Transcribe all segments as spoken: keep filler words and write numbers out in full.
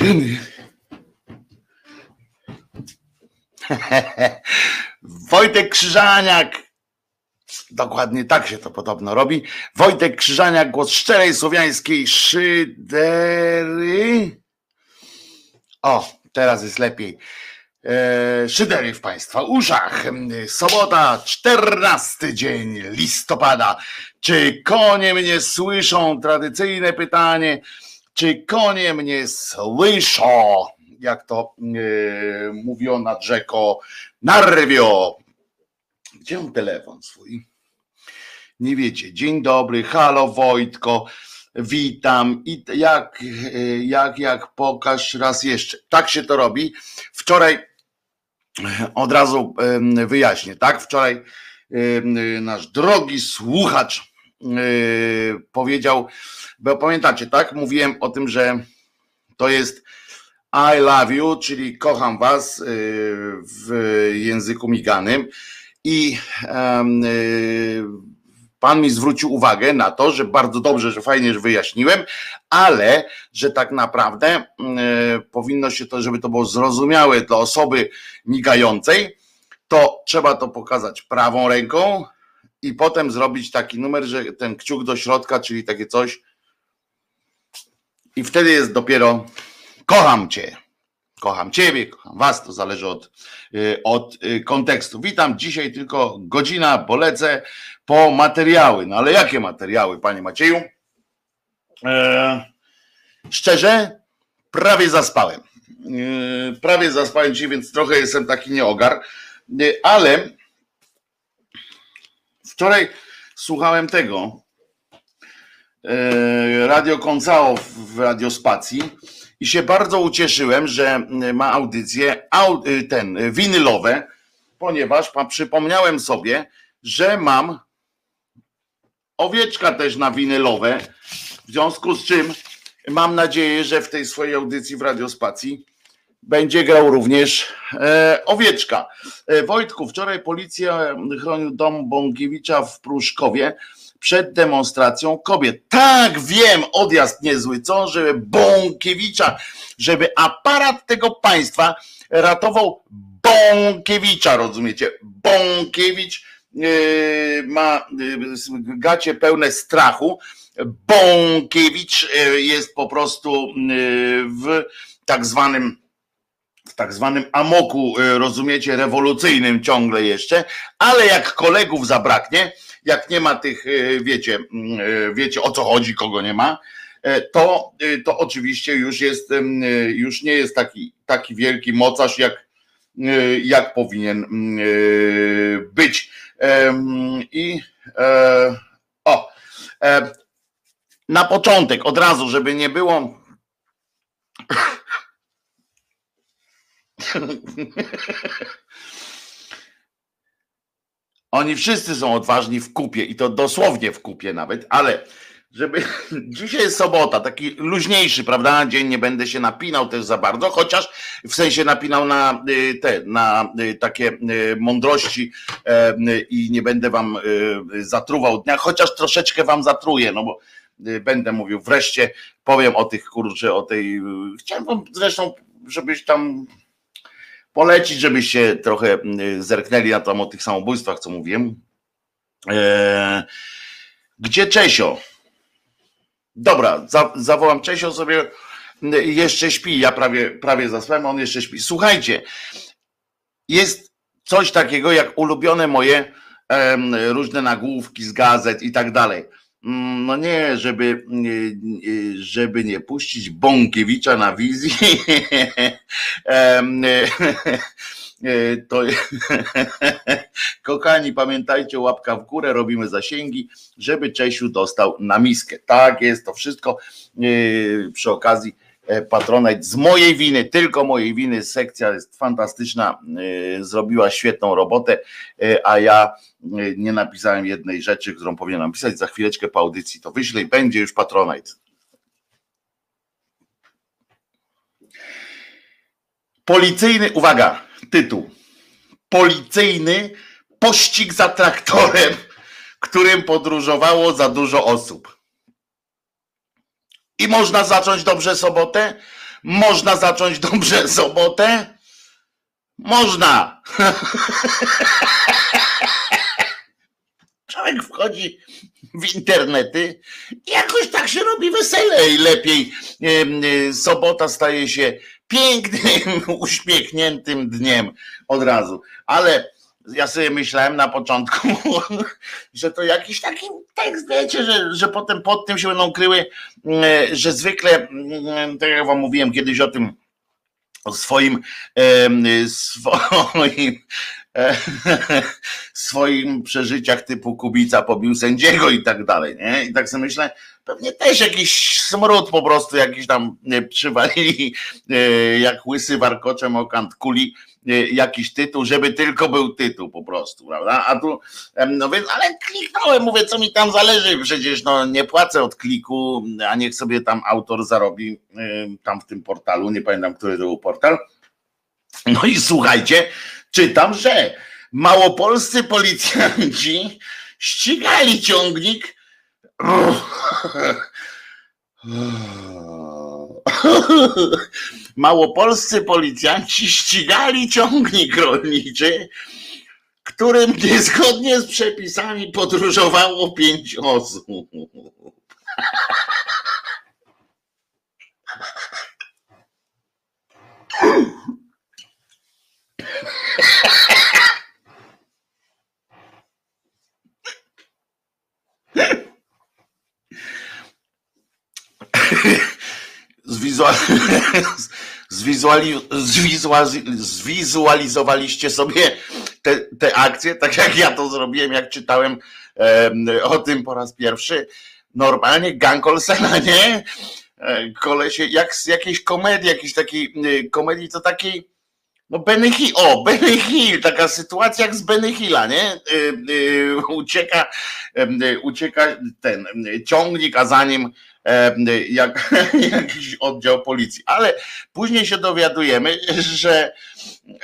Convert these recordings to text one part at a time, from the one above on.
Wojtek Krzyżaniak, dokładnie tak się to podobno robi. Wojtek Krzyżaniak, głos szczerej słowiańskiej szydery. O, teraz jest lepiej. E, szydery w Państwa uszach. Sobota, czternasty dzień listopada. Czy konie mnie słyszą? Tradycyjne pytanie. Czy konie mnie słyszą? Jak to e, mówią nad rzeką Narwio. Gdzie mam telefon swój? Nie wiecie. Dzień dobry, halo Wojtko, witam. I jak, jak, jak, pokaż raz jeszcze. Tak się to robi. Wczoraj od razu wyjaśnię, tak? Wczoraj nasz drogi słuchacz powiedział, bo pamiętacie, tak? Mówiłem o tym, że to jest I love you, czyli kocham was w języku miganym. I pan mi zwrócił uwagę na to, że bardzo dobrze, że fajnie, że wyjaśniłem, ale że tak naprawdę powinno się to, żeby to było zrozumiałe dla osoby migającej, to trzeba to pokazać prawą ręką i potem zrobić taki numer, że ten kciuk do środka, czyli takie coś, i wtedy jest dopiero kocham cię. Kocham ciebie, kocham was, to zależy od, od kontekstu. Witam, dzisiaj tylko godzina, bo lecę po materiały. No ale jakie materiały, panie Macieju? Eee, szczerze, prawie zaspałem. Eee, prawie zaspałem dzisiaj, więc trochę jestem taki nieogar. Eee, ale wczoraj słuchałem tego eee, Radio Koncao w Radiospacji. I się bardzo ucieszyłem, że ma audycje ten, winylowe, ponieważ przypomniałem sobie, że mam owieczka też na winylowe, w związku z czym mam nadzieję, że w tej swojej audycji w Radiospacji będzie grał również e, owieczka. E, Wojtku, wczoraj policja chronił dom Bąkiewicza w Pruszkowie przed demonstracją kobiet. Tak, wiem, odjazd niezły, co? Żeby Bąkiewicza, żeby aparat tego państwa ratował Bąkiewicza, rozumiecie? Bąkiewicz yy, ma yy, gacie pełne strachu. Bąkiewicz yy, jest po prostu yy, w tak zwanym w tak zwanym amoku, yy, rozumiecie, rewolucyjnym ciągle jeszcze, ale jak kolegów zabraknie, jak nie ma tych, wiecie, wiecie o co chodzi, kogo nie ma, to, to oczywiście już jest, już nie jest taki, taki wielki mocarz, jak, jak powinien być. I o, na początek, od razu, żeby nie było oni wszyscy są odważni w kupie i to dosłownie w kupie nawet, ale żeby dzisiaj jest sobota, taki luźniejszy, prawda, dzień, nie będę się napinał też za bardzo, chociaż w sensie napinał na te, na takie mądrości i nie będę wam zatruwał dnia, chociaż troszeczkę wam zatruję, no bo będę mówił, wreszcie powiem o tych, kurczę, o tej, chciałem wam zresztą, żebyś tam polecić, żebyście trochę zerknęli na tam o tych samobójstwach, co mówiłem. Eee, gdzie Czesio? Dobra, za, zawołam Czesio sobie, jeszcze śpi, ja prawie, prawie zaspałem, on jeszcze śpi. Słuchajcie, jest coś takiego jak ulubione moje em, różne nagłówki z gazet i tak dalej. No nie, żeby, żeby nie puścić Bąkiewicza na wizji, to kochani, pamiętajcie, łapka w górę, robimy zasięgi, żeby Czesiu dostał na miskę. Tak jest, to wszystko przy okazji Patronite z mojej winy, tylko mojej winy, sekcja jest fantastyczna, zrobiła świetną robotę, a ja nie napisałem jednej rzeczy, którą powinienem napisać, za chwileczkę po audycji to wyślę i będzie już Patronite. Policyjny, uwaga, tytuł, policyjny pościg za traktorem, którym podróżowało za dużo osób. I można zacząć dobrze sobotę? Można zacząć dobrze sobotę? Można. Człowiek wchodzi w internety i jakoś tak się robi wesele i lepiej. Sobota staje się pięknym, uśmiechniętym dniem od razu. Ale ja sobie myślałem na początku, że to jakiś taki tekst, wiecie, że, że potem pod tym się będą kryły, że zwykle, tak jak wam mówiłem kiedyś o tym, o swoim, swoim swoim przeżyciach typu Kubica pobił sędziego i tak dalej, nie? I tak sobie myślę, pewnie też jakiś smród po prostu jakiś tam przywalili, jak łysy warkoczem o kant kuli, jakiś tytuł, żeby tylko był tytuł po prostu, prawda? A tu, no więc, ale kliknąłem, mówię, co mi tam zależy, przecież no nie płacę od kliku, a niech sobie tam autor zarobi tam w tym portalu, nie pamiętam, który to był portal. No i słuchajcie, czytam, że małopolscy policjanci ścigali ciągnik. Małopolscy policjanci ścigali ciągnik rolniczy, którym niezgodnie z przepisami podróżowało pięć osób. Zwizuali, zwizuali, zwizualizowaliście sobie te, te akcje, tak jak ja to zrobiłem, jak czytałem e, o tym po raz pierwszy. Normalnie gang Olsena, nie? Kolesie, jak z jakiejś komedii, jakiejś takiej komedii, to takiej, no Benny Hill, o, Benny Hill, taka sytuacja jak z Benny Hilla, nie? Yy, yy, ucieka, yy, ucieka ten ciągnik, a za nim yy, jak, jakiś oddział policji. Ale później się dowiadujemy, że yy,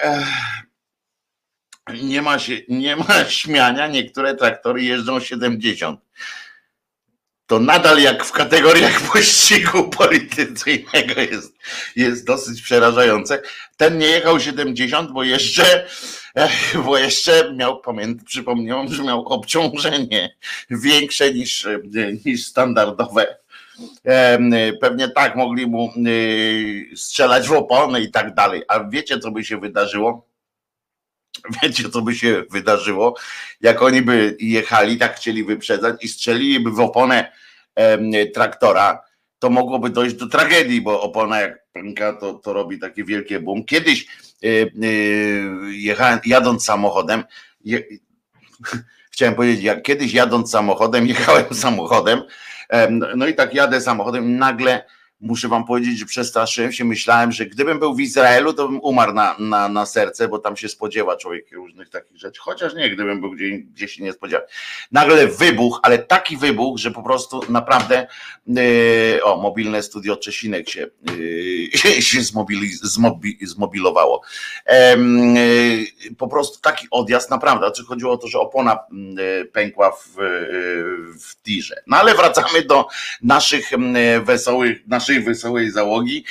nie ma się, nie ma śmiania, niektóre traktory jeżdżą siedemdziesiąt. To nadal jak w kategoriach pościgu policyjnego jest, jest dosyć przerażające. Ten nie jechał siedemdziesiąt, bo jeszcze, bo jeszcze miał, pamiętam, przypomniałem, że miał obciążenie większe niż, niż standardowe. Pewnie tak mogli mu strzelać w opony i tak dalej. A wiecie, co by się wydarzyło? Wiecie, co by się wydarzyło, jak oni by jechali, tak chcieli wyprzedzać i strzeliliby w oponę e, traktora, to mogłoby dojść do tragedii, bo opona jak pęka, to, to robi takie wielkie boom. Kiedyś e, e, jechałem, jadąc samochodem, je, chciałem powiedzieć, jak kiedyś jadąc samochodem, jechałem samochodem, e, no i tak jadę samochodem i nagle muszę wam powiedzieć, że przestraszyłem się, myślałem, że gdybym był w Izraelu, to bym umarł na, na, na serce, bo tam się spodziewa człowiek różnych takich rzeczy, chociaż nie, gdybym był gdzieś, gdzieś się nie spodziewał. Nagle wybuch, ale taki wybuch, że po prostu naprawdę yy, o, mobilne studio Czesinek się, yy, się zmobili, zmobi, zmobilowało. Yy, po prostu taki odjazd, naprawdę, znaczy chodziło o to, że opona yy, pękła w, yy, w tirze. No ale wracamy do naszych yy, wesołych, naszych wesołej załogi.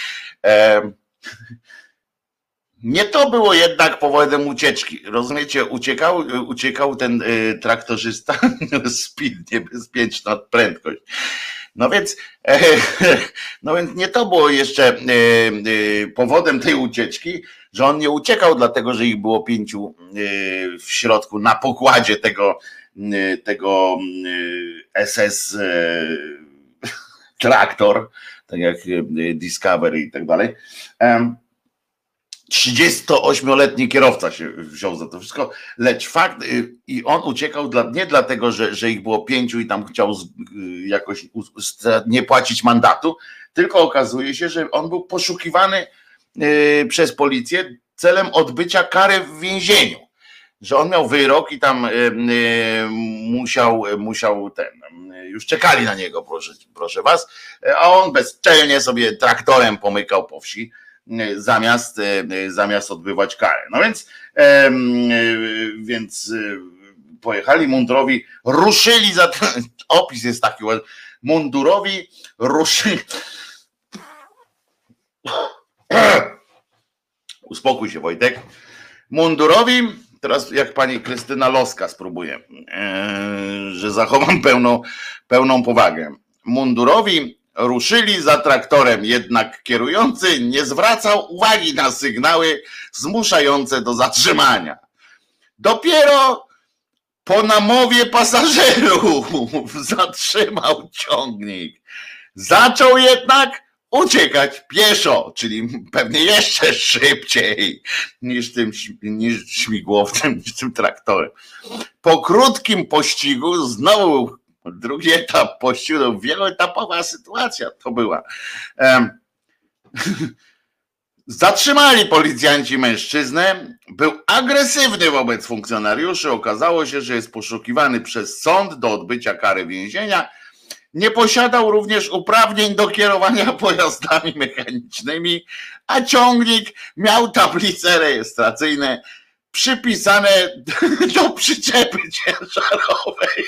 Nie to było jednak powodem ucieczki. Rozumiecie, uciekał, uciekał ten traktorzysta speed, niebezpieczna prędkość. No więc, no więc nie to było jeszcze powodem tej ucieczki, że on nie uciekał dlatego, że ich było pięciu w środku na pokładzie tego, tego S S traktor, tak jak Discovery i tak dalej. trzydziestoośmioletni kierowca się wziął za to wszystko, lecz fakt, i on uciekał dla, nie dlatego, że, że ich było pięciu i tam chciał jakoś nie płacić mandatu, tylko okazuje się, że on był poszukiwany przez policję celem odbycia kary w więzieniu. Że on miał wyrok i tam musiał, musiał ten, już czekali na niego, proszę, proszę was, a on bezczelnie sobie traktorem pomykał po wsi, zamiast, zamiast odbywać karę. No więc, więc pojechali mundurowi, ruszyli za ten, opis jest taki, mundurowi ruszyli, Uspokój się, Wojtek. Mundurowi, teraz jak pani Krystyna Loska spróbuje, że zachowam pełną, pełną powagę. Mundurowi ruszyli za traktorem, jednak kierujący nie zwracał uwagi na sygnały zmuszające do zatrzymania. Dopiero po namowie pasażerów zatrzymał ciągnik. Zaczął jednak uciekać pieszo, czyli pewnie jeszcze szybciej niż tym niż śmigłowcem, niż tym traktorem. Po krótkim pościgu znowu drugi etap pościgu, wieloetapowa sytuacja to była. Um, Zatrzymali policjanci mężczyznę, był agresywny wobec funkcjonariuszy, okazało się, że jest poszukiwany przez sąd do odbycia kary więzienia. Nie posiadał również uprawnień do kierowania pojazdami mechanicznymi, a ciągnik miał tablice rejestracyjne przypisane do przyczepy ciężarowej.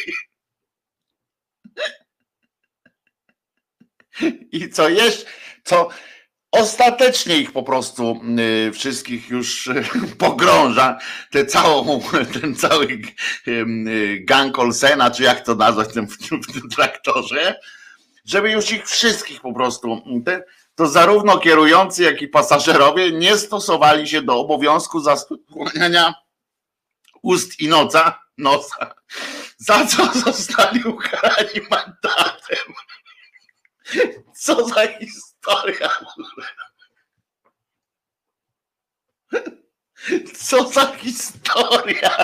I co jeszcze, co ostatecznie ich po prostu y, wszystkich już y, pogrąża, te całą, ten cały y, gang Olsena, czy jak to nazwać w tym, w tym, w tym traktorze, żeby już ich wszystkich po prostu, te, to zarówno kierujący, jak i pasażerowie nie stosowali się do obowiązku zasłaniania ust i noca, nosa, za co zostali ukarani mandatem. Co za historia. Co za historia.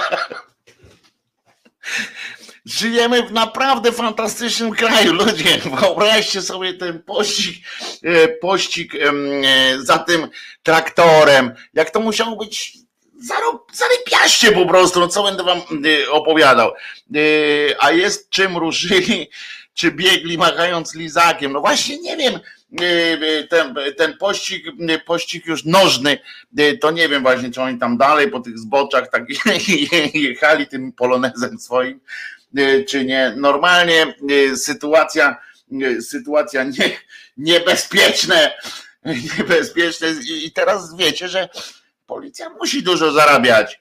Żyjemy w naprawdę fantastycznym kraju, ludzie. Wyobraźcie sobie ten pościg, pościg za tym traktorem. Jak to musiało być zarypiaście po prostu, no co będę wam opowiadał. A jest czym ruszyli, czy biegli machając lizakiem. No właśnie nie wiem, ten, ten pościg, pościg już nożny, to nie wiem właśnie, czy oni tam dalej po tych zboczach tak jechali tym polonezem swoim, czy nie. Normalnie sytuacja, sytuacja nie, niebezpieczne, niebezpieczne i teraz wiecie, że policja musi dużo zarabiać,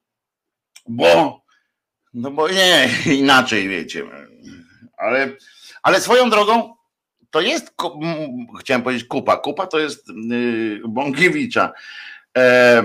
bo no bo nie, inaczej wiecie. Ale, ale swoją drogą to jest, chciałem powiedzieć kupa, kupa to jest yy, Bąkiewicza, e,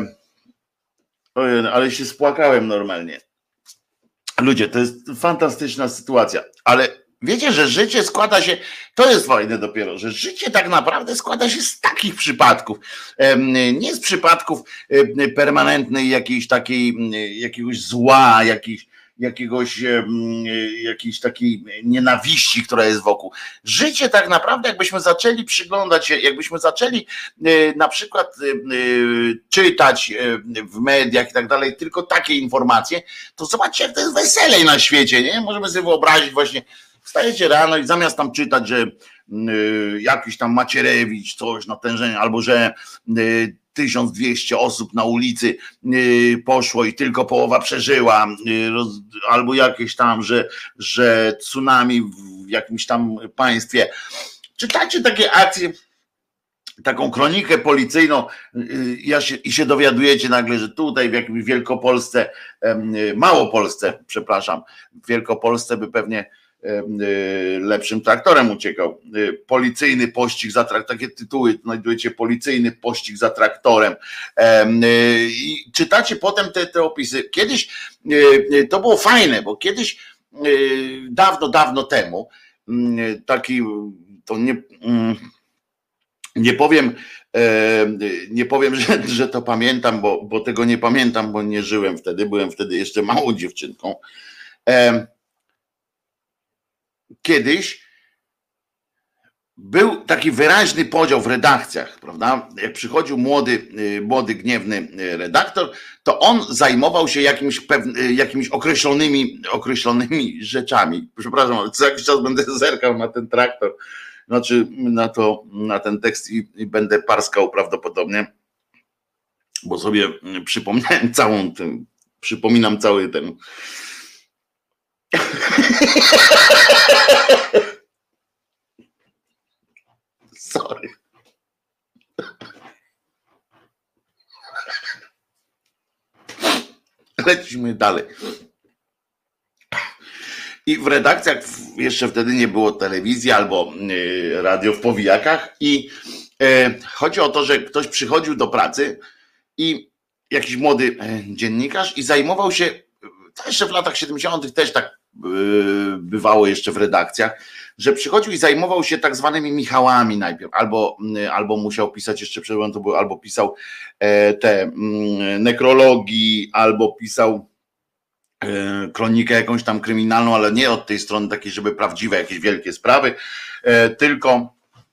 ale się spłakałem normalnie. Ludzie, to jest fantastyczna sytuacja, ale wiecie, że życie składa się, to jest fajne dopiero, że życie tak naprawdę składa się z takich przypadków, nie z przypadków permanentnej jakiejś takiej, jakiegoś zła, jakiejś jakiegoś jakiejś takiej nienawiści, która jest wokół. Życie tak naprawdę, jakbyśmy zaczęli przyglądać się, jakbyśmy zaczęli na przykład czytać w mediach i tak dalej, tylko takie informacje, to zobaczcie, jak to jest weselej na świecie, nie? Możemy sobie wyobrazić właśnie, wstajecie rano i zamiast tam czytać, że jakiś tam Macierewicz coś natężenie, albo że tysiąc dwieście osób na ulicy poszło i tylko połowa przeżyła, albo jakieś tam, że, że tsunami w jakimś tam państwie. Czytacie takie akcje, taką kronikę policyjną ja się, i się dowiadujecie nagle, że tutaj w jakimś Wielkopolsce, Małopolsce, przepraszam, w Wielkopolsce by pewnie lepszym traktorem uciekał. Policyjny pościg za traktorem, takie tytuły znajdujecie, policyjny pościg za traktorem. I czytacie potem te, te opisy. Kiedyś to było fajne, bo kiedyś dawno, dawno temu taki, to nie, nie powiem, nie powiem, że, że to pamiętam, bo, bo tego nie pamiętam, bo nie żyłem wtedy, byłem wtedy jeszcze małą dziewczynką. Kiedyś był taki wyraźny podział w redakcjach, prawda? Jak przychodził młody, młody, gniewny redaktor, to on zajmował się jakimś, pewny, jakimiś określonymi, określonymi rzeczami. Przepraszam, ale co jakiś czas będę zerkał na ten traktor, znaczy na to, na ten tekst i, i będę parskał prawdopodobnie, bo sobie przypomniałem całą ten, przypominam cały ten. Sorry. Lecimy dalej. I w redakcjach jeszcze wtedy nie było telewizji albo radio w powijakach i chodzi o to, że ktoś przychodził do pracy i jakiś młody dziennikarz i zajmował się, to jeszcze w latach siedemdziesiątych też tak bywało jeszcze w redakcjach, że przychodził i zajmował się tak zwanymi Michałami najpierw, albo, albo musiał pisać jeszcze przed to było, albo pisał te nekrologii, albo pisał kronikę jakąś tam kryminalną, ale nie od tej strony takiej, żeby prawdziwe jakieś wielkie sprawy, tylko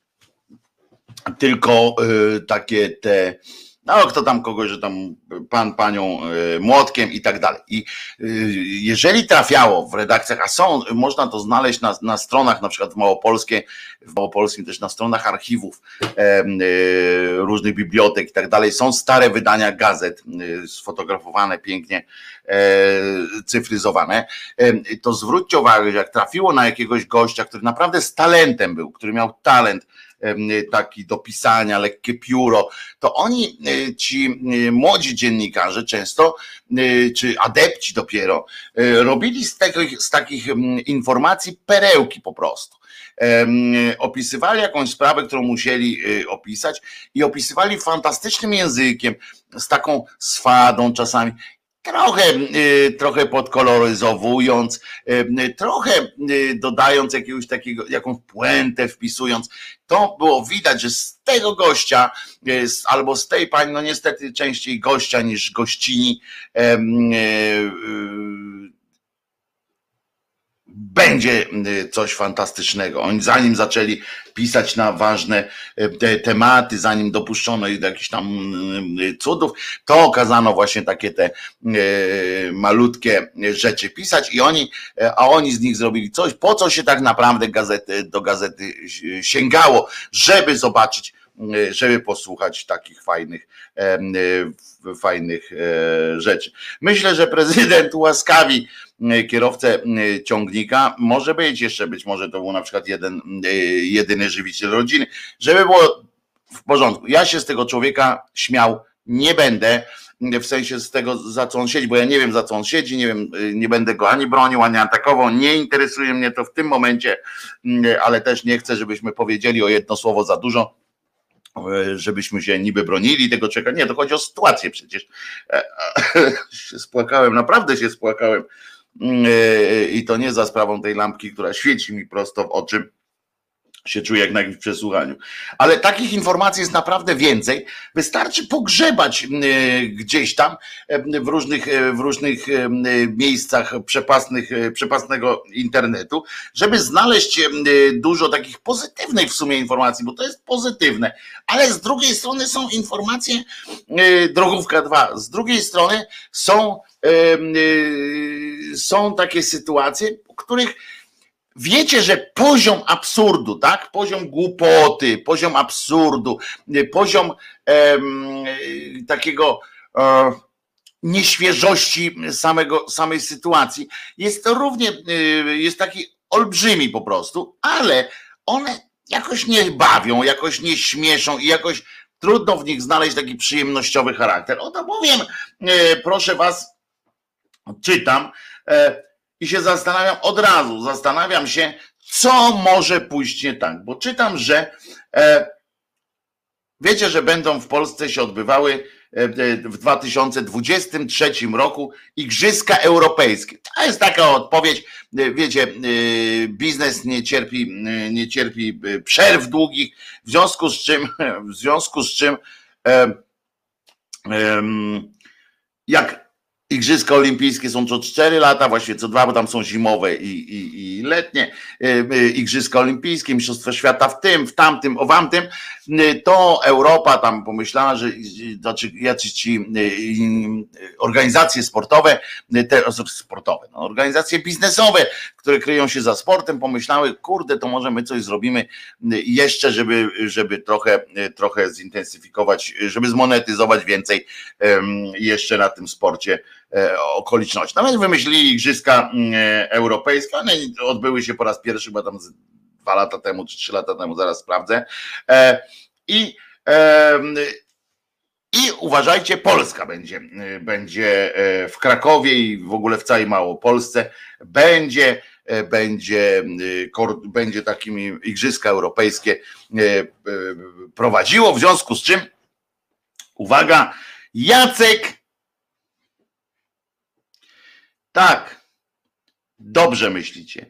tylko takie te, no kto tam kogoś, że tam pan, panią młotkiem i tak dalej. I jeżeli trafiało w redakcjach, a są, można to znaleźć na, na stronach, na przykład w Małopolskie, w Małopolskim też na stronach archiwów różnych bibliotek i tak dalej, są stare wydania gazet, sfotografowane pięknie, cyfryzowane, to zwróćcie uwagę, że jak trafiło na jakiegoś gościa, który naprawdę z talentem był, który miał talent taki do pisania, lekkie pióro, to oni, ci młodzi dziennikarze często, czy adepci dopiero, robili z, tego, z takich informacji perełki po prostu. Opisywali jakąś sprawę, którą musieli opisać i opisywali fantastycznym językiem, z taką swadą czasami, trochę, trochę podkoloryzowując, trochę dodając jakiegoś takiego, jakąś puentę wpisując. To było widać, że z tego gościa albo z tej pani, no niestety częściej gościa niż gościni, będzie coś fantastycznego. Oni zanim zaczęli pisać na ważne te tematy, zanim dopuszczono ich do jakichś tam cudów, to okazano właśnie takie te malutkie rzeczy pisać i oni, a oni z nich zrobili coś, po co się tak naprawdę gazety, do gazety sięgało, żeby zobaczyć, żeby posłuchać takich fajnych, fajnych rzeczy. Myślę, że prezydent ułaskawi kierowcę ciągnika, może być jeszcze, być może to był na przykład jeden, jedyny żywiciel rodziny, żeby było w porządku. Ja się z tego człowieka śmiał nie będę, w sensie z tego, za co on siedzi, bo ja nie wiem, za co on siedzi, nie wiem, nie będę go ani bronił, ani atakował, nie interesuje mnie to w tym momencie, ale też nie chcę, żebyśmy powiedzieli o jedno słowo za dużo, żebyśmy się niby bronili tego człowieka. Nie, to chodzi o sytuację przecież. się spłakałem, naprawdę się spłakałem. I to nie za sprawą tej lampki, która świeci mi prosto w oczy. Się czuję jak na jakimś przesłuchaniu. Ale takich informacji jest naprawdę więcej. Wystarczy pogrzebać gdzieś tam w różnych, w różnych miejscach przepastnych, przepastnego internetu, żeby znaleźć dużo takich pozytywnych w sumie informacji, bo to jest pozytywne. Ale z drugiej strony są informacje, drogówka dwa, z drugiej strony są, są takie sytuacje, w których wiecie, że poziom absurdu, tak? Poziom głupoty, poziom absurdu, poziom em, takiego e, nieświeżości samego, samej sytuacji jest równie, jest taki olbrzymi po prostu, ale one jakoś nie bawią, jakoś nie śmieszą i jakoś trudno w nich znaleźć taki przyjemnościowy charakter. Oto powiem, e, proszę was, czytam, e, i się zastanawiam od razu, zastanawiam się, co może pójść nie tak, bo czytam, że e, wiecie, że będą w Polsce się odbywały e, w dwa tysiące dwudziestym trzecim roku Igrzyska Europejskie. To jest taka odpowiedź, e, wiecie, e, biznes nie cierpi, e, nie cierpi przerw długich, w związku z czym, w związku z czym e, e, jak Igrzyska Olimpijskie są co cztery lata, właściwie co dwa, bo tam są zimowe i, i, i letnie. Igrzyska Olimpijskie, Mistrzostwa Świata w tym, w tamtym, owamtym. To Europa tam pomyślała, że znaczy jacyś ci organizacje sportowe, te sportowe, no, organizacje biznesowe, które kryją się za sportem, pomyślały, kurde, to może my coś zrobimy jeszcze, żeby, żeby trochę, trochę zintensyfikować, żeby zmonetyzować więcej jeszcze na tym sporcie okoliczności. Nawet wymyślili Igrzyska Europejskie, one odbyły się po raz pierwszy, bo tam dwa lata temu, czy trzy lata temu, zaraz sprawdzę. I, I uważajcie, Polska będzie, będzie w Krakowie i w ogóle w całej Małopolsce będzie, będzie, będzie takimi igrzyska europejskie prowadziło, w związku z czym uwaga, Jacek, tak, dobrze myślicie,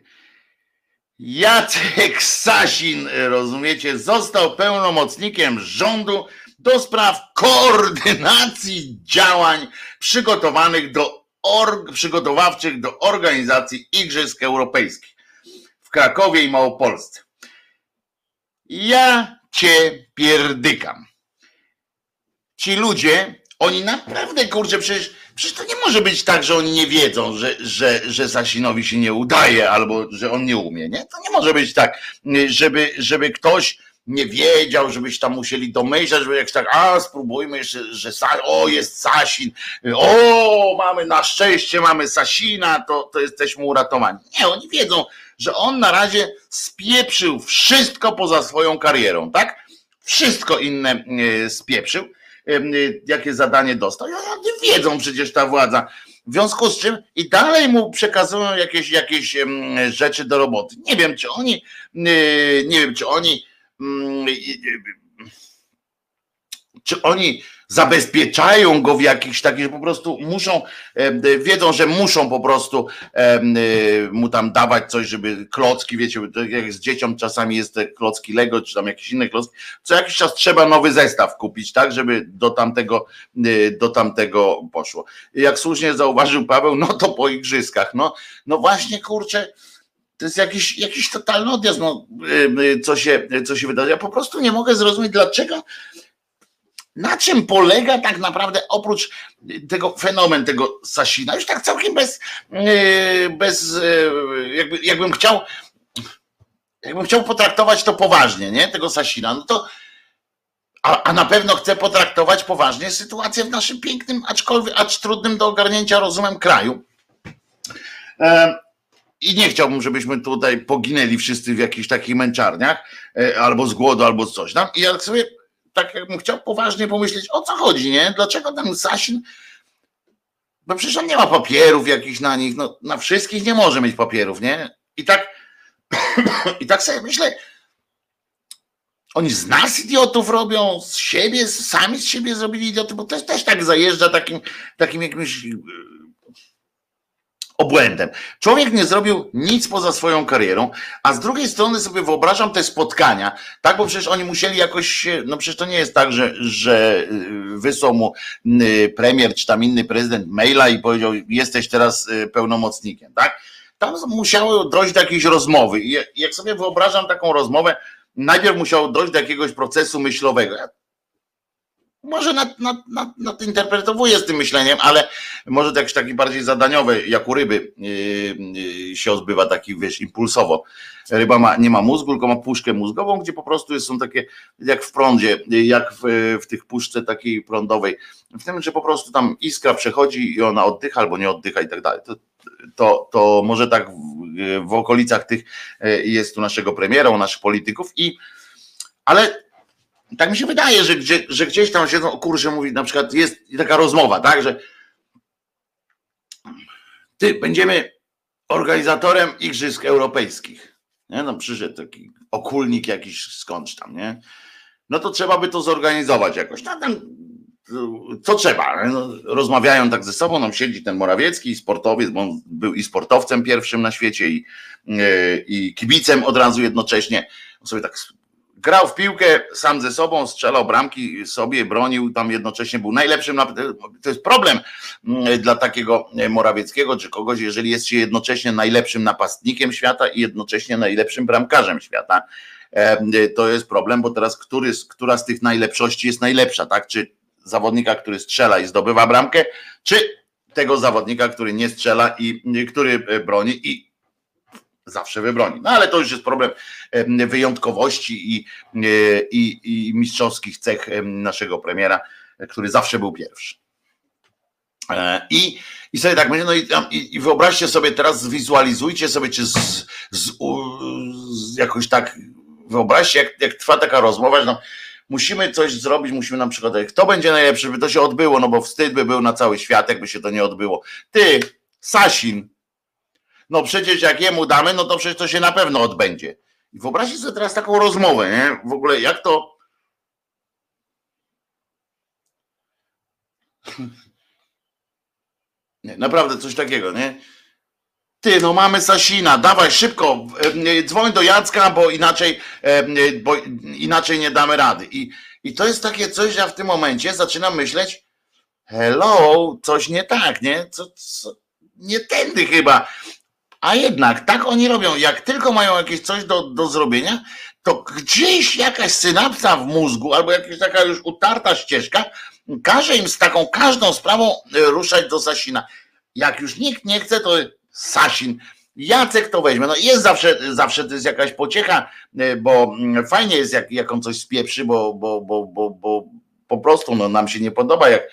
Jacek Sasin, rozumiecie, został pełnomocnikiem rządu do spraw koordynacji działań przygotowanych do org, przygotowawczych do organizacji Igrzysk Europejskich w Krakowie i Małopolsce. Ja cię pierdykam. Ci ludzie, oni naprawdę, kurczę, przecież, przecież to nie może być tak, że oni nie wiedzą, że, że, że Sasinowi się nie udaje albo że on nie umie, nie? To nie może być tak, żeby, żeby ktoś nie wiedział, żebyś tam musieli domyślać, żeby jak tak, a spróbujmy jeszcze, że o jest Sasin, o mamy na szczęście, mamy Sasina, to, to jesteśmy uratowani. Nie, oni wiedzą, że on na razie spieprzył wszystko poza swoją karierą, tak? Wszystko inne spieprzył, jakie zadanie dostał. I oni wiedzą przecież ta władza. W związku z czym i dalej mu przekazują jakieś, jakieś rzeczy do roboty. Nie wiem, czy oni, nie wiem, czy oni czy oni zabezpieczają go w jakichś takich, że po prostu muszą, wiedzą, że muszą po prostu mu tam dawać coś, żeby klocki, wiecie, jak z dzieciom czasami jest te klocki Lego, czy tam jakieś inne klocki, co jakiś czas trzeba nowy zestaw kupić, tak, żeby do tamtego, do tamtego poszło. Jak słusznie zauważył Paweł, no to po igrzyskach, no, no właśnie, kurczę, to jest jakiś, jakiś totalny odjazd, no, co się, co się wydarzy. Ja po prostu nie mogę zrozumieć, dlaczego, na czym polega tak naprawdę oprócz tego fenomen tego Sasina, już tak całkiem bez, bez jakby, jakbym chciał, jakbym chciał potraktować to poważnie, nie, tego Sasina, no to a, a na pewno chcę potraktować poważnie sytuację w naszym pięknym, aczkolwiek acz trudnym do ogarnięcia rozumem kraju. I nie chciałbym, żebyśmy tutaj poginęli wszyscy w jakichś takich męczarniach, albo z głodu, albo z coś tam. I ja sobie, tak jakbym chciał poważnie pomyśleć, o co chodzi, nie? Dlaczego ten Sasin, bo przecież on nie ma papierów jakichś na nich, no na wszystkich nie może mieć papierów, nie? I tak, i tak sobie myślę, oni z nas idiotów robią, z siebie, sami z siebie zrobili idioty, bo też, też tak zajeżdża takim, takim jakimś obłędem. Człowiek nie zrobił nic poza swoją karierą, a z drugiej strony sobie wyobrażam te spotkania, tak, bo przecież oni musieli jakoś, no przecież to nie jest tak, że, że wysłał mu premier czy tam inny prezydent maila i powiedział, jesteś teraz pełnomocnikiem, tak? Tam musiało dojść do jakiejś rozmowy i jak sobie wyobrażam taką rozmowę, najpierw musiało dojść do jakiegoś procesu myślowego. Ja może nad, nad, nad, nadinterpretowuję z tym myśleniem, ale może to jakiś taki bardziej zadaniowy, jak u ryby yy, yy, się odbywa taki, wiesz, impulsowo. Ryba ma, nie ma mózgu, tylko ma puszkę mózgową, gdzie po prostu są takie, jak w prądzie, jak w, w tych puszce takiej prądowej, w tym, że po prostu tam iskra przechodzi i ona oddycha albo nie oddycha i tak dalej. To, to, to może tak w, w okolicach tych jest tu naszego premiera, u naszych polityków, i ale tak mi się wydaje, że, gdzie, że gdzieś tam siedzą, o kurczę, mówi, na przykład jest taka rozmowa, tak, że ty, będziemy organizatorem Igrzysk Europejskich. Nie? No przyszedł taki okulnik jakiś skądś tam, nie? No to trzeba by to zorganizować jakoś. No, tam, co trzeba? No, rozmawiają tak ze sobą, no, siedzi ten Morawiecki, sportowiec, bo on był i sportowcem pierwszym na świecie i, i kibicem od razu jednocześnie. On sobie tak grał w piłkę sam ze sobą, strzelał bramki sobie, bronił, tam jednocześnie był najlepszym. To jest problem dla takiego Morawieckiego czy kogoś, jeżeli jest się jednocześnie najlepszym napastnikiem świata i jednocześnie najlepszym bramkarzem świata. To jest problem, bo teraz który, która z tych najlepszości jest najlepsza, tak? Czy zawodnika, który strzela i zdobywa bramkę, czy tego zawodnika, który nie strzela i który broni i zawsze wybroni. No ale to już jest problem wyjątkowości i, i, i mistrzowskich cech naszego premiera, który zawsze był pierwszy. I, i sobie tak będzie, no i, i, i wyobraźcie sobie teraz, zwizualizujcie sobie, czy z, z, z, jakoś tak, wyobraźcie, jak, jak trwa taka rozmowa, że no, musimy coś zrobić, musimy na przykład, kto będzie najlepszy, by to się odbyło, no bo wstyd by był na cały świat, jakby się to nie odbyło. Ty, Sasin, no przecież jak jemu damy, no to przecież to się na pewno odbędzie. I wyobraźcie sobie teraz taką rozmowę, nie? W ogóle jak to... Nie, naprawdę coś takiego, nie? Ty, no mamy Sasina, dawaj szybko, dzwoń do Jacka, bo inaczej, bo inaczej nie damy rady. I, i to jest takie coś, że ja w tym momencie zaczynam myśleć, hello, coś nie tak, nie? Co, co, nie tędy chyba. A jednak tak oni robią, jak tylko mają jakieś coś do, do zrobienia, to gdzieś jakaś synapsa w mózgu, albo jakaś taka już utarta ścieżka, każe im z taką każdą sprawą ruszać do Sasina. Jak już nikt nie chce, to Sasin, Jacek to weźmie. No jest zawsze, zawsze to jest jakaś pociecha, bo fajnie jest, jak, jak on coś spieprzy, bo, bo, bo, bo, bo po prostu no, nam się nie podoba, jak,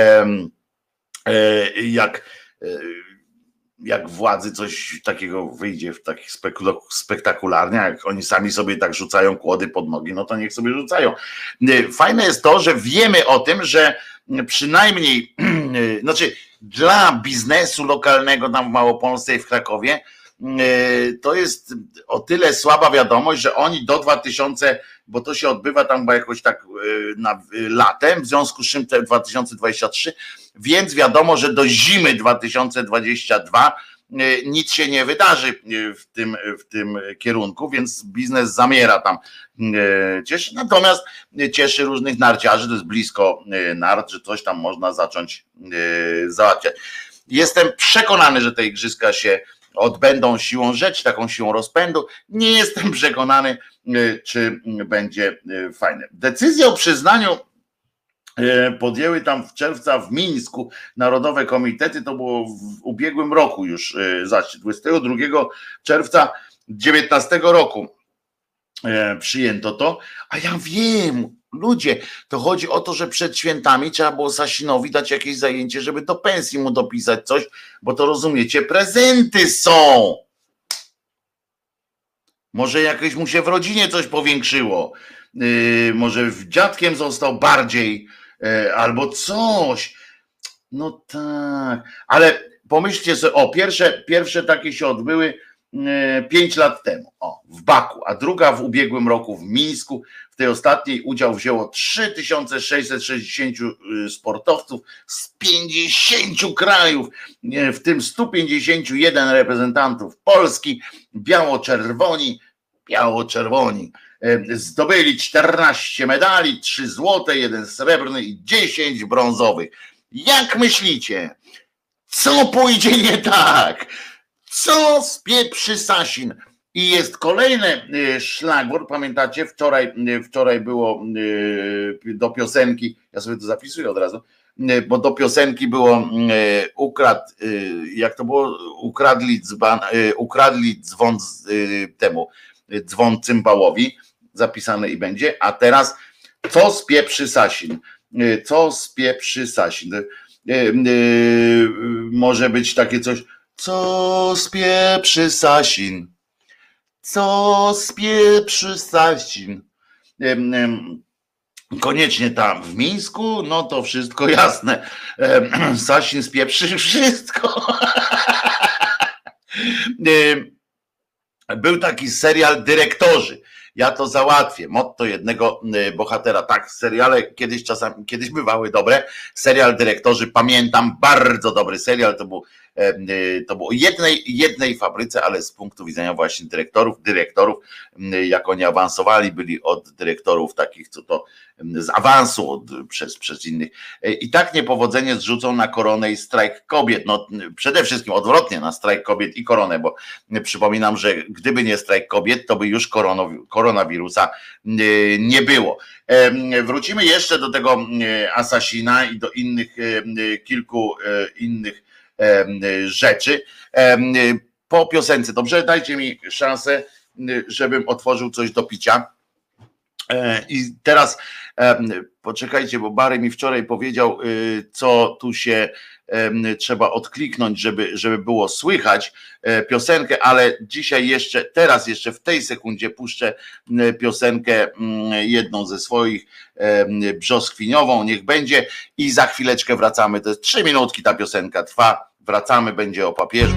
jak, jak władzy coś takiego wyjdzie w takich spektakularnie, jak oni sami sobie tak rzucają kłody pod nogi, no to niech sobie rzucają. Fajne jest to, że wiemy o tym, że przynajmniej, znaczy dla biznesu lokalnego tam w Małopolsce i w Krakowie to jest o tyle słaba wiadomość, że oni do dwa tysiące, bo to się odbywa tam chyba jakoś tak na latem, w związku z czym te dwa tysiące dwudziesty trzeci, więc wiadomo, że do zimy dwa tysiące dwudziestego drugiego nic się nie wydarzy w tym, w tym kierunku, więc biznes zamiera tam. Cieszy, natomiast cieszy różnych narciarzy, to jest blisko nart, że coś tam można zacząć załatwiać. Jestem przekonany, że te igrzyska się odbędą siłą rzeczy, taką siłą rozpędu. Nie jestem przekonany, czy będzie fajne. Decyzję o przyznaniu podjęły tam w czerwca w Mińsku narodowe komitety, to było w ubiegłym roku już, zaś dwudziestego drugiego czerwca dziewiętnastego roku przyjęto to, a ja wiem, ludzie, to chodzi o to, że przed świętami trzeba było Sasinowi dać jakieś zajęcie, żeby do pensji mu dopisać coś, bo to rozumiecie, prezenty są. Może jakieś mu się w rodzinie coś powiększyło, yy, może dziadkiem został bardziej, yy, albo coś. No tak, ale pomyślcie sobie, o, pierwsze, pierwsze takie się odbyły pięć lat temu, o, w Baku, a druga w ubiegłym roku w Mińsku. W tej ostatniej udział wzięło trzy tysiące sześćset sześćdziesiąt sportowców z pięćdziesięciu krajów, w tym stu pięćdziesięciu jeden reprezentantów Polski. Biało-czerwoni, biało-czerwoni zdobyli czternaście medali, trzy złote, jeden srebrny i dziesięć brązowych. Jak myślicie, co pójdzie nie tak? Co spieprzy Sasin? I jest kolejny szlagwort, pamiętacie, wczoraj, wczoraj było do piosenki, ja sobie to zapisuję od razu, bo do piosenki było ukradł, jak to było, ukradli dzban, ukradli dzwon temu, dzwon cymbałowi, zapisane i będzie, a teraz co spieprzy Sasin? Co spieprzy Sasin? Może być takie coś, co spieprzy Sasin? Co spieprzy Sasin? Koniecznie tam w Mińsku, no to wszystko jasne. Sasin spieprzy wszystko. Był taki serial Dyrektorzy. Ja to załatwię. Motto jednego bohatera. Tak, seriale kiedyś czasami, kiedyś bywały dobre. Serial Dyrektorzy, pamiętam, bardzo dobry serial. To był, to był o jednej, jednej fabryce, ale z punktu widzenia właśnie dyrektorów, dyrektorów, jak oni awansowali, byli od dyrektorów takich, co to z awansu od, przez, przez innych. I tak niepowodzenie zrzucą na koronę i strajk kobiet. No przede wszystkim odwrotnie na strajk kobiet i koronę, bo przypominam, że gdyby nie strajk kobiet, to by już koronawirusa nie było. Wrócimy jeszcze do tego Asasina i do innych, kilku innych rzeczy po piosence. Dobrze, dajcie mi szansę, żebym otworzył coś do picia. I teraz poczekajcie, bo Bary mi wczoraj powiedział, co tu się trzeba odkliknąć, żeby, żeby było słychać piosenkę, ale dzisiaj jeszcze, teraz jeszcze w tej sekundzie puszczę piosenkę jedną ze swoich, brzoskwiniową, niech będzie i za chwileczkę wracamy, to jest trzy minutki ta piosenka trwa, wracamy, będzie o papieżu.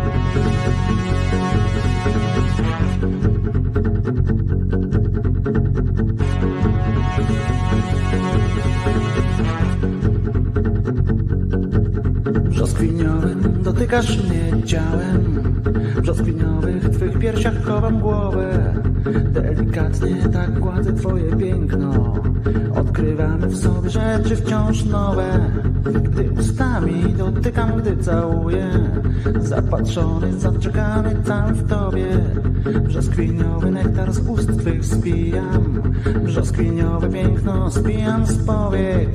Brzoskwiniowym dotykasz mnie ciałem, w brzoskwiniowych twych piersiach chowam głowę. Delikatnie tak gładzę twoje piękno, odkrywamy w sobie rzeczy wciąż nowe. Gdy ustami dotykam, gdy całuję, zapatrzony, zaczekany cały w tobie. Brzoskwiniowy nektar z ust twych spijam, brzoskwiniowe piękno spijam z powiek.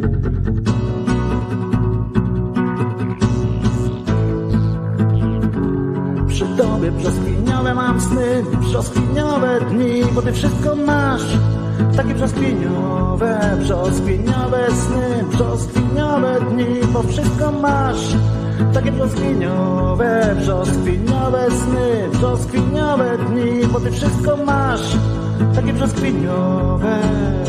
Przy tobie brzoskwiniowe mam sny, brzoskwiniowe dni, bo ty wszystko masz. Takie brzoskwiniowe, brzoskwiniowe sny, brzoskwiniowe dni, bo wszystko masz. Takie brzoskwiniowe, brzoskwiniowe sny, brzoskwiniowe dni, bo ty wszystko masz. Takie brzoskwiniowe.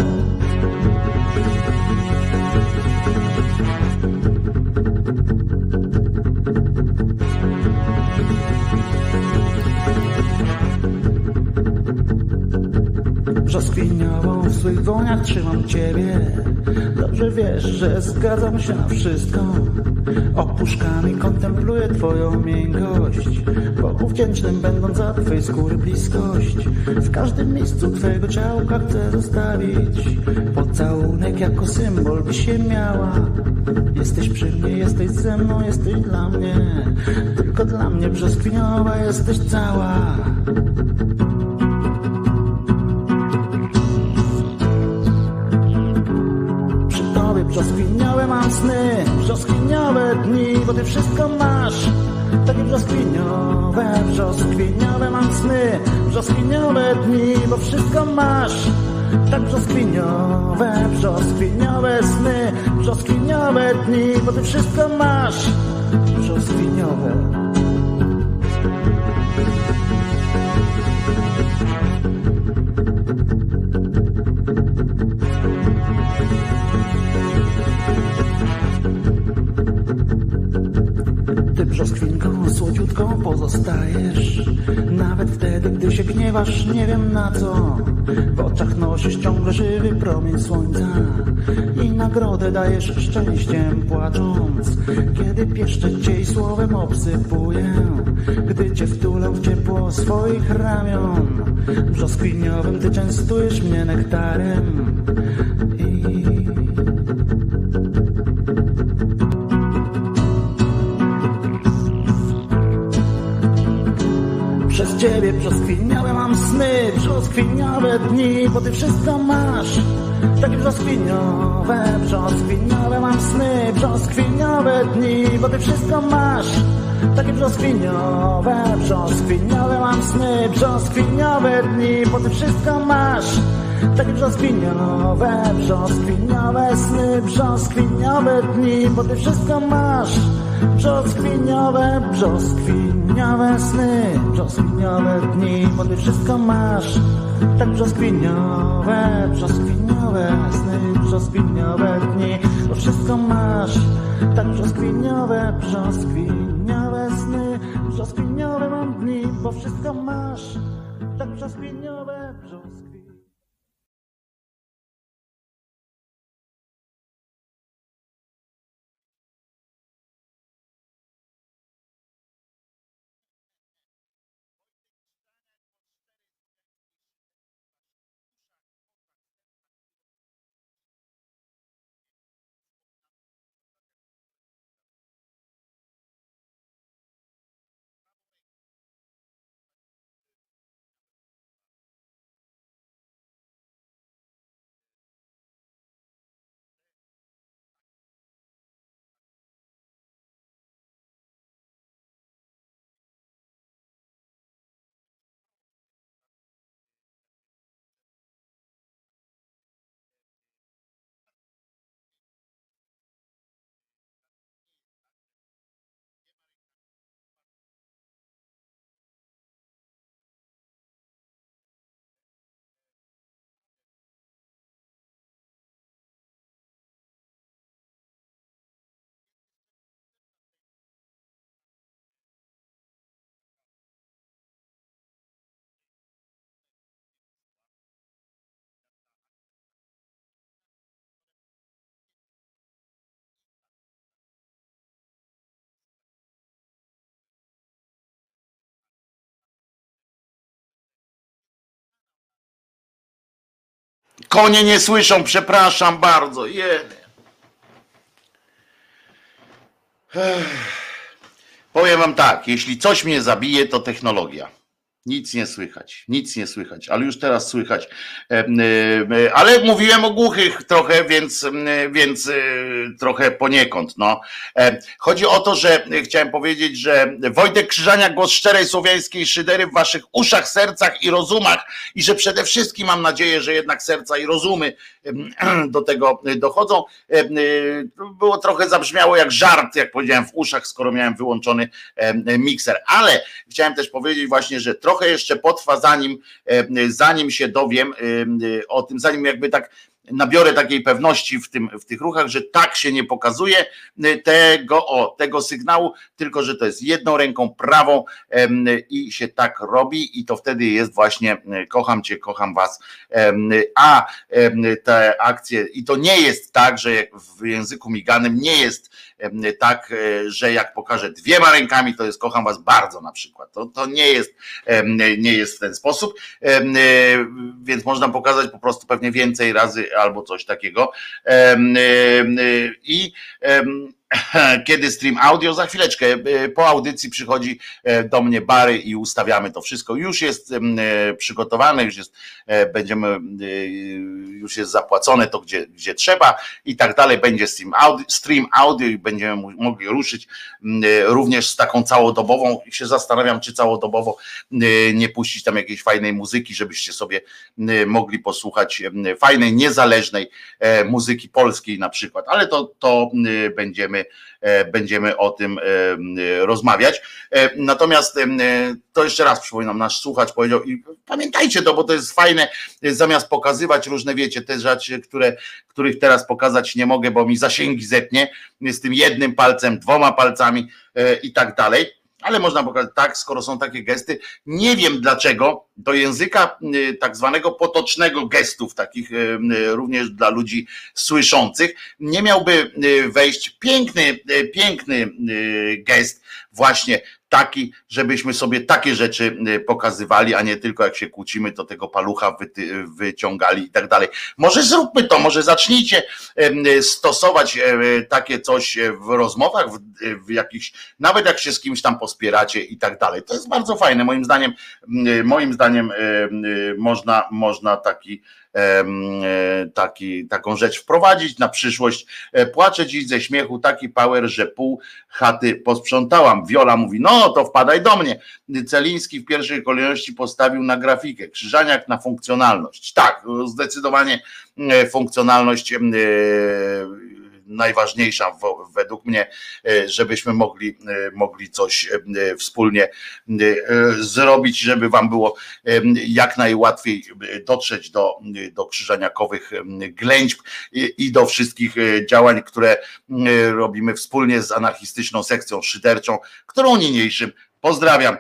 Brzoskwiniową w swych dłoniach trzymam ciebie. Dobrze wiesz, że zgadzam się na wszystko. Opuszkami kontempluję twoją miękkość, Bogu wdzięcznym będąc za twej skóry bliskość. W każdym miejscu twojego ciałka chcę zostawić pocałunek jako symbol, by się miała. Jesteś przy mnie, jesteś ze mną, jesteś dla mnie, tylko dla mnie brzoskwiniowa jesteś cała. Brzoskwiniowe mam sny, brzoskwiniowe dni, bo ty wszystko masz. Takie brzoskwiniowe, brzoskwiniowe mam sny, brzoskwiniowe dni, bo wszystko masz. Tak brzoskwiniowe, brzoskwiniowe sny, brzoskwiniowe dni, bo ty wszystko masz. Brzoskwiniowe. Ty brzoskwinką słodziutką pozostajesz, nawet wtedy, gdy się gniewasz, nie wiem na co. W oczach nosisz ciągle żywy promień słońca i nagrodę dajesz szczęściem płacząc. Kiedy pieszczę cię i słowem obsypuję, gdy cię wtulę w ciepło swoich ramion. Brzoskwiniowym ty częstujesz mnie nektarem i... Przez ciebie brzoskwiniowe mam sny, brzoskwiniowe dni, bo ty wszystko masz. Takie brzoskwiniowe, brzoskwiniowe mam sny, brzoskwiniowe dni, bo ty wszystko masz. Takie brzoskwiniowe, brzoskwiniowe mam sny, brzoskwiniowe dni, bo ty wszystko masz. Takie brzoskwiniowe, brzoskwiniowe sny, brzoskwiniowe dni, bo ty wszystko masz. Brzoskwiniowe, brzoskwiniowe sny, brzoskwiniowe dni, bo ty wszystko masz. Tak brzoskwiniowe, brzoskwiniowe sny, brzoskwiniowe dni, bo wszystko masz. Tak brzoskwiniowe, brzoskwiniowe sny, brzoskwiniowe mam dni, bo wszystko masz. Tak brzoskwiniowe, brzoskwiniowe. Konie nie słyszą, przepraszam bardzo. Jedy. Powiem wam tak, jeśli coś mnie zabije, to technologia. Nic nie słychać, nic nie słychać, ale już teraz słychać. Ale mówiłem o głuchych trochę, więc, więc trochę poniekąd. No. Chodzi o to, że chciałem powiedzieć, że Wojtek Krzyżaniak, głos szczerej słowiańskiej szydery w waszych uszach, sercach i rozumach i że przede wszystkim mam nadzieję, że jednak serca i rozumy do tego dochodzą. Było trochę zabrzmiało jak żart, jak powiedziałem, w uszach, skoro miałem wyłączony mikser, ale chciałem też powiedzieć właśnie, że trochę Trochę jeszcze potrwa, zanim, zanim się dowiem o tym, zanim jakby tak nabiorę takiej pewności w, tym, w tych ruchach, że tak się nie pokazuje tego, o, tego sygnału, tylko że to jest jedną ręką prawą i się tak robi i to wtedy jest właśnie kocham cię, kocham was, a te akcje i to nie jest tak, że jak w języku miganym nie jest tak, że jak pokażę dwiema rękami, to jest kocham was bardzo na przykład. To, to nie jest, nie jest w ten sposób, więc można pokazać po prostu pewnie więcej razy albo coś takiego. I kiedy stream audio, za chwileczkę po audycji przychodzi do mnie Bary i ustawiamy to wszystko. Już jest przygotowane, już jest, będziemy, już jest zapłacone to, gdzie, gdzie trzeba i tak dalej. Będzie stream audio, stream audio i będziemy mogli ruszyć również z taką całodobową. I się zastanawiam, czy całodobowo nie puścić tam jakiejś fajnej muzyki, żebyście sobie mogli posłuchać fajnej, niezależnej muzyki polskiej na przykład, ale to, to będziemy Będziemy o tym rozmawiać. Natomiast to jeszcze raz przypominam, nasz słuchacz powiedział i pamiętajcie to, bo to jest fajne, zamiast pokazywać różne, wiecie, te rzeczy, które, których teraz pokazać nie mogę, bo mi zasięgi zetnie z tym jednym palcem, dwoma palcami i tak dalej. Ale można pokazać tak, skoro są takie gesty. Nie wiem dlaczego do języka tak zwanego potocznego gestów, takich również dla ludzi słyszących, nie miałby wejść piękny, piękny gest, właśnie taki, żebyśmy sobie takie rzeczy pokazywali, a nie tylko jak się kłócimy, to tego palucha wyciągali i tak dalej. Może zróbmy to, może zacznijcie stosować takie coś w rozmowach, w jakichś, nawet jak się z kimś tam pospieracie i tak dalej. To jest bardzo fajne. Moim zdaniem, moim zdaniem można, można taki Taki, taką rzecz wprowadzić na przyszłość. Płaczę dziś ze śmiechu, taki power, że pół chaty posprzątałam. Wiola mówi, no to wpadaj do mnie. Celiński w pierwszej kolejności postawił na grafikę, Krzyżaniak na funkcjonalność. Tak, zdecydowanie funkcjonalność najważniejsza według mnie, żebyśmy mogli, mogli coś wspólnie zrobić, żeby wam było jak najłatwiej dotrzeć do, do krzyżaniakowych ględźb i do wszystkich działań, które robimy wspólnie z anarchistyczną sekcją szyderczą, którą niniejszym pozdrawiam,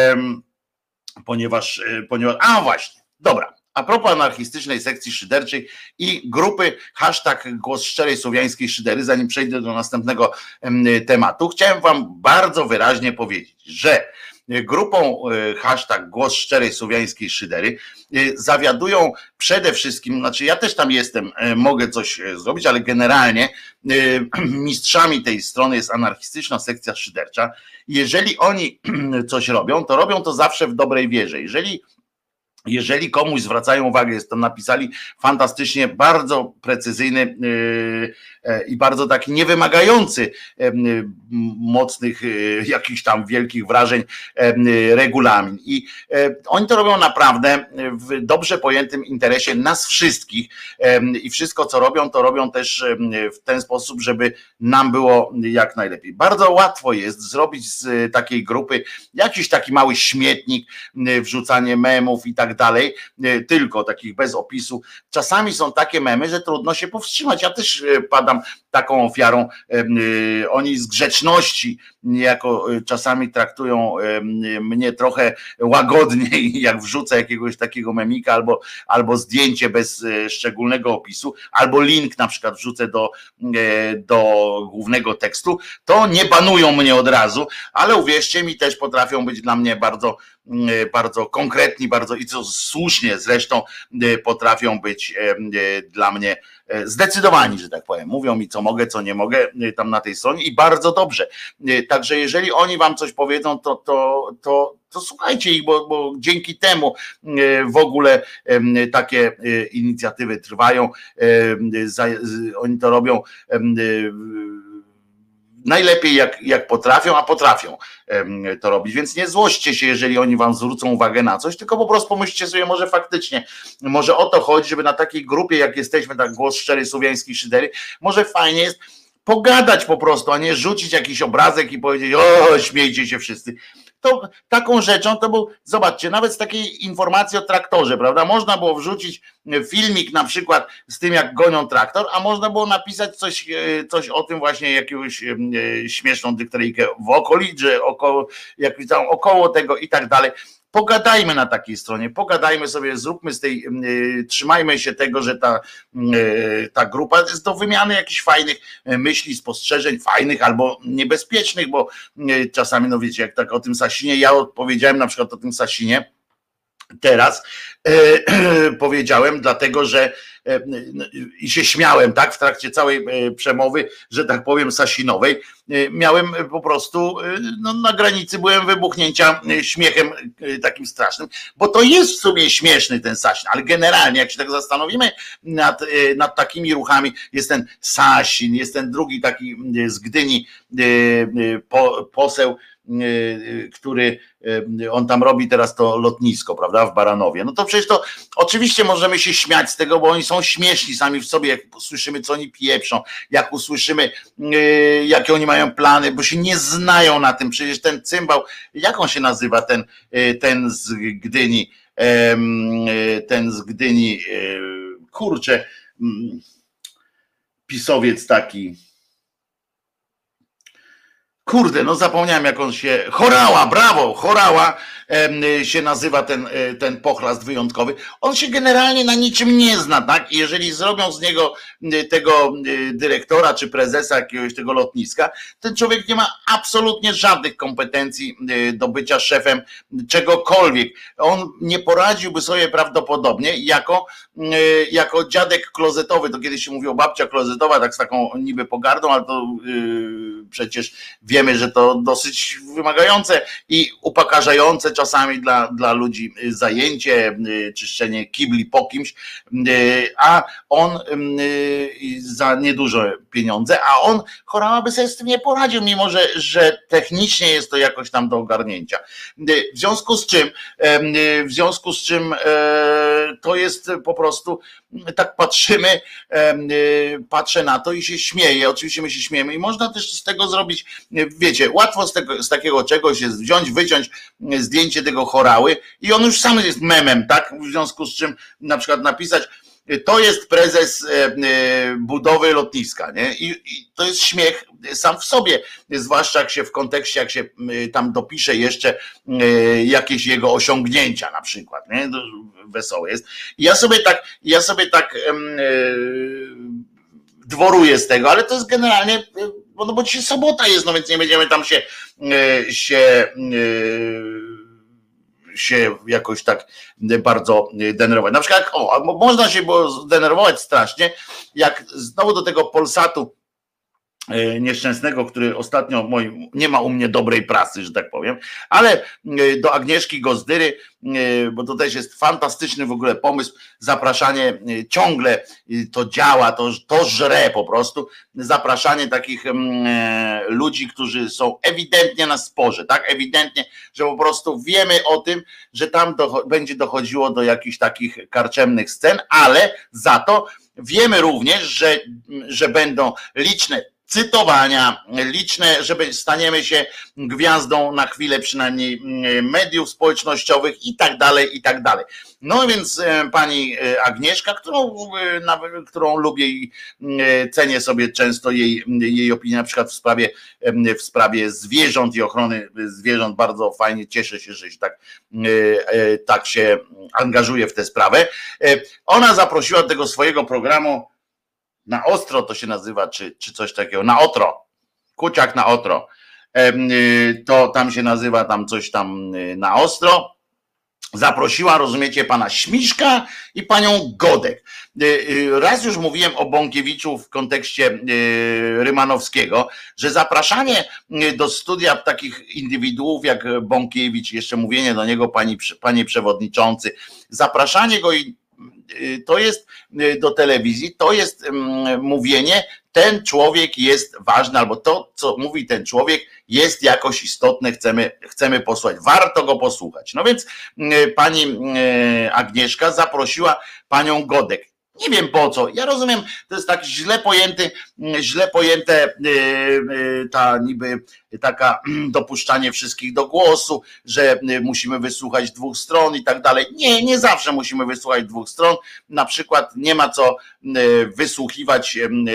ponieważ, ponieważ a właśnie, dobra. A propos anarchistycznej sekcji szyderczej i grupy hashtag głos szczerej słowiańskiej szydery, zanim przejdę do następnego tematu, chciałem wam bardzo wyraźnie powiedzieć, że grupą hashtag głos szczerej słowiańskiej szydery zawiadują przede wszystkim, znaczy ja też tam jestem, mogę coś zrobić, ale generalnie mistrzami tej strony jest anarchistyczna sekcja szydercza. Jeżeli oni coś robią, to robią to zawsze w dobrej wierze. Jeżeli Jeżeli komuś zwracają uwagę, jest to napisali fantastycznie, bardzo precyzyjny i bardzo taki niewymagający mocnych, jakichś tam wielkich wrażeń regulamin. I oni to robią naprawdę w dobrze pojętym interesie nas wszystkich i wszystko co robią, to robią też w ten sposób, żeby nam było jak najlepiej. Bardzo łatwo jest zrobić z takiej grupy jakiś taki mały śmietnik, wrzucanie memów i tak dalej, tylko takich bez opisu. Czasami są takie memy, że trudno się powstrzymać. Ja też padam taką ofiarą. Oni z grzeczności niejako czasami traktują mnie trochę łagodniej, jak wrzucę jakiegoś takiego memika albo, albo zdjęcie bez szczególnego opisu, albo link na przykład wrzucę do, do głównego tekstu, to nie banują mnie od razu, ale uwierzcie mi, też potrafią być dla mnie bardzo bardzo konkretni, bardzo i co słusznie zresztą potrafią być dla mnie zdecydowani, że tak powiem. Mówią mi, co mogę, co nie mogę tam na tej stronie i bardzo dobrze. Także jeżeli oni wam coś powiedzą, to, to, to, to słuchajcie ich, bo, bo dzięki temu w ogóle takie inicjatywy trwają. Oni to robią najlepiej jak, jak potrafią, a potrafią to robić, więc nie złośćcie się, jeżeli oni wam zwrócą uwagę na coś, tylko po prostu pomyślcie sobie, może faktycznie, może o to chodzi, żeby na takiej grupie, jak jesteśmy, tak Głos Szczery, Słowiański Szydery, może fajnie jest pogadać po prostu, a nie rzucić jakiś obrazek i powiedzieć, o, śmiejcie się wszyscy. To taką rzeczą to był, zobaczcie, nawet z takiej informacji o traktorze, prawda, można było wrzucić filmik na przykład z tym, jak gonią traktor, a można było napisać coś, coś o tym właśnie, jakąś śmieszną dykteryjkę w okolicy, około, jak tam, około tego i tak dalej. Pogadajmy na takiej stronie, pogadajmy sobie, zróbmy z tej, y, trzymajmy się tego, że ta, y, ta grupa jest do wymiany jakichś fajnych myśli, spostrzeżeń, fajnych albo niebezpiecznych, bo y, czasami, no wiecie, jak tak o tym Sasinie, ja odpowiedziałem na przykład o tym Sasinie teraz, y, powiedziałem dlatego, że i się śmiałem, tak, w trakcie całej przemowy, że tak powiem, sasinowej, miałem po prostu, no, na granicy byłem wybuchnięcia śmiechem takim strasznym, bo to jest w sobie śmieszny ten Sasin, ale generalnie, jak się tak zastanowimy nad, nad takimi ruchami, jest ten Sasin, jest ten drugi taki z Gdyni po, poseł, który on tam robi teraz to lotnisko, prawda, w Baranowie. No to przecież to oczywiście możemy się śmiać z tego, bo oni są śmieszni sami w sobie, jak usłyszymy, co oni pieprzą, jak usłyszymy, jakie oni mają plany, bo się nie znają na tym. Przecież ten cymbał, jak on się nazywa, ten, ten z Gdyni, ten z Gdyni, kurczę, pisowiec taki. Kurde, no zapomniałem, jak on się... Chorała, brawo, Chorała się nazywa ten, ten pochlast wyjątkowy. On się generalnie na niczym nie zna, tak? I jeżeli zrobią z niego tego dyrektora czy prezesa jakiegoś tego lotniska, ten człowiek nie ma absolutnie żadnych kompetencji do bycia szefem czegokolwiek. On nie poradziłby sobie prawdopodobnie jako, jako dziadek klozetowy. To kiedyś się mówiło babcia klozetowa, tak z taką niby pogardą, ale to yy, przecież wiemy, że to dosyć wymagające i upokarzające czasami dla, dla ludzi zajęcie, czyszczenie kibli po kimś, a on za nieduże pieniądze, a on Chorała by sobie z tym nie poradził, mimo że, że technicznie jest to jakoś tam do ogarnięcia. W związku z czym, w związku z czym to jest po prostu, tak patrzymy, patrzę na to i się śmieję. Oczywiście my się śmiejemy i można też z tego zrobić, wiecie, łatwo z, tego, z takiego czegoś jest wziąć, wyciąć zdjęcie tego Chorały i on już sam jest memem, tak? W związku z czym na przykład napisać, to jest prezes budowy lotniska, nie? I, i to jest śmiech sam w sobie, zwłaszcza jak się w kontekście, jak się tam dopisze jeszcze jakieś jego osiągnięcia na przykład, nie? To wesołe jest. I ja sobie tak, ja sobie tak yy, dworuję z tego, ale to jest generalnie, no bo dzisiaj sobota jest, no więc nie będziemy tam się yy, się yy, się jakoś tak bardzo denerwować. Na przykład, o, można się było zdenerwować strasznie, jak znowu do tego Polsatu nieszczęsnego, który ostatnio moi, nie ma u mnie dobrej prasy, że tak powiem, ale do Agnieszki Gozdyry, bo to też jest fantastyczny w ogóle pomysł, zapraszanie, ciągle to działa, to, to żre po prostu, zapraszanie takich ludzi, którzy są ewidentnie na sporze, tak, ewidentnie, że po prostu wiemy o tym, że tam do, będzie dochodziło do jakichś takich karczemnych scen, ale za to wiemy również, że, że będą liczne cytowania liczne, żeby staniemy się gwiazdą na chwilę przynajmniej mediów społecznościowych i tak dalej, i tak dalej. No więc pani Agnieszka, którą, którą lubię i cenię sobie często jej, jej opinię, na przykład w sprawie, w sprawie zwierząt i ochrony zwierząt, bardzo fajnie, cieszę się, że się tak, tak się angażuje w tę sprawę. Ona zaprosiła do tego swojego programu Na Ostro, to się nazywa, czy, czy coś takiego, Na Otro, Kuciak na Otro, to tam się nazywa tam coś tam Na Ostro. Zaprosiła, rozumiecie, pana Śmiszka i panią Godek. Raz już mówiłem o Bąkiewiczu w kontekście Rymanowskiego, że zapraszanie do studia takich indywiduów jak Bąkiewicz, jeszcze mówienie do niego, pani, panie przewodniczący, zapraszanie go i to jest do telewizji, to jest mówienie, ten człowiek jest ważny, albo to, co mówi ten człowiek, jest jakoś istotne, chcemy, chcemy posłuchać, warto go posłuchać. No więc pani Agnieszka zaprosiła panią Godek. Nie wiem po co. Ja rozumiem, to jest tak źle pojęty, źle pojęte ta niby taka dopuszczanie wszystkich do głosu, że musimy wysłuchać dwóch stron i tak dalej. Nie, nie zawsze musimy wysłuchać dwóch stron. Na przykład nie ma co wysłuchiwać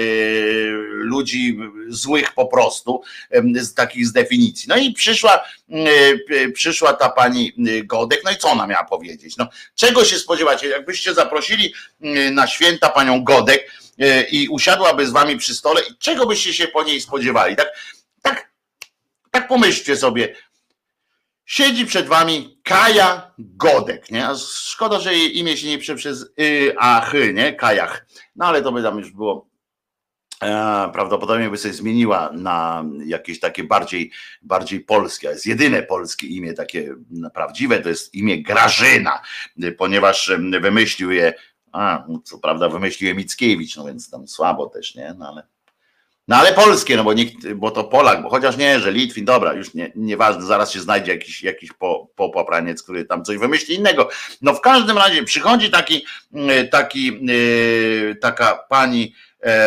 ludzi złych po prostu, z takich z definicji. No i przyszła, przyszła ta pani Godek, no i co ona miała powiedzieć? No, czego się spodziewacie? Jakbyście zaprosili na święta panią Godek i usiadłaby z wami przy stole, i czego byście się po niej spodziewali? Tak, tak, tak pomyślcie sobie. Siedzi przed wami Kaja Godek, nie? Szkoda, że jej imię się nie pisze przez y, a chy, nie? Kajach. No ale to by tam już było, e, prawdopodobnie by sobie zmieniła na jakieś takie bardziej, bardziej polskie. Jest jedyne polskie imię, takie prawdziwe, to jest imię Grażyna, ponieważ wymyślił je, a co prawda wymyślił je Mickiewicz, no więc tam słabo też, nie? No ale No ale polskie, no bo nikt, bo to Polak, bo chociaż nie, że Litwin, dobra, już nie, nieważne, zaraz się znajdzie jakiś, jakiś po, po, popraniec, który tam coś wymyśli innego. No w każdym razie przychodzi taki, taki taka pani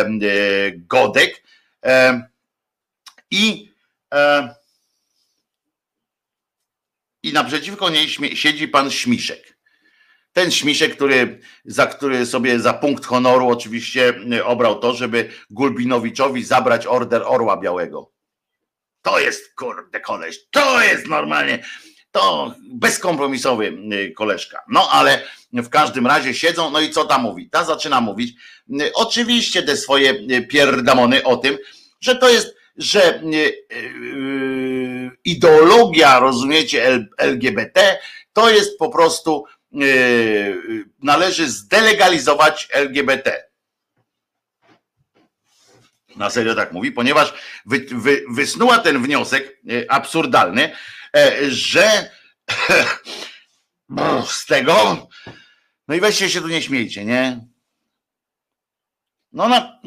Godek i i naprzeciwko niej siedzi pan Śmiszek. Ten Śmiszek, który, za który sobie za punkt honoru oczywiście obrał to, żeby Gulbinowiczowi zabrać order Orła Białego. To jest, kurde, koleś, to jest normalnie, to bezkompromisowy koleżka. No ale w każdym razie siedzą, no i co ta mówi? Ta zaczyna mówić oczywiście te swoje pierdamony o tym, że to jest, że yy, ideologia, rozumiecie, L G B T to jest po prostu, Yy, należy zdelegalizować L G B T. Na serio tak mówi, ponieważ wy, wy, wysnuła ten wniosek yy, absurdalny, yy, że z tego, no i weźcie się tu nie śmiejcie, nie? No na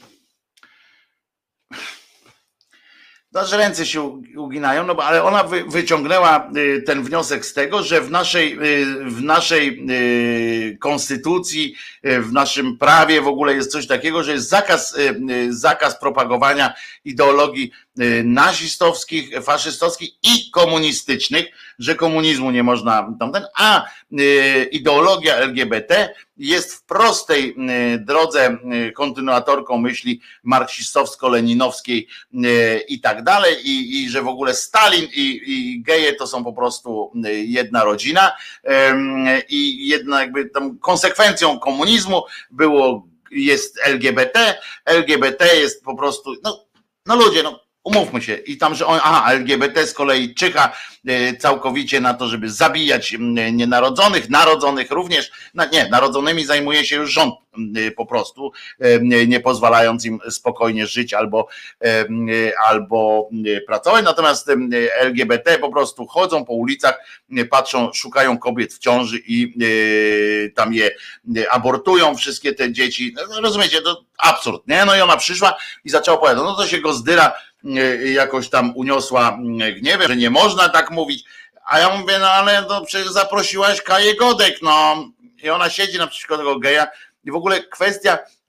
Znaczy ręce się uginają, no bo ale ona wy, wyciągnęła ten wniosek z tego, że w naszej, w naszej konstytucji, w naszym prawie w ogóle jest coś takiego, że jest zakaz, zakaz propagowania ideologii nazistowskich, faszystowskich i komunistycznych, że komunizmu nie można tamten, a ideologia L G B T jest w prostej drodze kontynuatorką myśli marksistowsko-leninowskiej i tak dalej, i, i że w ogóle Stalin i, i geje to są po prostu jedna rodzina i jedna jakby tam konsekwencją komunizmu było, jest L G B T, L G B T jest po prostu, no, no ludzie, no umówmy się, i tam, że on, aha, L G B T z kolei czyha całkowicie na to, żeby zabijać nienarodzonych, narodzonych również, no nie, narodzonymi zajmuje się już rząd po prostu, nie pozwalając im spokojnie żyć albo, albo pracować, natomiast L G B T po prostu chodzą po ulicach, patrzą, szukają kobiet w ciąży i tam je abortują, wszystkie te dzieci, rozumiecie, to absurd, nie? No i ona przyszła i zaczęła opowiadać, no to się go zdyra, jakoś tam uniosła gniewem, że nie można tak mówić, a ja mówię, no ale to przecież zaprosiłaś Kaję Godek, no i ona siedzi naprzeciwko tego geja i w ogóle kwestia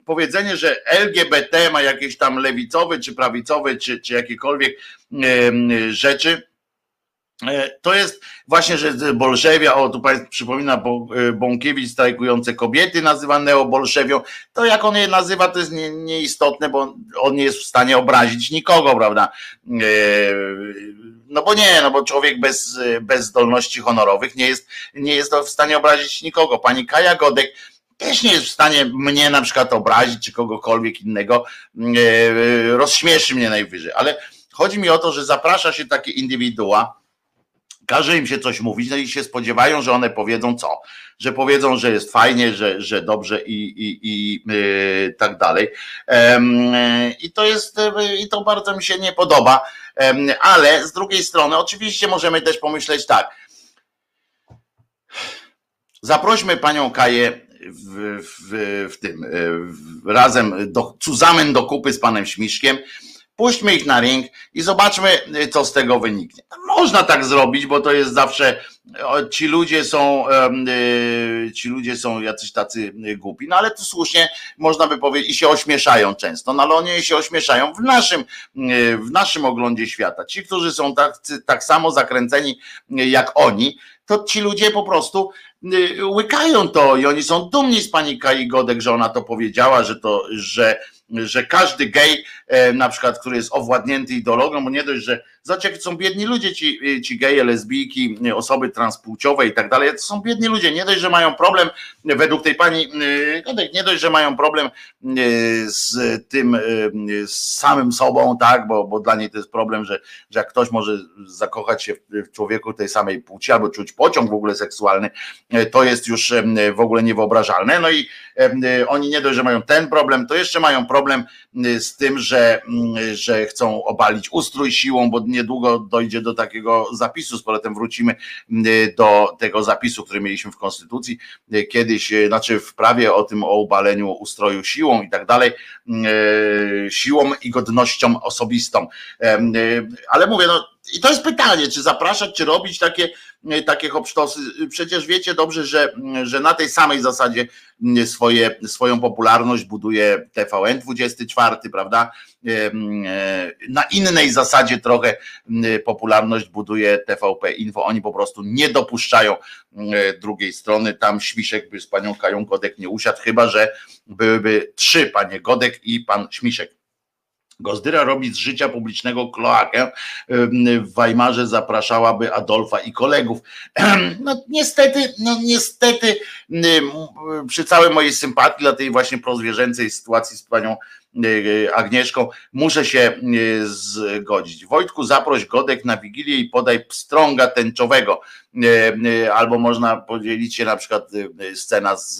powiedzenie, że L G B T ma jakieś tam lewicowe, czy prawicowe, czy, czy jakiekolwiek rzeczy, to jest właśnie, że bolszewia, o tu Państwu przypomina Bąkiewicz, strajkujące kobiety nazywa neobolszewią, to jak on je nazywa, to jest nie, nieistotne, bo on nie jest w stanie obrazić nikogo, prawda? No bo nie, no bo człowiek bez, bez zdolności honorowych nie jest, nie jest w stanie obrazić nikogo. Pani Kaja Godek też nie jest w stanie mnie na przykład obrazić, czy kogokolwiek innego, rozśmieszy mnie najwyżej, ale chodzi mi o to, że zaprasza się takie indywidua, każe im się coś mówić, no i się spodziewają, że one powiedzą co? Że powiedzą, że jest fajnie, że, że dobrze i, i, i yy, tak dalej. Um, I to jest, i to bardzo mi się nie podoba, um, ale z drugiej strony oczywiście możemy też pomyśleć tak. Zaprośmy panią Kaję w, w, w tym, w, razem, do, zusammen do kupy z panem Śmiszkiem, puśćmy ich na ring i zobaczmy, co z tego wyniknie. Można tak zrobić, bo to jest zawsze, ci ludzie są, ci ludzie są jacyś tacy głupi, no ale to słusznie można by powiedzieć i się ośmieszają często, no ale oni się ośmieszają w naszym, w naszym oglądzie świata. Ci, którzy są tak, tak samo zakręceni jak oni, to ci ludzie po prostu łykają to i oni są dumni z pani Kai Godek, że ona to powiedziała, że to, że że każdy gej, na przykład, który jest owładnięty ideologią, bo nie dość, że zobaczcie, jak są biedni ludzie, ci, ci geje, lesbijki, osoby transpłciowe i tak dalej, to są biedni ludzie, nie dość, że mają problem, według tej pani, nie dość, że mają problem z tym, z samym sobą, tak, bo, bo dla niej to jest problem, że, że jak ktoś może zakochać się w człowieku tej samej płci, albo czuć pociąg w ogóle seksualny, to jest już w ogóle niewyobrażalne, no i oni nie dość, że mają ten problem, to jeszcze mają problem z tym, że, że chcą obalić ustrój siłą, bo niedługo dojdzie do takiego zapisu, z powrotem wrócimy do tego zapisu, który mieliśmy w Konstytucji kiedyś, znaczy w prawie o tym, o obaleniu ustroju siłą i tak dalej, siłą i godnością osobistą. Ale mówię, no i to jest pytanie, czy zapraszać, czy robić takie, takie hopsztosy. Przecież wiecie dobrze, że, że na tej samej zasadzie swoje, swoją popularność buduje T V N dwadzieścia cztery, prawda? Na innej zasadzie trochę popularność buduje T V P Info. Oni po prostu nie dopuszczają drugiej strony. Tam Śmiszek by z panią Kają Godek nie usiadł, chyba że byłyby trzy panie Godek i pan Śmiszek. Gozdyra robi z życia publicznego kloakę. W Weimarze zapraszałaby Adolfa i kolegów. No niestety, no niestety, przy całej mojej sympatii dla tej właśnie prozwierzęcej sytuacji z panią Agnieszką, muszę się zgodzić. Wojtku, zaproś Godek na Wigilię i podaj pstrąga tęczowego. Albo można podzielić się na przykład scena z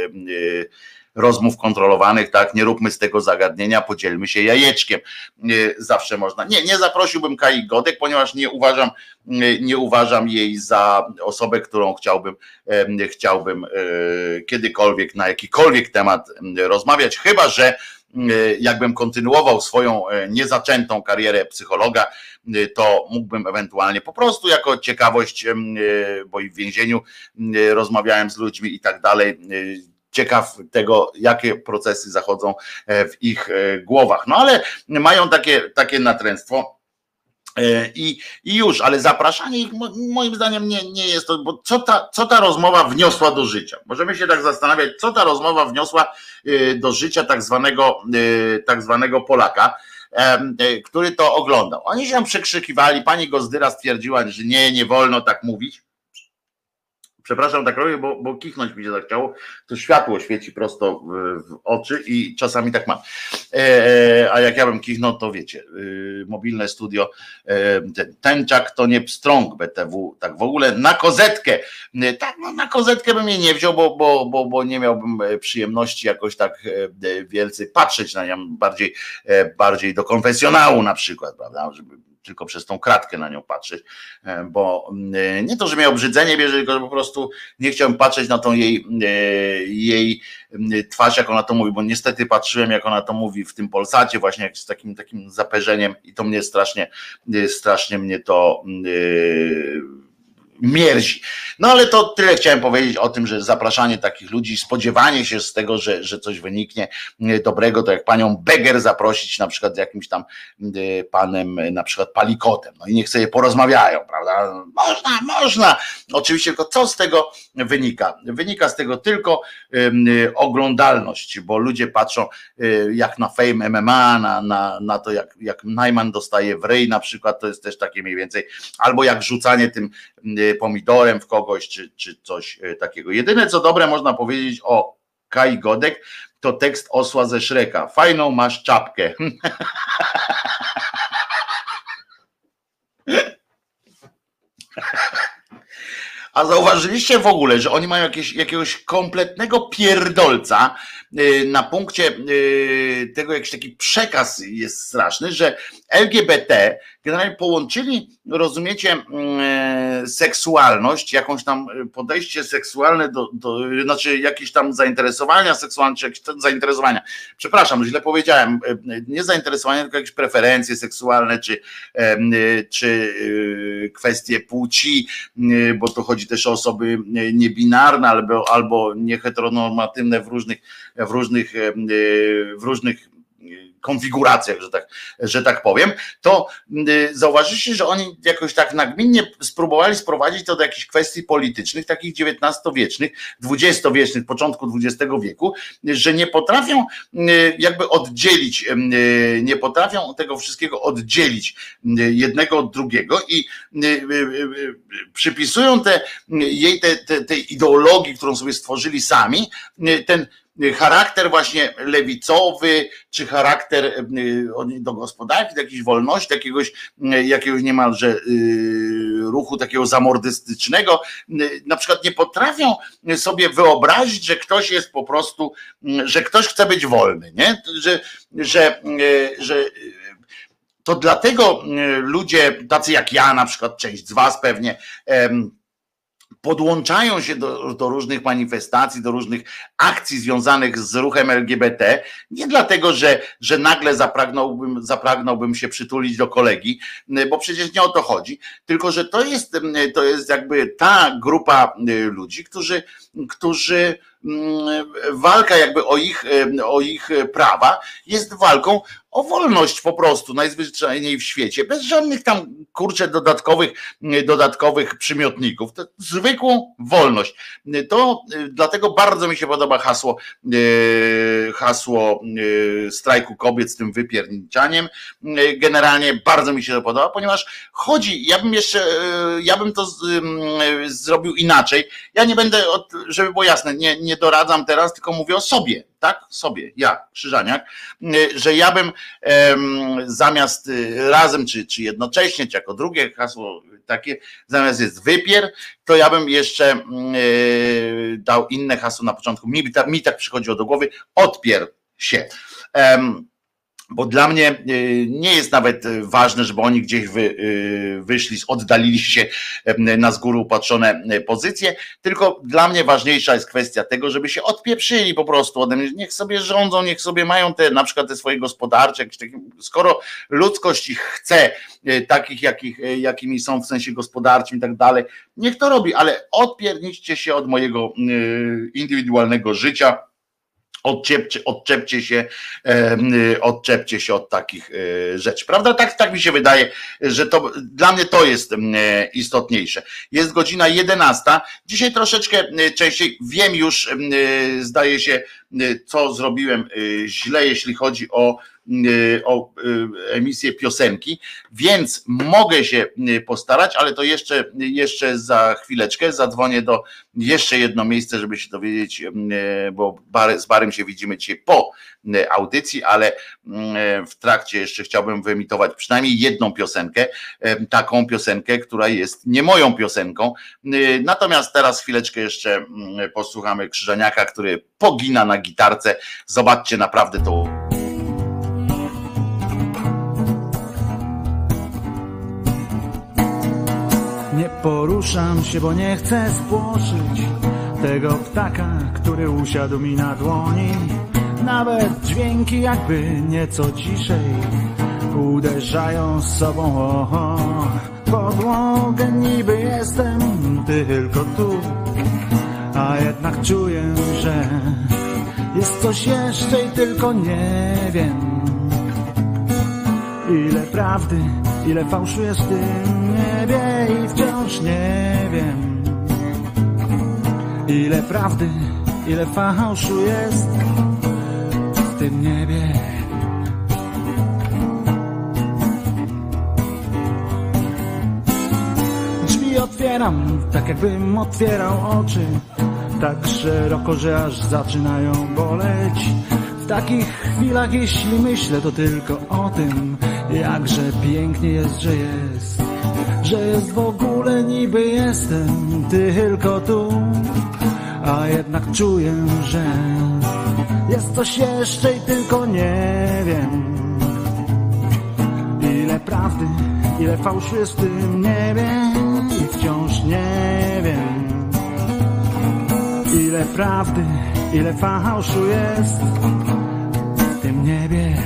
rozmów kontrolowanych, tak, nie róbmy z tego zagadnienia, podzielmy się jajeczkiem. Zawsze można. Nie, nie zaprosiłbym Kai Godek, ponieważ nie uważam, nie uważam jej za osobę, którą chciałbym, chciałbym kiedykolwiek na jakikolwiek temat rozmawiać, chyba że jakbym kontynuował swoją niezaczętą karierę psychologa, to mógłbym ewentualnie po prostu jako ciekawość, bo i w więzieniu rozmawiałem z ludźmi i tak dalej, ciekaw tego, jakie procesy zachodzą w ich głowach. No ale mają takie, takie natręctwo i, i już, ale zapraszanie ich moim zdaniem nie, nie jest to, bo co ta, co ta rozmowa wniosła do życia? Możemy się tak zastanawiać, co ta rozmowa wniosła do życia tak zwanego, tak zwanego Polaka, który to oglądał. Oni się tam przekrzykiwali, pani Gozdyra stwierdziła, że nie, nie wolno tak mówić. Przepraszam, tak robię, bo, bo kichnąć mi się zachciało. To światło świeci prosto w, w oczy i czasami tak mam. E, a jak ja bym kichnął, to wiecie, e, mobilne studio, e, ten tęczak to nie pstrąg B T W, tak w ogóle na kozetkę. E, tak, no, na kozetkę bym jej nie wziął, bo, bo, bo, bo nie miałbym przyjemności jakoś tak e, wielce patrzeć na nią, bardziej, e, bardziej do konfesjonału na przykład, prawda, żeby tylko przez tą kratkę na nią patrzeć, bo nie to, że mnie obrzydzenie bierze, tylko po prostu nie chciałem patrzeć na tą jej, jej twarz, jak ona to mówi, bo niestety patrzyłem, jak ona to mówi w tym Polsacie, właśnie jak z takim, takim zaperzeniem i to mnie strasznie, strasznie mnie to mierzi. No ale to tyle chciałem powiedzieć o tym, że zapraszanie takich ludzi, spodziewanie się z tego, że, że coś wyniknie dobrego, to jak panią Beger zaprosić na przykład z jakimś tam panem, na przykład Palikotem, no i niech sobie porozmawiają, prawda? Można, można. Oczywiście, tylko co z tego wynika? Wynika z tego tylko um, oglądalność, bo ludzie patrzą um, jak na Fame M M A, na, na, na to jak, jak Najman dostaje w ryj na przykład, to jest też takie mniej więcej, albo jak rzucanie tym um, pomidorem w kogoś, czy, czy coś takiego. Jedyne co dobre można powiedzieć o Kai Godek, to tekst Osła ze Shreka. Fajną masz czapkę. A zauważyliście w ogóle, że oni mają jakieś, jakiegoś kompletnego pierdolca na punkcie tego, jakiś taki przekaz jest straszny, że L G B T generalnie połączyli, rozumiecie, seksualność, jakąś tam podejście seksualne do, do znaczy jakieś tam zainteresowania seksualne, czy jakieś zainteresowania. Przepraszam, źle powiedziałem, nie zainteresowania, tylko jakieś preferencje seksualne, czy, czy kwestie płci, bo to chodzi też o osoby niebinarne albo, albo nieheteronormatywne w różnych, w różnych, w różnych konfiguracjach, że tak, że tak powiem, to zauważyliście, że oni jakoś tak nagminnie spróbowali sprowadzić to do jakichś kwestii politycznych, takich dziewiętnastowiecznych, dwudziestowiecznych, początku dwudziestego wieku, że nie potrafią jakby oddzielić, nie potrafią tego wszystkiego oddzielić jednego od drugiego i przypisują te, jej te, te, tej ideologii, którą sobie stworzyli sami, ten charakter właśnie lewicowy, czy charakter do gospodarki, do jakiejś wolności, do jakiegoś, jakiegoś niemalże ruchu takiego zamordystycznego, na przykład nie potrafią sobie wyobrazić, że ktoś jest po prostu, że ktoś chce być wolny, nie? Że, że, że to dlatego ludzie, tacy jak ja, na przykład część z was pewnie, podłączają się do, do różnych manifestacji, do różnych akcji związanych z ruchem L G B T, nie dlatego, że, że nagle zapragnąłbym, zapragnąłbym się przytulić do kolegi, bo przecież nie o to chodzi, tylko że to jest, to jest jakby ta grupa ludzi, którzy, którzy walka jakby o ich, o ich prawa jest walką o wolność po prostu, najzwyczajniej w świecie, bez żadnych tam, kurczę, dodatkowych, dodatkowych przymiotników. To zwykłą wolność. To dlatego bardzo mi się podoba hasło, hasło strajku kobiet z tym wypierniczaniem. Generalnie bardzo mi się to podoba, ponieważ chodzi, ja bym jeszcze, ja bym to z, zrobił inaczej. Ja nie będę, żeby było jasne, nie, nie doradzam teraz, tylko mówię o sobie. Tak, sobie, ja, Krzyżaniak, że ja bym um, zamiast razem, czy, czy jednocześnie, czy jako drugie hasło takie, zamiast jest wypier, to ja bym jeszcze um, dał inne hasło na początku. Mi, mi tak przychodziło do głowy, odpier się. Um, Bo dla mnie nie jest nawet ważne, żeby oni gdzieś wy, wyszli, oddalili się na z góry upatrzone pozycje, tylko dla mnie ważniejsza jest kwestia tego, żeby się odpieprzyli po prostu ode mnie. Niech sobie rządzą, niech sobie mają te na przykład te swoje gospodarcze, jakieś takie, skoro ludzkość ich chce, takich jakich, jakimi są w sensie gospodarczym i tak dalej, niech to robi, ale odpierniczcie się od mojego indywidualnego życia. Odczepcie, odczepcie się, odczepcie się od takich rzeczy. Prawda? Tak, tak mi się wydaje, że to dla mnie to jest istotniejsze. Jest godzina jedenasta. Dzisiaj troszeczkę częściej wiem już, zdaje się, co zrobiłem źle, jeśli chodzi o, o emisję piosenki, więc mogę się postarać, ale to jeszcze, jeszcze za chwileczkę zadzwonię do jeszcze jedno miejsce, żeby się dowiedzieć, bo z Barym się widzimy dzisiaj po audycji, ale w trakcie jeszcze chciałbym wyemitować przynajmniej jedną piosenkę, taką piosenkę, która jest nie moją piosenką. Natomiast teraz chwileczkę jeszcze posłuchamy Krzyżaniaka, który pogina na gitarce. Zobaczcie, naprawdę to... Nie poruszam się, bo nie chcę spłoszyć tego ptaka, który usiadł mi na dłoni. Nawet dźwięki jakby nieco ciszej uderzają z sobą o podłogę. Niby jestem tylko tu, a jednak czuję, że jest coś jeszcze i tylko nie wiem. Ile prawdy, ile fałszu jest w tym niebie i wciąż nie wiem. Ile prawdy, ile fałszu jest w tym niebie. Drzwi otwieram, tak jakbym otwierał oczy, tak szeroko, że aż zaczynają boleć. W takich chwilach, jeśli myślę, to tylko o tym, jakże pięknie jest, że jest, że jest w ogóle, niby jestem tylko tu, a jednak czuję, że jest coś jeszcze i tylko nie wiem. Ile prawdy, ile fałszu jest w tym niebie i wciąż nie wiem. Ile prawdy, ile fałszu jest w tym niebie.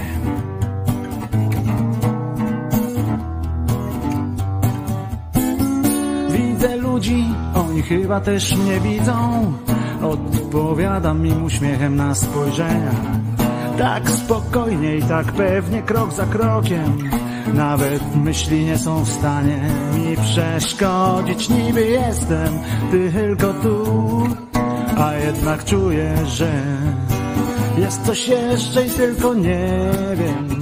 Widzę ludzi, oni chyba też mnie widzą. Odpowiadam im uśmiechem na spojrzenia, tak spokojnie i tak pewnie, krok za krokiem. Nawet myśli nie są w stanie mi przeszkodzić. Niby jestem tylko tu, a jednak czuję, że jest coś jeszcze i tylko nie wiem.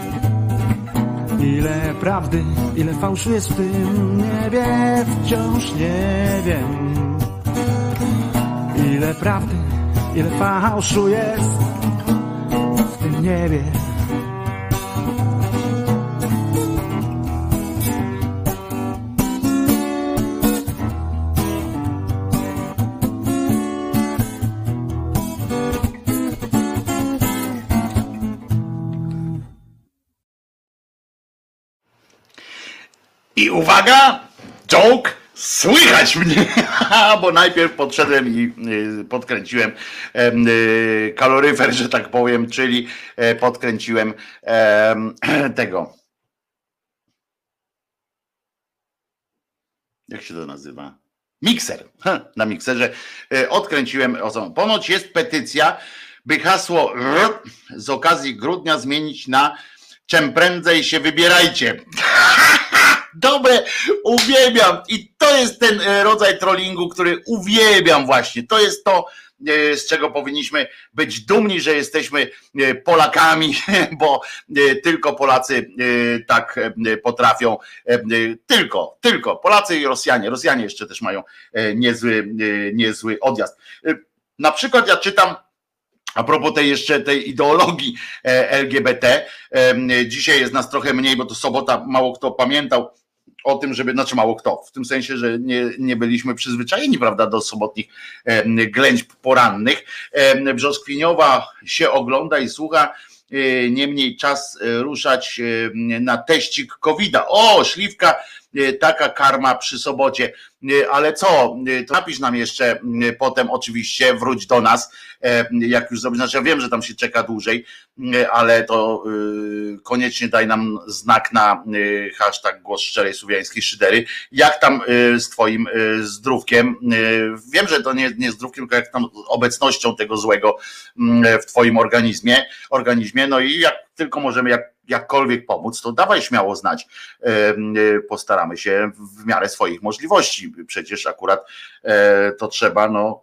Ile prawdy, ile fałszu jest w tym niebie, wciąż nie wiem. Ile prawdy, ile fałszu jest w tym niebie. I uwaga, joke, słychać mnie, bo najpierw podszedłem i podkręciłem kaloryfer, że tak powiem, czyli podkręciłem tego, jak się to nazywa? Mikser. Na mikserze odkręciłem osobą. Ponoć jest petycja, by hasło z okazji grudnia zmienić na czym prędzej się wybierajcie. Dobre, uwielbiam. I to jest ten rodzaj trollingu, który uwielbiam właśnie. To jest to, z czego powinniśmy być dumni, że jesteśmy Polakami, bo tylko Polacy tak potrafią. Tylko, tylko Polacy i Rosjanie. Rosjanie jeszcze też mają niezły, niezły odjazd. Na przykład ja czytam, a propos tej jeszcze tej ideologii L G B T, dzisiaj jest nas trochę mniej, bo to sobota, mało kto pamiętał o tym, żeby, znaczy mało kto, w tym sensie, że nie, nie byliśmy przyzwyczajeni, prawda, do sobotnich ględźb porannych. Brzoskwiniowa się ogląda i słucha, niemniej czas ruszać na teścik kowida. O, Śliwka, taka karma przy sobocie. Ale co, to napisz nam jeszcze potem, oczywiście wróć do nas, jak już zrobisz, znaczy ja wiem, że tam się czeka dłużej, ale to koniecznie daj nam znak na hashtag Głos Szczerej Słowiańskiej Szydery, jak tam z twoim zdrówkiem, wiem, że to nie, nie zdrówkiem, tylko jak tam obecnością tego złego w twoim organizmie, organizmie, no i jak tylko możemy, jak jakkolwiek pomóc, to dawaj śmiało znać. Postaramy się w miarę swoich możliwości. Przecież akurat to trzeba, no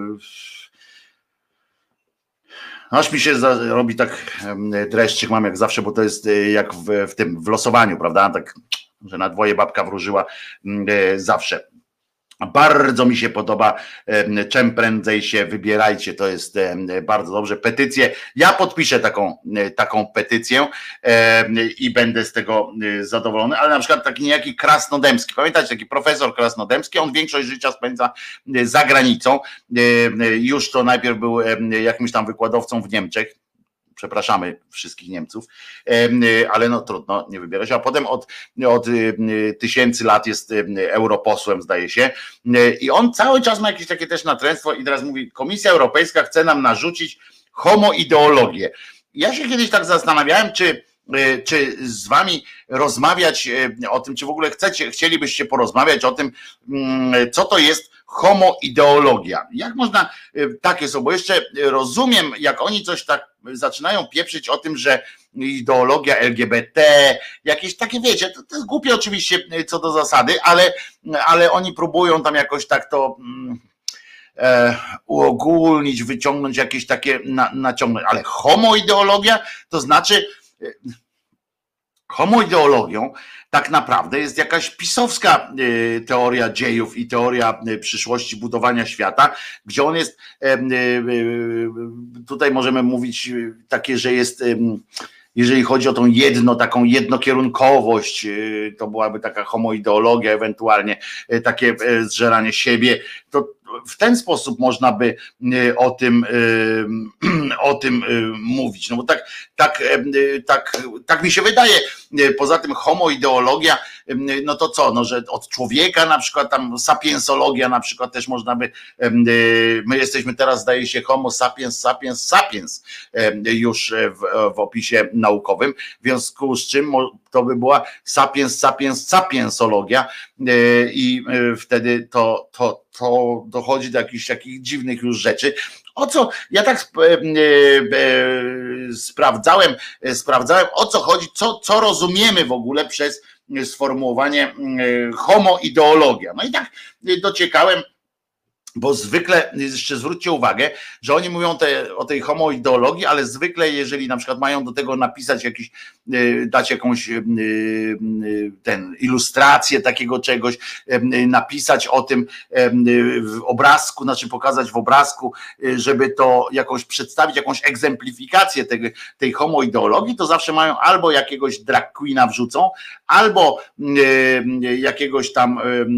aż mi się robi tak dreszczyk mam jak zawsze, bo to jest jak w, w tym, w losowaniu, prawda? Tak, że na dwoje babka wróżyła zawsze. Bardzo mi się podoba, czym prędzej się wybierajcie, to jest bardzo dobrze. Petycję, ja podpiszę taką, taką petycję i będę z tego zadowolony, ale na przykład taki niejaki Krasnodębski, pamiętacie, taki profesor Krasnodębski, on większość życia spędza za granicą, już to najpierw był jakimś tam wykładowcą w Niemczech, przepraszamy wszystkich Niemców, ale no trudno, nie wybierać się, a potem od, od tysięcy lat jest europosłem, zdaje się, i on cały czas ma jakieś takie też natręctwo i teraz mówi, Komisja Europejska chce nam narzucić homoideologię. Ja się kiedyś tak zastanawiałem, czy czy z wami rozmawiać o tym, czy w ogóle chcecie, chcielibyście porozmawiać o tym, co to jest homoideologia. Jak można takie są, bo jeszcze rozumiem, jak oni coś tak zaczynają pieprzyć o tym, że ideologia L G B T, jakieś takie, wiecie, to, to jest głupie oczywiście co do zasady, ale, ale oni próbują tam jakoś tak to e, uogólnić, wyciągnąć jakieś takie, na, naciągnąć, ale homoideologia to znaczy homoideologią tak naprawdę jest jakaś pisowska teoria dziejów i teoria przyszłości budowania świata, gdzie on jest, tutaj możemy mówić takie, że jest, jeżeli chodzi o tą jedno, taką jednokierunkowość, to byłaby taka homoideologia, ewentualnie takie zżeranie siebie, to w ten sposób można by o tym, o tym mówić. No bo tak, tak, tak, tak mi się wydaje. Poza tym homoideologia, no to co, no, że od człowieka na przykład tam sapiensologia na przykład też można by, my jesteśmy teraz, zdaje się, homo sapiens, sapiens, sapiens już w, w opisie naukowym, w związku z czym to by była sapiens, sapiens, sapiensologia i wtedy to, to, to dochodzi do jakichś takich dziwnych już rzeczy. O co, ja tak e, e, sprawdzałem, sprawdzałem o co chodzi, co, co rozumiemy w ogóle przez sformułowanie homoideologia. No i tak dociekałem, bo zwykle, jeszcze zwróćcie uwagę, że oni mówią te, o tej homoideologii, ale zwykle jeżeli na przykład mają do tego napisać jakiś, dać jakąś ten, ilustrację takiego czegoś, napisać o tym w obrazku, znaczy pokazać w obrazku, żeby to jakoś przedstawić, jakąś egzemplifikację tej, tej homoideologii, to zawsze mają albo jakiegoś drag queena wrzucą, albo jakiegoś tam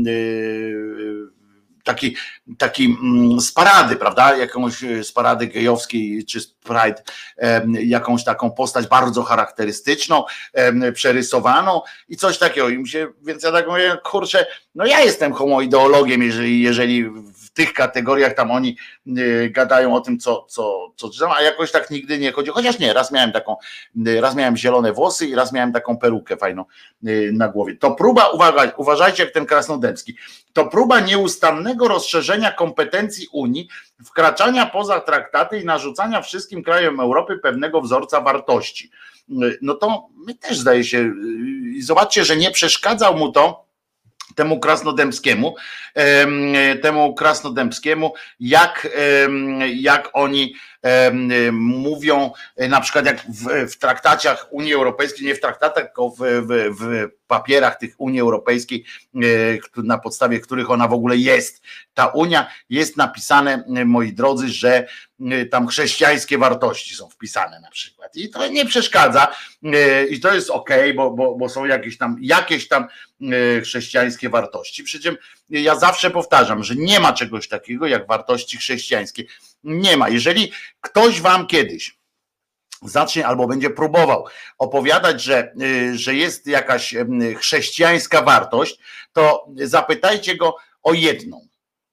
taki, taki z parady, prawda, jakąś z parady gejowskiej czy z Pride, jakąś taką postać bardzo charakterystyczną, przerysowaną i coś takiego. I mi się, więc ja tak mówię, kurczę, no ja jestem homoideologiem, jeżeli, jeżeli w tych kategoriach tam oni gadają o tym, co, co, co czytam, a jakoś tak nigdy nie chodzi, chociaż nie, raz miałem taką, raz miałem zielone włosy i raz miałem taką perukę fajną na głowie. To próba, uwaga, uważajcie jak ten Krasnodębski, to próba nieustannego rozszerzenia kompetencji Unii, wkraczania poza traktaty i narzucania wszystkim krajom Europy pewnego wzorca wartości. No to my też zdaje się, zobaczcie, że nie przeszkadzał mu to, temu Krasnodębskiemu, temu Krasnodębskiemu, jak, jak oni mówią, na przykład jak w, w traktatach Unii Europejskiej, nie w traktatach, tylko w, w, w papierach tych Unii Europejskiej, na podstawie których ona w ogóle jest. Ta Unia jest napisane, moi drodzy, że tam chrześcijańskie wartości są wpisane na przykład. I to nie przeszkadza i to jest okej, bo, bo, bo są jakieś tam, jakieś tam chrześcijańskie wartości. Przy czym ja zawsze powtarzam, że nie ma czegoś takiego jak wartości chrześcijańskie. Nie ma. Jeżeli ktoś wam kiedyś zacznie albo będzie próbował opowiadać, że, że jest jakaś chrześcijańska wartość, to zapytajcie go o jedną.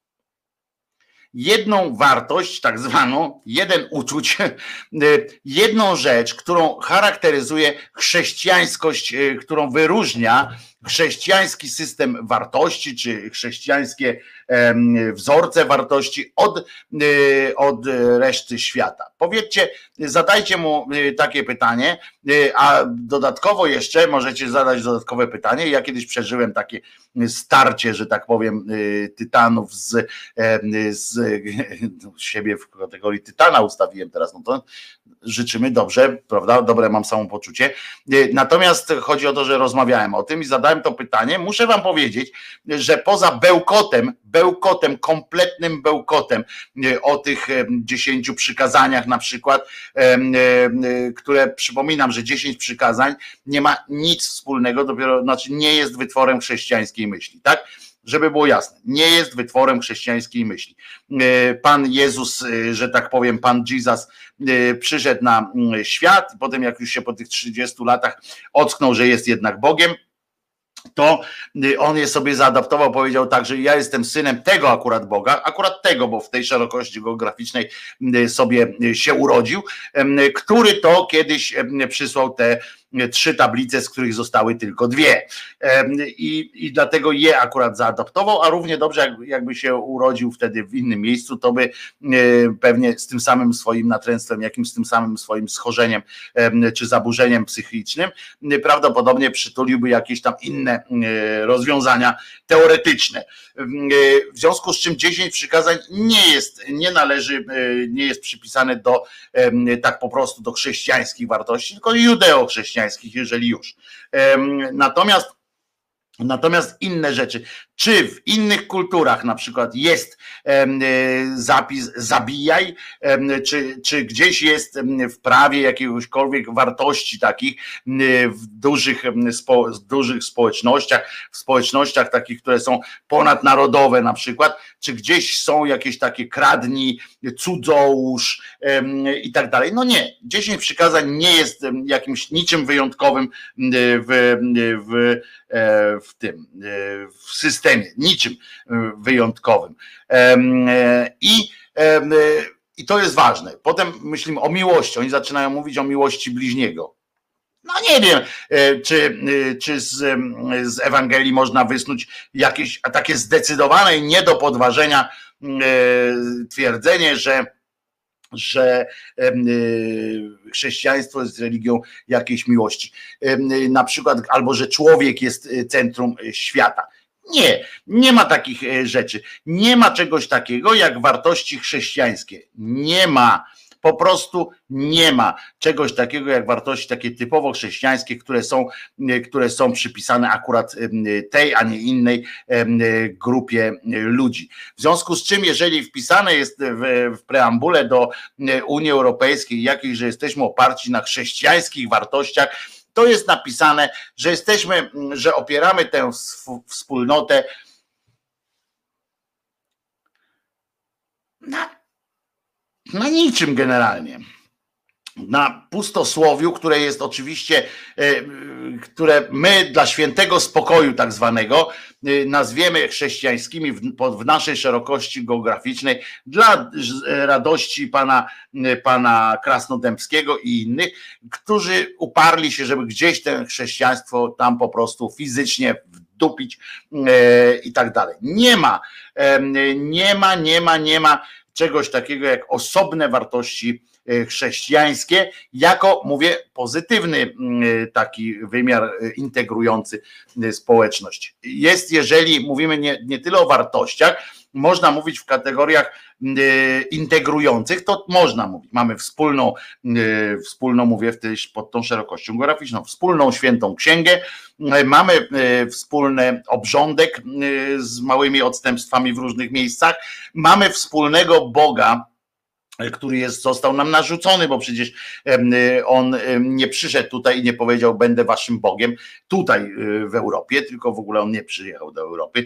Jedną wartość, tak zwaną, jeden uczuć, jedną rzecz, którą charakteryzuje chrześcijańskość, którą wyróżnia chrześcijański system wartości, czy chrześcijańskie wzorce wartości od, od reszty świata. Powiedzcie, zadajcie mu takie pytanie, a dodatkowo jeszcze możecie zadać dodatkowe pytanie. Ja kiedyś przeżyłem takie starcie, że tak powiem, tytanów z, z siebie w kategorii tytana ustawiłem teraz, no to życzymy dobrze, prawda? Dobre mam samopoczucie. Natomiast chodzi o to, że rozmawiałem o tym i zadałem to pytanie. Muszę wam powiedzieć, że poza bełkotem, bełkotem, kompletnym bełkotem o tych dziesięciu przykazaniach na przykład, które przypominam, że dziesięć przykazań nie ma nic wspólnego, dopiero, znaczy nie jest wytworem chrześcijańskiej myśli, tak? Żeby było jasne, nie jest wytworem chrześcijańskiej myśli. Pan Jezus, że tak powiem, Pan Jezus przyszedł na świat, potem jak już się po tych trzydziestu latach ocknął, że jest jednak Bogiem, to on je sobie zaadaptował, powiedział tak, że ja jestem synem tego akurat Boga, akurat tego, bo w tej szerokości geograficznej sobie się urodził, który to kiedyś przysłał te trzy tablice, z których zostały tylko dwie. I, i dlatego je akurat zaadaptował, a równie dobrze jak, jakby się urodził wtedy w innym miejscu, to by pewnie z tym samym swoim natręctwem, jakimś z tym samym swoim schorzeniem czy zaburzeniem psychicznym, prawdopodobnie przytuliłby jakieś tam inne rozwiązania teoretyczne. W związku z czym dziesięć przykazań nie jest, nie należy, nie jest przypisane do tak po prostu do chrześcijańskich wartości, tylko judeo-chrześcijańskich, jeżeli już. Natomiast Natomiast inne rzeczy, czy w innych kulturach na przykład jest zapis zabijaj, czy, czy gdzieś jest w prawie jakiegośkolwiek wartości takich w dużych, spo, dużych społecznościach, w społecznościach takich, które są ponadnarodowe na przykład, czy gdzieś są jakieś takie kradnij, cudzołóż i tak dalej. No nie, dziesięć przykazań nie jest jakimś niczym wyjątkowym w, w, w tym, w systemie, niczym wyjątkowym. I, i to jest ważne. Potem myślimy o miłości, oni zaczynają mówić o miłości bliźniego. No nie wiem, czy, czy z, z Ewangelii można wysnuć jakieś takie zdecydowane i nie do podważenia twierdzenie, że że chrześcijaństwo jest religią jakiejś miłości. Na przykład, albo że człowiek jest centrum świata. Nie, nie ma takich rzeczy. Nie ma czegoś takiego jak wartości chrześcijańskie. Nie ma. Po prostu nie ma czegoś takiego jak wartości takie typowo chrześcijańskie, które są, które są przypisane akurat tej, a nie innej grupie ludzi. W związku z czym, jeżeli wpisane jest w, w preambule do Unii Europejskiej jakieś, że jesteśmy oparci na chrześcijańskich wartościach, to jest napisane, że jesteśmy, że opieramy tę wspólnotę na Na niczym generalnie. Na pustosłowiu, które jest oczywiście, które my dla świętego spokoju tak zwanego nazwiemy chrześcijańskimi w, w naszej szerokości geograficznej dla radości pana, pana Krasnodębskiego i innych, którzy uparli się, żeby gdzieś to chrześcijaństwo tam po prostu fizycznie wdupić i tak dalej. Nie ma, nie ma, nie ma, nie ma czegoś takiego jak osobne wartości chrześcijańskie, jako, mówię, pozytywny taki wymiar integrujący społeczność. Jest, jeżeli mówimy nie, nie tyle o wartościach, można mówić w kategoriach integrujących, to można mówić. Mamy wspólną, wspólną mówię też pod tą szerokością geograficzną, wspólną świętą księgę, mamy wspólny obrządek z małymi odstępstwami w różnych miejscach, mamy wspólnego Boga, który jest, został nam narzucony, bo przecież on nie przyszedł tutaj i nie powiedział będę waszym Bogiem tutaj w Europie, tylko w ogóle on nie przyjechał do Europy.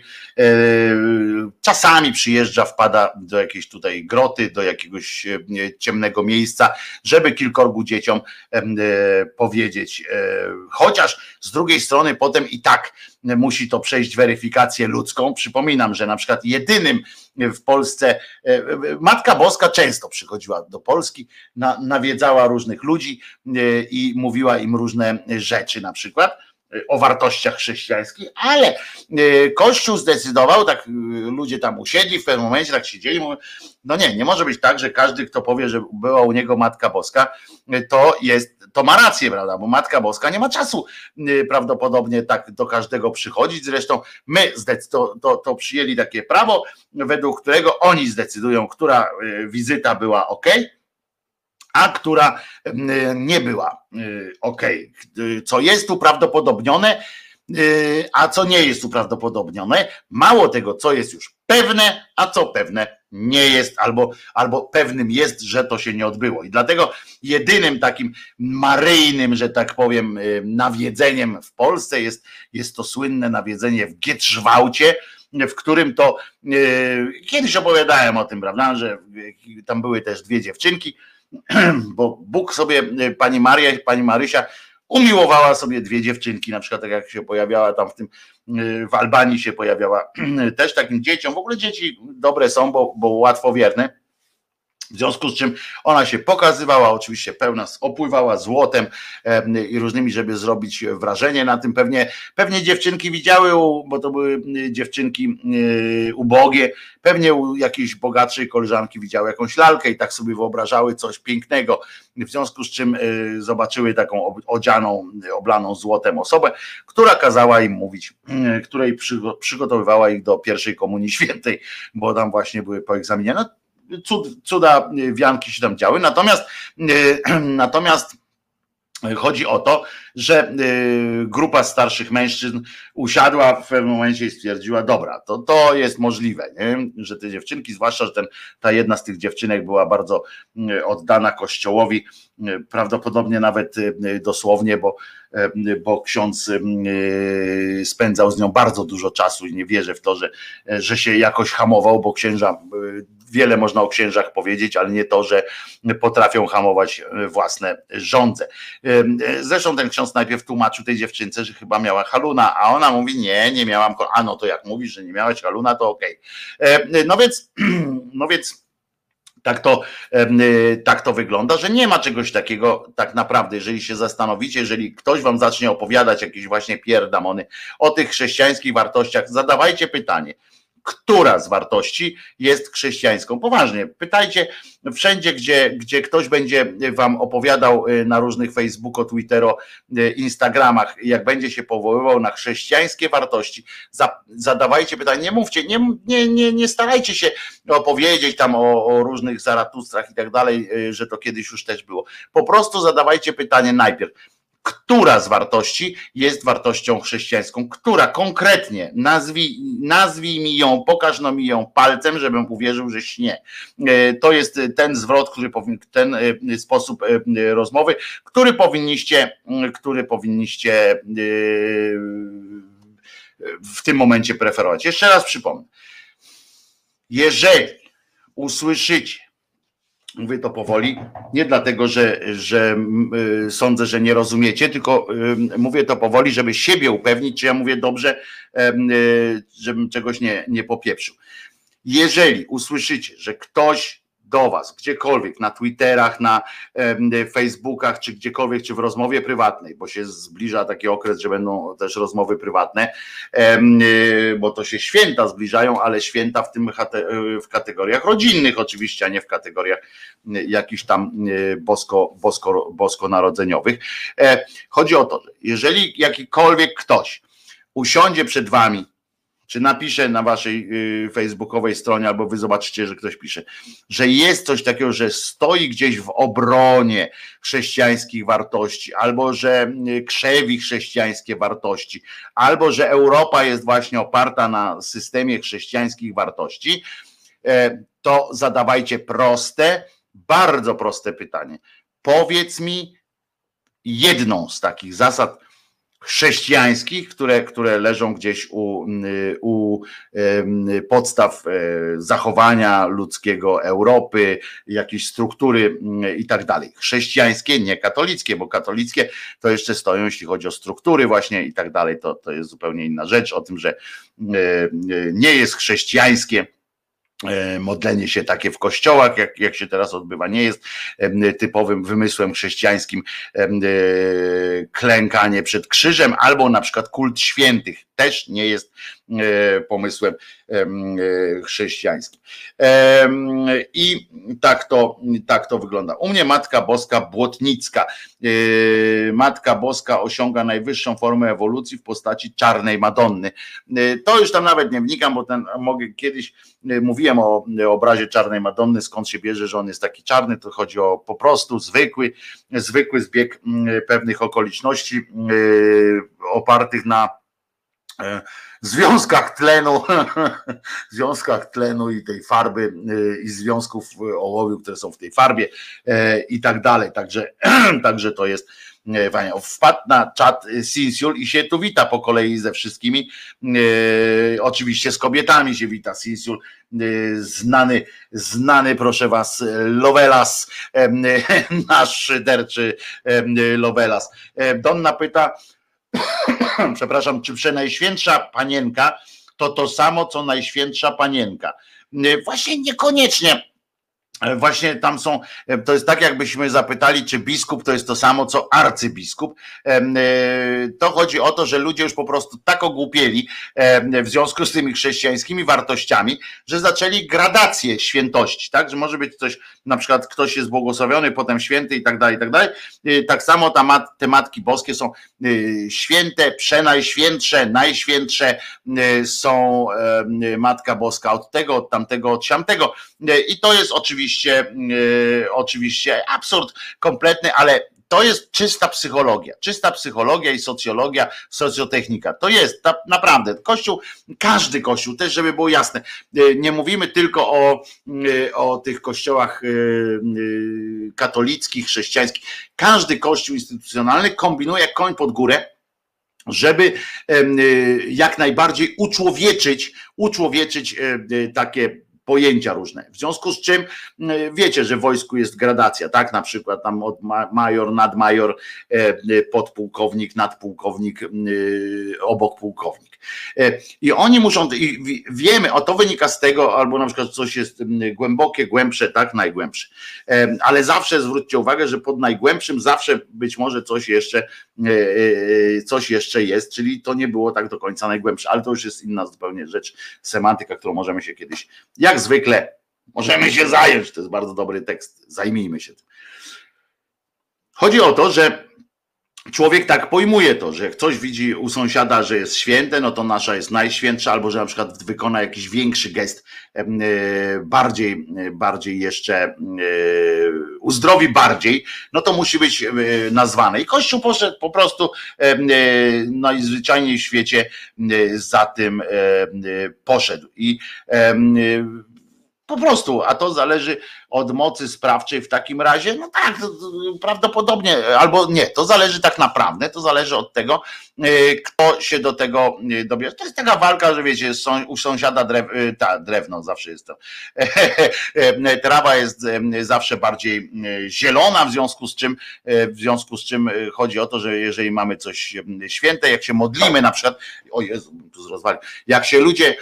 Czasami przyjeżdża, wpada do jakiejś tutaj groty, do jakiegoś ciemnego miejsca, żeby kilkorgu dzieciom powiedzieć, chociaż z drugiej strony potem i tak musi to przejść weryfikację ludzką. Przypominam, że na przykład jedynym w Polsce Matka Boska często przychodziła do Polski, nawiedzała różnych ludzi i mówiła im różne rzeczy, na przykład o wartościach chrześcijańskich, ale Kościół zdecydował, tak ludzie tam usiedli, w pewnym momencie tak siedzieli, mówią, no nie, nie może być tak, że każdy, kto powie, że była u niego Matka Boska, to jest, to ma rację, prawda, bo Matka Boska nie ma czasu prawdopodobnie tak do każdego przychodzić, zresztą my to, to, to przyjęli takie prawo, według którego oni zdecydują, która wizyta była ok, a która nie była ok. Co jest uprawdopodobnione, a co nie jest uprawdopodobnione. Mało tego, co jest już pewne, a co pewne nie jest, albo, albo pewnym jest, że to się nie odbyło. I dlatego jedynym takim maryjnym, że tak powiem, nawiedzeniem w Polsce jest, jest to słynne nawiedzenie w Gietrzwałcie, w którym to kiedyś opowiadałem o tym, prawda, że tam były też dwie dziewczynki, bo Bóg sobie, pani Maria i pani Marysia umiłowała sobie dwie dziewczynki, na przykład tak jak się pojawiała tam w tym, w Albanii się pojawiała też takim dzieciom, w ogóle dzieci dobre są, bo, bo łatwowierne, W związku z czym ona się pokazywała, oczywiście pełna, opływała złotem i różnymi, żeby zrobić wrażenie na tym. Pewnie, pewnie dziewczynki widziały, bo to były dziewczynki ubogie, pewnie u jakiejś bogatszej koleżanki widziały jakąś lalkę i tak sobie wyobrażały coś pięknego. W związku z czym zobaczyły taką odzianą, oblaną złotem osobę, która kazała im mówić, której przygotowywała ich do pierwszej komunii świętej, bo tam właśnie były po egzaminie. No, Cud, cuda wianki się tam działy, natomiast natomiast chodzi o to, że grupa starszych mężczyzn usiadła w pewnym momencie i stwierdziła, dobra, to to jest możliwe, nie? Że te dziewczynki, zwłaszcza, że ten, ta jedna z tych dziewczynek była bardzo oddana Kościołowi, prawdopodobnie nawet dosłownie, bo, bo ksiądz spędzał z nią bardzo dużo czasu i nie wierzę w to, że, że się jakoś hamował, bo księża, wiele można o księżach powiedzieć, ale nie to, że potrafią hamować własne żądze. Zresztą ten ksiądz najpierw tłumaczył tej dziewczynce, że chyba miała haluna, a ona mówi, nie, nie miałam, a no to jak mówisz, że nie miałaś haluna, to okej. Okay. No więc, no więc tak to, tak to wygląda, że nie ma czegoś takiego tak naprawdę, jeżeli się zastanowicie, jeżeli ktoś wam zacznie opowiadać jakieś właśnie pierdamony o tych chrześcijańskich wartościach, zadawajcie pytanie, która z wartości jest chrześcijańską. Poważnie, pytajcie wszędzie, gdzie, gdzie ktoś będzie wam opowiadał na różnych Facebooko, Twittero, Instagramach, jak będzie się powoływał na chrześcijańskie wartości, zadawajcie pytanie, nie mówcie, nie, nie, nie, nie starajcie się opowiedzieć tam o, o różnych zaratustrach i tak dalej, że to kiedyś już też było. Po prostu zadawajcie pytanie najpierw, która z wartości jest wartością chrześcijańską, która konkretnie, nazwij, nazwij mi ją, pokaż no mi ją palcem, żebym uwierzył, że śnie. To jest ten zwrot, który powin, ten sposób rozmowy, który powinniście, który powinniście w tym momencie preferować. Jeszcze raz przypomnę, jeżeli usłyszycie, mówię to powoli, nie dlatego, że, że y, sądzę, że nie rozumiecie, tylko y, mówię to powoli, żeby siebie upewnić, czy ja mówię dobrze, y, żebym czegoś nie, nie popieprzył. Jeżeli usłyszycie, że ktoś do was, gdziekolwiek, na Twitterach, na y, Facebookach, czy gdziekolwiek, czy w rozmowie prywatnej, bo się zbliża taki okres, że będą też rozmowy prywatne, y, bo to się święta zbliżają, ale święta w tym w kategoriach rodzinnych oczywiście, a nie w kategoriach jakichś tam bosko, bosko, boskonarodzeniowych. Chodzi o to, że jeżeli jakikolwiek ktoś usiądzie przed wami, czy napisze na waszej facebookowej stronie, albo wy zobaczycie, że ktoś pisze, że jest coś takiego, że stoi gdzieś w obronie chrześcijańskich wartości, albo że krzewi chrześcijańskie wartości, albo że Europa jest właśnie oparta na systemie chrześcijańskich wartości, to zadawajcie proste, bardzo proste pytanie. Powiedz mi jedną z takich zasad chrześcijańskich, które, które leżą gdzieś u, u podstaw zachowania ludzkiego Europy, jakiejś struktury i tak dalej. Chrześcijańskie, nie katolickie, bo katolickie to jeszcze stoją, jeśli chodzi o struktury właśnie i tak dalej, to, to jest zupełnie inna rzecz, o tym, że nie jest chrześcijańskie modlenie się takie w kościołach, jak, jak się teraz odbywa, nie jest typowym wymysłem chrześcijańskim klękanie przed krzyżem, albo na przykład kult świętych też nie jest pomysłem chrześcijańskim. I tak to, tak to wygląda. U mnie Matka Boska Błotnicka. Matka Boska osiąga najwyższą formę ewolucji w postaci czarnej Madonny. To już tam nawet nie wnikam, bo ten mogę kiedyś mówiłem o obrazie czarnej Madonny, skąd się bierze, że on jest taki czarny, to chodzi o po prostu zwykły, zwykły zbieg pewnych okoliczności opartych na związkach tlenu, związkach tlenu i tej farby i związków ołowiu, które są w tej farbie i tak dalej. Także, także to jest fajnie. Wpadł na czat Sinsiul i się tu wita po kolei ze wszystkimi. Oczywiście z kobietami się wita Sinsiul. Znany, znany, proszę was, Lovelas, nasz szyderczy Lovelas. Donna pyta, przepraszam, czy Przenajświętsza Panienka to to samo, co Najświętsza Panienka? Właśnie niekoniecznie. Właśnie tam są, to jest tak jakbyśmy zapytali, czy biskup to jest to samo co arcybiskup. To chodzi o to, że ludzie już po prostu tak ogłupieli w związku z tymi chrześcijańskimi wartościami, że zaczęli gradację świętości, tak, że może być coś, na przykład ktoś jest błogosławiony, potem święty i tak dalej, i tak dalej. Tak samo ta mat, te matki boskie są święte, przenajświętsze, najświętsze są Matka Boska od tego, od tamtego, od siamtego. I to jest oczywiście Oczywiście, oczywiście absurd kompletny, ale to jest czysta psychologia, czysta psychologia i socjologia, socjotechnika. To jest ta, naprawdę, Kościół, każdy Kościół, też żeby było jasne, nie mówimy tylko o, o tych kościołach katolickich, chrześcijańskich. Każdy Kościół instytucjonalny kombinuje jak koń pod górę, żeby jak najbardziej uczłowieczyć, uczłowieczyć takie pojęcia różne. W związku z czym wiecie, że w wojsku jest gradacja, tak? Na przykład tam od major, nadmajor, podpułkownik, nadpułkownik, obok pułkownik. I oni muszą, i wiemy, o to wynika z tego, albo na przykład coś jest głębokie, głębsze, tak? Najgłębsze. Ale zawsze zwróćcie uwagę, że pod najgłębszym zawsze być może coś jeszcze, coś jeszcze jest, czyli to nie było tak do końca najgłębsze, ale to już jest inna zupełnie rzecz, semantyka, którą możemy się kiedyś, jak zwykle, możemy się zająć. To jest bardzo dobry tekst, zajmijmy się tym. Chodzi o to, że człowiek tak pojmuje to, że jak coś widzi u sąsiada, że jest święte, no to nasza jest najświętsza, albo że na przykład wykona jakiś większy gest, bardziej, bardziej jeszcze uzdrowi bardziej, no to musi być nazwane. I Kościół poszedł po prostu najzwyczajniej w świecie za tym poszedł. I po prostu, a to zależy od mocy sprawczej w takim razie, no tak, prawdopodobnie, albo nie, to zależy tak naprawdę, to zależy od tego, kto się do tego dobierze. To jest taka walka, że wiecie, u sąsiada drew, ta, drewno zawsze jest to, trawa jest zawsze bardziej zielona, w związku z czym, w związku z czym chodzi o to, że jeżeli mamy coś święte, jak się modlimy na przykład, o Jezu, tu rozwalił, jak się ludzie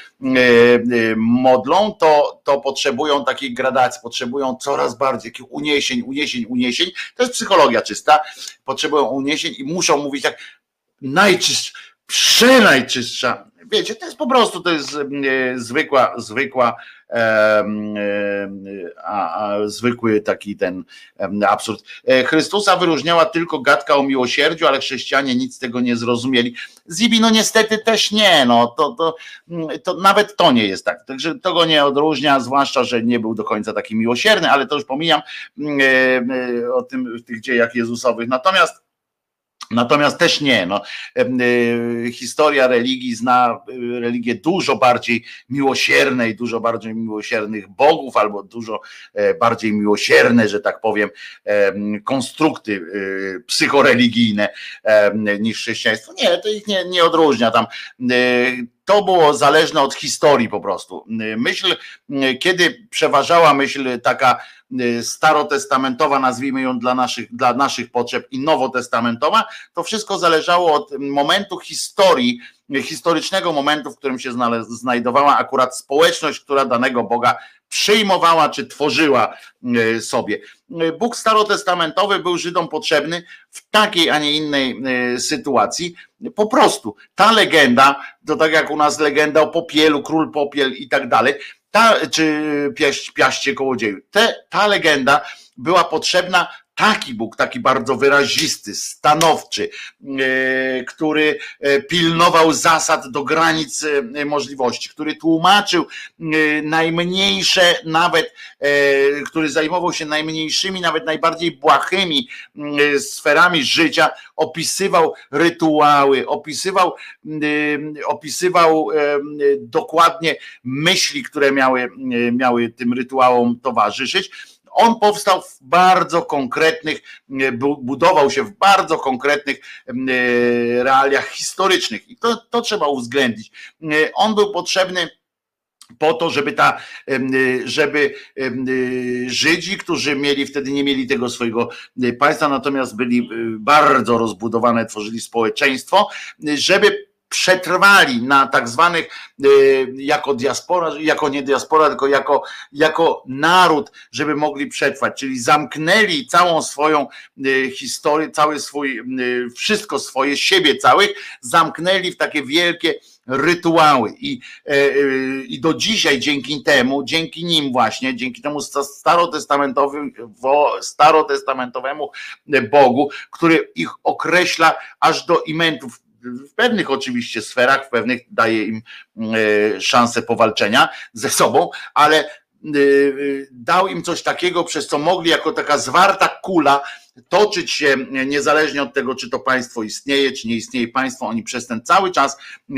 modlą, to, to potrzebują takiej gradacji, potrzebują coraz bardziej takich uniesień, uniesień, uniesień. To jest psychologia czysta. Potrzebują uniesień i muszą mówić tak najczystsza, przenajczystsza. Wiecie, to jest po prostu, to jest e, zwykła, zwykła, e, e, a, a, zwykły taki ten e, absurd. E, Chrystusa wyróżniała tylko gadka o miłosierdziu, ale chrześcijanie nic z tego nie zrozumieli. Zibi, no niestety też nie, no to, to, to nawet to nie jest tak. Także to go nie odróżnia, zwłaszcza, że nie był do końca taki miłosierny, ale to już pomijam e, e, o tym w tych dziejach Jezusowych. Natomiast Natomiast też nie, no, historia religii zna religię dużo bardziej miłosierne i dużo bardziej miłosiernych bogów, albo dużo bardziej miłosierne, że tak powiem, konstrukty psychoreligijne niż chrześcijaństwo. Nie, to ich nie, nie odróżnia tam. To było zależne od historii po prostu. Myśl, kiedy przeważała myśl taka starotestamentowa, nazwijmy ją dla naszych, dla naszych potrzeb, i nowotestamentowa, to wszystko zależało od momentu historii, historycznego momentu, w którym się znajdowała akurat społeczność, która danego Boga przyjmowała czy tworzyła sobie. Bóg starotestamentowy był Żydom potrzebny w takiej, a nie innej sytuacji. Po prostu ta legenda, to tak jak u nas legenda o Popielu, król Popiel i tak dalej, ta, czy piaść, piaście kołodzieju, Te, ta legenda była potrzebna. Taki Bóg, taki bardzo wyrazisty, stanowczy, który pilnował zasad do granic możliwości, który tłumaczył najmniejsze nawet, który zajmował się najmniejszymi, nawet najbardziej błahymi sferami życia, opisywał rytuały, opisywał, opisywał dokładnie myśli, które miały, miały tym rytuałom towarzyszyć. On powstał w bardzo konkretnych, budował się w bardzo konkretnych realiach historycznych i to, to trzeba uwzględnić. On był potrzebny po to, żeby ta, żeby Żydzi, którzy mieli wtedy, nie mieli tego swojego państwa, natomiast byli bardzo rozbudowane, tworzyli społeczeństwo, żeby przetrwali na tak zwanych jako diaspora, jako nie diaspora, tylko jako, jako naród, żeby mogli przetrwać, czyli zamknęli całą swoją historię, cały swój, wszystko swoje, siebie całych, zamknęli w takie wielkie rytuały i, i do dzisiaj dzięki temu, dzięki nim właśnie, dzięki temu starotestamentowemu, starotestamentowemu Bogu, który ich określa aż do imentów, w pewnych oczywiście sferach, w pewnych daje im szansę powalczenia ze sobą, ale dał im coś takiego, przez co mogli jako taka zwarta kula toczyć się niezależnie od tego, czy to państwo istnieje, czy nie istnieje państwo. Oni przez ten cały czas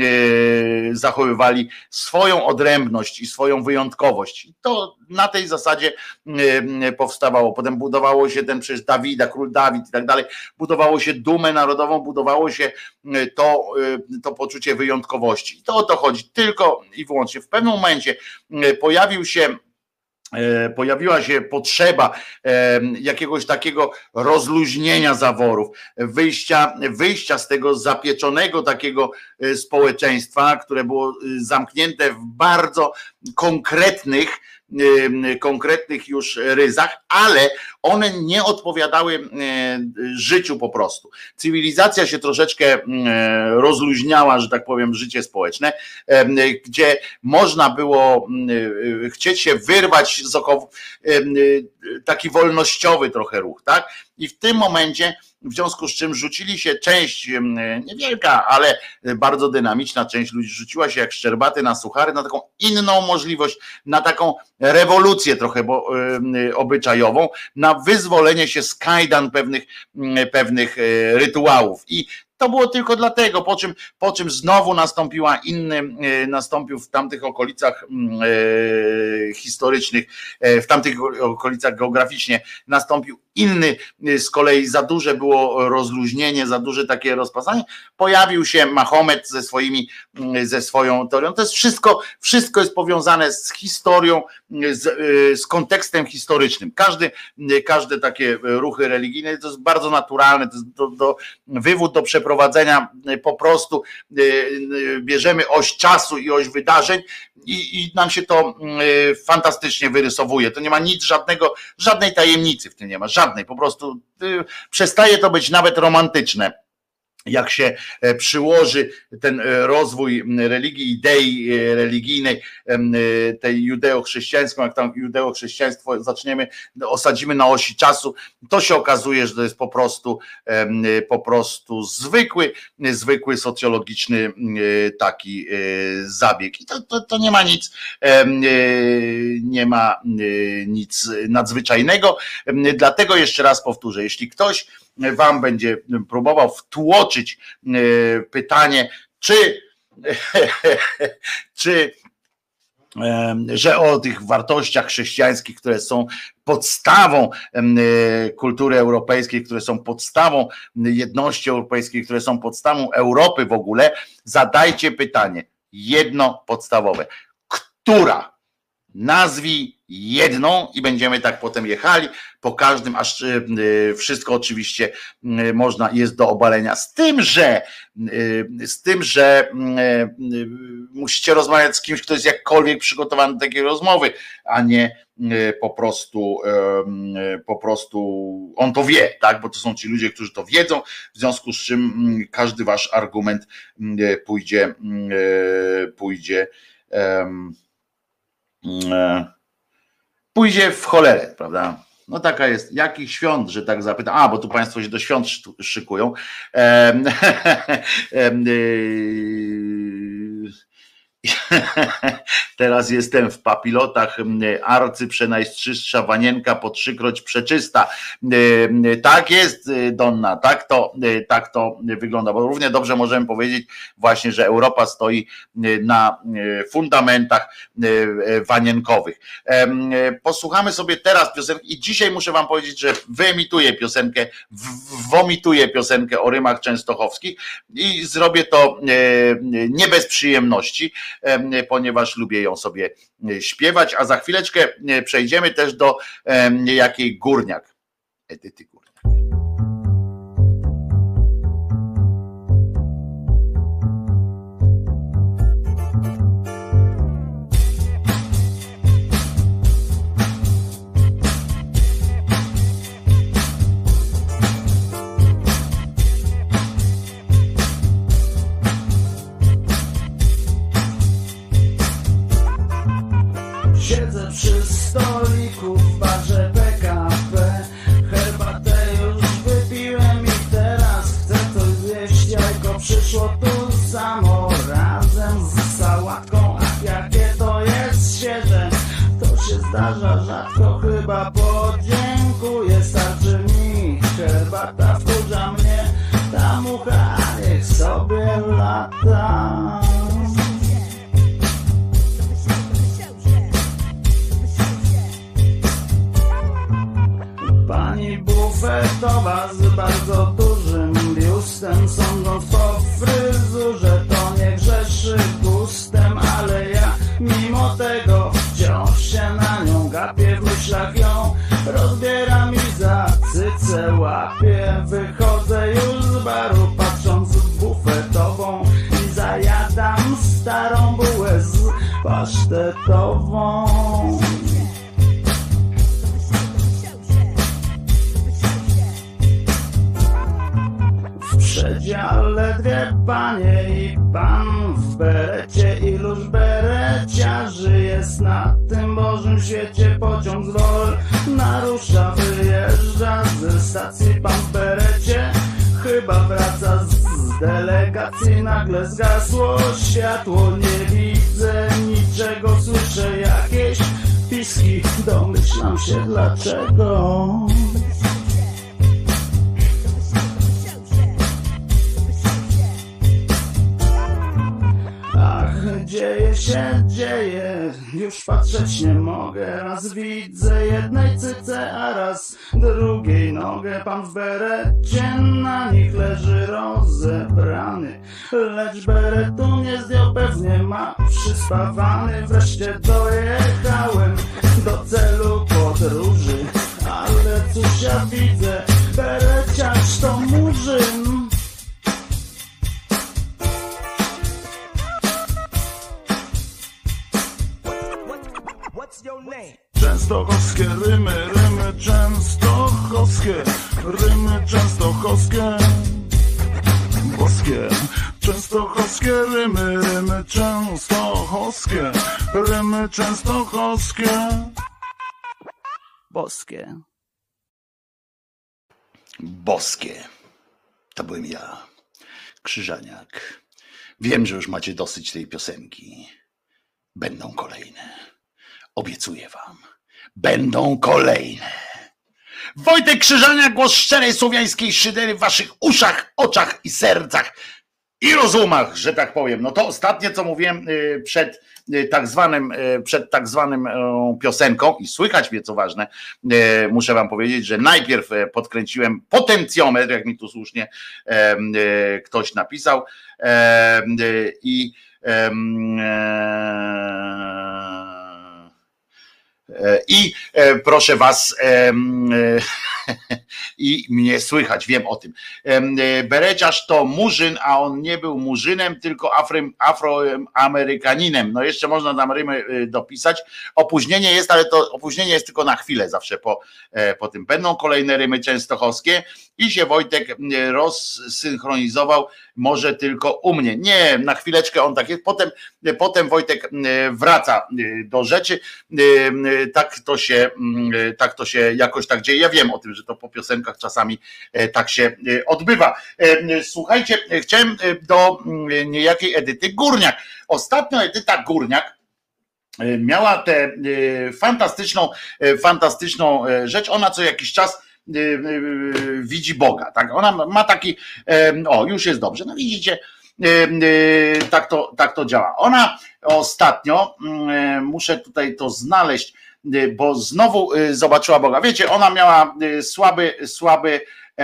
zachowywali swoją odrębność i swoją wyjątkowość. I to na tej zasadzie powstawało. Potem budowało się ten przez Dawida, król Dawid i tak dalej, budowało się dumę narodową, budowało się to, to poczucie wyjątkowości. I to o to chodzi tylko i wyłącznie. W pewnym momencie pojawił się pojawiła się potrzeba jakiegoś takiego rozluźnienia zaworów, wyjścia, wyjścia z tego zapieczonego takiego społeczeństwa, które było zamknięte w bardzo konkretnych, konkretnych już ryzach, ale one nie odpowiadały życiu po prostu. Cywilizacja się troszeczkę rozluźniała, że tak powiem, życie społeczne, gdzie można było chcieć się wyrwać z okowów, taki wolnościowy trochę ruch, tak? I w tym momencie, w związku z czym rzucili się część, niewielka, ale bardzo dynamiczna część ludzi rzuciła się jak szczerbaty na suchary, na taką inną możliwość, na taką rewolucję trochę bo, obyczajową, na wyzwolenie się z kajdan pewnych, pewnych rytuałów. I to było tylko dlatego, po czym, po czym znowu nastąpiła inny, nastąpił w tamtych okolicach e, historycznych, e, w tamtych okolicach geograficznie nastąpił inny, z kolei za duże było rozluźnienie, za duże takie rozpasanie. Pojawił się Mahomet ze swoimi, ze swoją teorią. To jest wszystko, wszystko jest powiązane z historią, z, z kontekstem historycznym. Każdy, każde takie ruchy religijne to jest bardzo naturalne, to jest do, do, wywód do przeprowadzenia po prostu bierzemy oś czasu i oś wydarzeń i, i nam się to fantastycznie wyrysowuje. To nie ma nic, żadnego, żadnej tajemnicy w tym nie ma, żadnej, po prostu przestaje to być nawet romantyczne. Jak się przyłoży ten rozwój religii, idei religijnej, tej judeo-chrześcijańskiej, jak tam judeo-chrześcijaństwo zaczniemy, osadzimy na osi czasu, to się okazuje, że to jest po prostu po prostu zwykły, zwykły socjologiczny taki zabieg. I to, to, to nie ma nic, nie ma nic nadzwyczajnego. Dlatego jeszcze raz powtórzę, jeśli ktoś wam będzie próbował wtłoczyć pytanie, czy, czy że o tych wartościach chrześcijańskich, które są podstawą kultury europejskiej, które są podstawą jedności europejskiej, które są podstawą Europy w ogóle, zadajcie pytanie, jedno podstawowe. Która? Nazwij jedną i będziemy tak potem jechali po każdym, aż wszystko oczywiście można, jest do obalenia. Z tym, że z tym, że musicie rozmawiać z kimś, kto jest jakkolwiek przygotowany do takiej rozmowy, a nie po prostu po prostu on to wie, tak? Bo to są ci ludzie, którzy to wiedzą, w związku z czym każdy wasz argument pójdzie pójdzie pójdzie w cholerę, prawda? No taka jest, jakich świąt, że tak zapytam, a bo tu państwo się do świąt szykują. Ehm, ehm, Teraz jestem w papilotach, arcyprzenajstrzyższa wanienka po trzykroć przeczysta. Tak jest, Donna, tak to, tak to wygląda, bo równie dobrze możemy powiedzieć właśnie, że Europa stoi na fundamentach wanienkowych. Posłuchamy sobie teraz piosenki i dzisiaj muszę wam powiedzieć, że wyemituję piosenkę, womituję piosenkę o rymach częstochowskich i zrobię to nie bez przyjemności, ponieważ lubię ją sobie śpiewać, a za chwileczkę przejdziemy też do niejakiej Górniak, Edyty Górniak. przy stoliku w barze P K P. Herbatę już wypiłem i teraz chcę coś zjeść. Jajko przyszło tu samo razem z sałatką. Ach, jakie to jest świeże, to się zdarza rzadko. Chyba podziękuję, starczy mi. Herbata wkurza mnie, ta mucha niech sobie lata. Pani bufetowa z bardzo dużym biustem, sądząc po fryzurze, to nie grzeszy gustem, ale ja mimo tego wciąż się na nią gapię, w myślach ją rozbieram i za cycę łapię. Wychodzę już z baru, patrząc w bufetową i zajadam starą bułę z pasztetową. W przedziale dwie panie i pan w berecie. Iluż bereciarzy jest na tym Bożym świecie. Pociąg z Wol narusza, wyjeżdża ze stacji pan w berecie. Chyba wraca z delegacji. Nagle zgasło światło, nie widzę niczego. Słyszę jakieś piski, domyślam się dlaczego. Dzieje się, dzieje, już patrzeć nie mogę. Raz widzę jednej cyce, a raz drugiej nogę. Pan w berecie na nich leży rozebrany, lecz beretu nie zdjął, pewnie ma przyspawany. Wreszcie dojechałem do celu podróży, ale cóż ja widzę, bereciarz to murzyn. Częstochowskie rymy, rymy częstochowskie, rymy częstochowskie, boskie. Częstochowskie rymy, rymy częstochowskie, rymy częstochowskie, boskie. Boskie. To byłem ja, Krzyżaniak. Wiem, że już macie dosyć tej piosenki. Będą kolejne. Obiecuję wam. Będą kolejne. Wojtek Krzyżaniak, głos szczerej słowiańskiej szydery w waszych uszach, oczach i sercach i rozumach, że tak powiem. No to ostatnie, co mówiłem przed tak zwanym, przed tak zwanym piosenką i słychać mnie, co ważne, muszę wam powiedzieć, że najpierw podkręciłem potencjometr, jak mi tu słusznie ktoś napisał, i I e, proszę was, e, e, i mnie słychać, wiem o tym. E, bereciarz to murzyn, a on nie był murzynem, tylko afry, afroamerykaninem. No jeszcze można tam rymy dopisać. Opóźnienie jest, ale to opóźnienie jest tylko na chwilę zawsze po, e, po tym. Będą kolejne rymy częstochowskie i się Wojtek rozsynchronizował, może tylko u mnie. Nie, na chwileczkę on tak jest. Potem, potem Wojtek wraca do rzeczy. Tak to się, tak to się jakoś tak dzieje. Ja wiem o tym, że to po piosenkach czasami tak się odbywa. Słuchajcie, chciałem do niejakiej Edyty Górniak. Ostatnio Edyta Górniak miała tę fantastyczną, fantastyczną rzecz. Ona co jakiś czas widzi Boga, tak? Ona ma taki, o, już jest dobrze, no widzicie, tak to, tak to działa. Ona ostatnio, muszę tutaj to znaleźć, bo znowu zobaczyła Boga. Wiecie, ona miała słaby, słaby,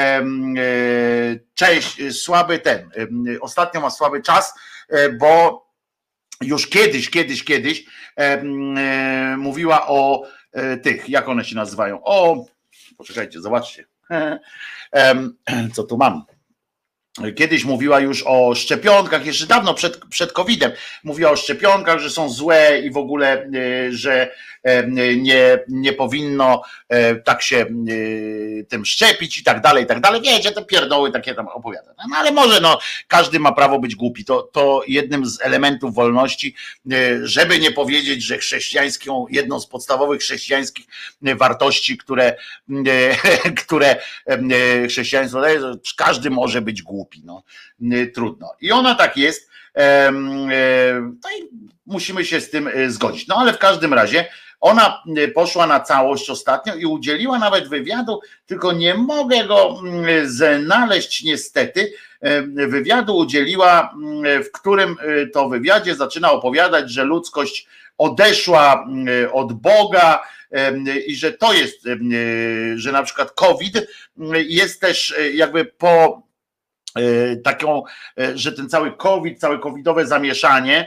cześć, słaby ten, ostatnio ma słaby czas, bo już kiedyś, kiedyś, kiedyś mówiła o tych, jak one się nazywają, o Poczekajcie, zobaczcie, co tu mam. Kiedyś mówiła już o szczepionkach, jeszcze dawno przed, przed kowidem, mówiła o szczepionkach, że są złe i w ogóle, że nie, nie powinno tak się tym szczepić i tak dalej, i tak dalej. Wiecie, te pierdoły takie tam opowiada. No ale może no, każdy ma prawo być głupi. To, to jednym z elementów wolności, żeby nie powiedzieć, że chrześcijańską, jedną z podstawowych chrześcijańskich wartości, które, które chrześcijaństwo daje, że każdy może być głupi. No, trudno. I ona tak jest. No i musimy się z tym zgodzić. No ale w każdym razie ona poszła na całość ostatnio i udzieliła nawet wywiadu, tylko nie mogę go znaleźć niestety. Wywiadu udzieliła, w którym to wywiadzie zaczyna opowiadać, że ludzkość odeszła od Boga i że to jest, że na przykład COVID jest też jakby po taką, że ten cały COVID, całe covidowe zamieszanie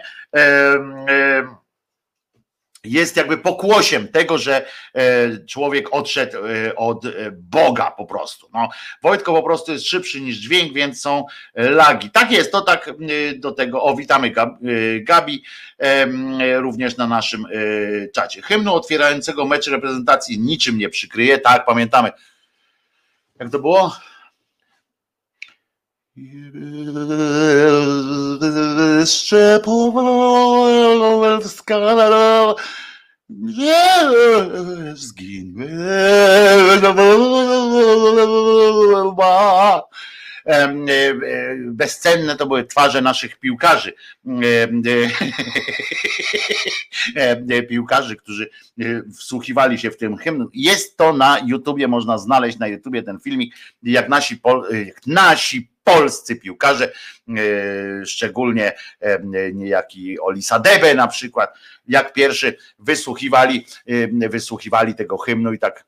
jest jakby pokłosiem tego, że człowiek odszedł od Boga po prostu. No, Wojtko po prostu jest szybszy niż dźwięk, więc są lagi. Tak jest, to tak do tego. O, witamy Gabi również na naszym czacie. Hymnu otwierającego mecz reprezentacji niczym nie przykryje. Tak, pamiętamy. Jak to było? Jeszcze Powolska zginę. Bezcenne to były twarze naszych piłkarzy. Piłkarzy, którzy wsłuchiwali się w tym hymn. Jest to na YouTubie, można znaleźć na YouTubie ten filmik, jak nasi, jak nasi polscy piłkarze, szczególnie niejaki Olisadebe na przykład, jak pierwszy wysłuchiwali, wysłuchiwali tego hymnu i tak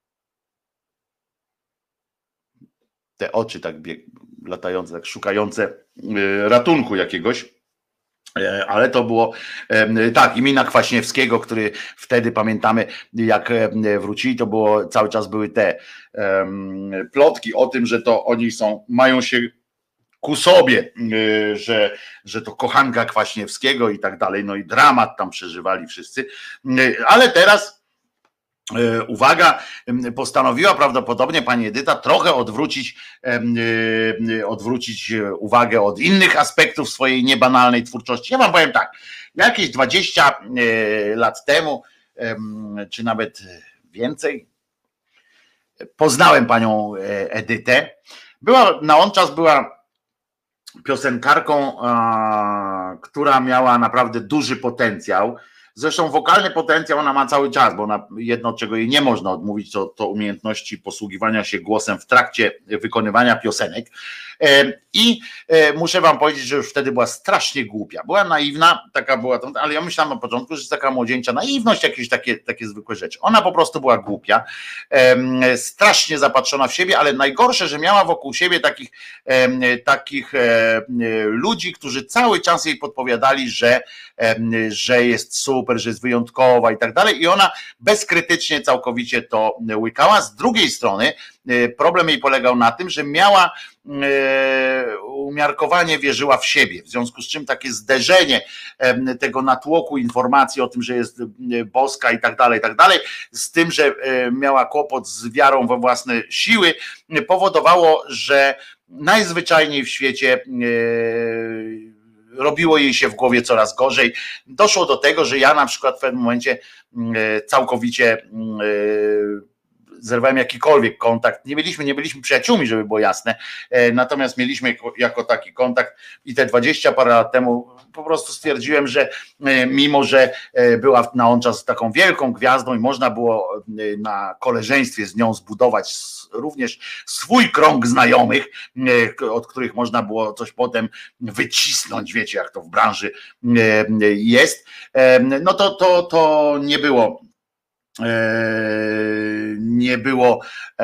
te oczy tak bieg, latające, tak szukające ratunku jakiegoś. Ale to było tak, i Mina Kwaśniewskiego, który wtedy pamiętamy, jak wrócili, to było cały czas były te plotki o tym, że to oni są, mają się ku sobie, że, że to kochanka Kwaśniewskiego i tak dalej, no i dramat tam przeżywali wszyscy, ale teraz uwaga, postanowiła prawdopodobnie pani Edyta trochę odwrócić, odwrócić uwagę od innych aspektów swojej niebanalnej twórczości. Ja wam powiem tak, jakieś dwadzieścia lat temu, czy nawet więcej, poznałem panią Edytę. Była, na on czas była piosenkarką, która miała naprawdę duży potencjał. Zresztą wokalny potencjał ona ma cały czas, bo ona, jedno, czego jej nie można odmówić, to, to umiejętności posługiwania się głosem w trakcie wykonywania piosenek. I muszę wam powiedzieć, że już wtedy była strasznie głupia. Była naiwna, taka była, ale ja myślałem na początku, że jest taka młodzieńcza naiwność, jakieś takie, takie zwykłe rzeczy. Ona po prostu była głupia, strasznie zapatrzona w siebie, ale najgorsze, że miała wokół siebie takich, takich ludzi, którzy cały czas jej podpowiadali, że, że jest super, że jest wyjątkowa i tak dalej. I ona bezkrytycznie całkowicie to łykała. Z drugiej strony problem jej polegał na tym, że miała umiarkowanie wierzyła w siebie, w związku z czym takie zderzenie tego natłoku informacji o tym, że jest boska i tak dalej, i tak dalej, z tym, że miała kłopot z wiarą we własne siły, powodowało, że najzwyczajniej w świecie robiło jej się w głowie coraz gorzej. Doszło do tego, że ja na przykład w pewnym momencie całkowicie zerwałem jakikolwiek kontakt. Nie byliśmy, nie byliśmy przyjaciółmi, żeby było jasne, natomiast mieliśmy jako, jako taki kontakt i te dwadzieścia parę lat temu po prostu stwierdziłem, że mimo, że była na on czas taką wielką gwiazdą i można było na koleżeństwie z nią zbudować również swój krąg znajomych, od których można było coś potem wycisnąć, wiecie jak to w branży jest, no to, to, to nie było nie było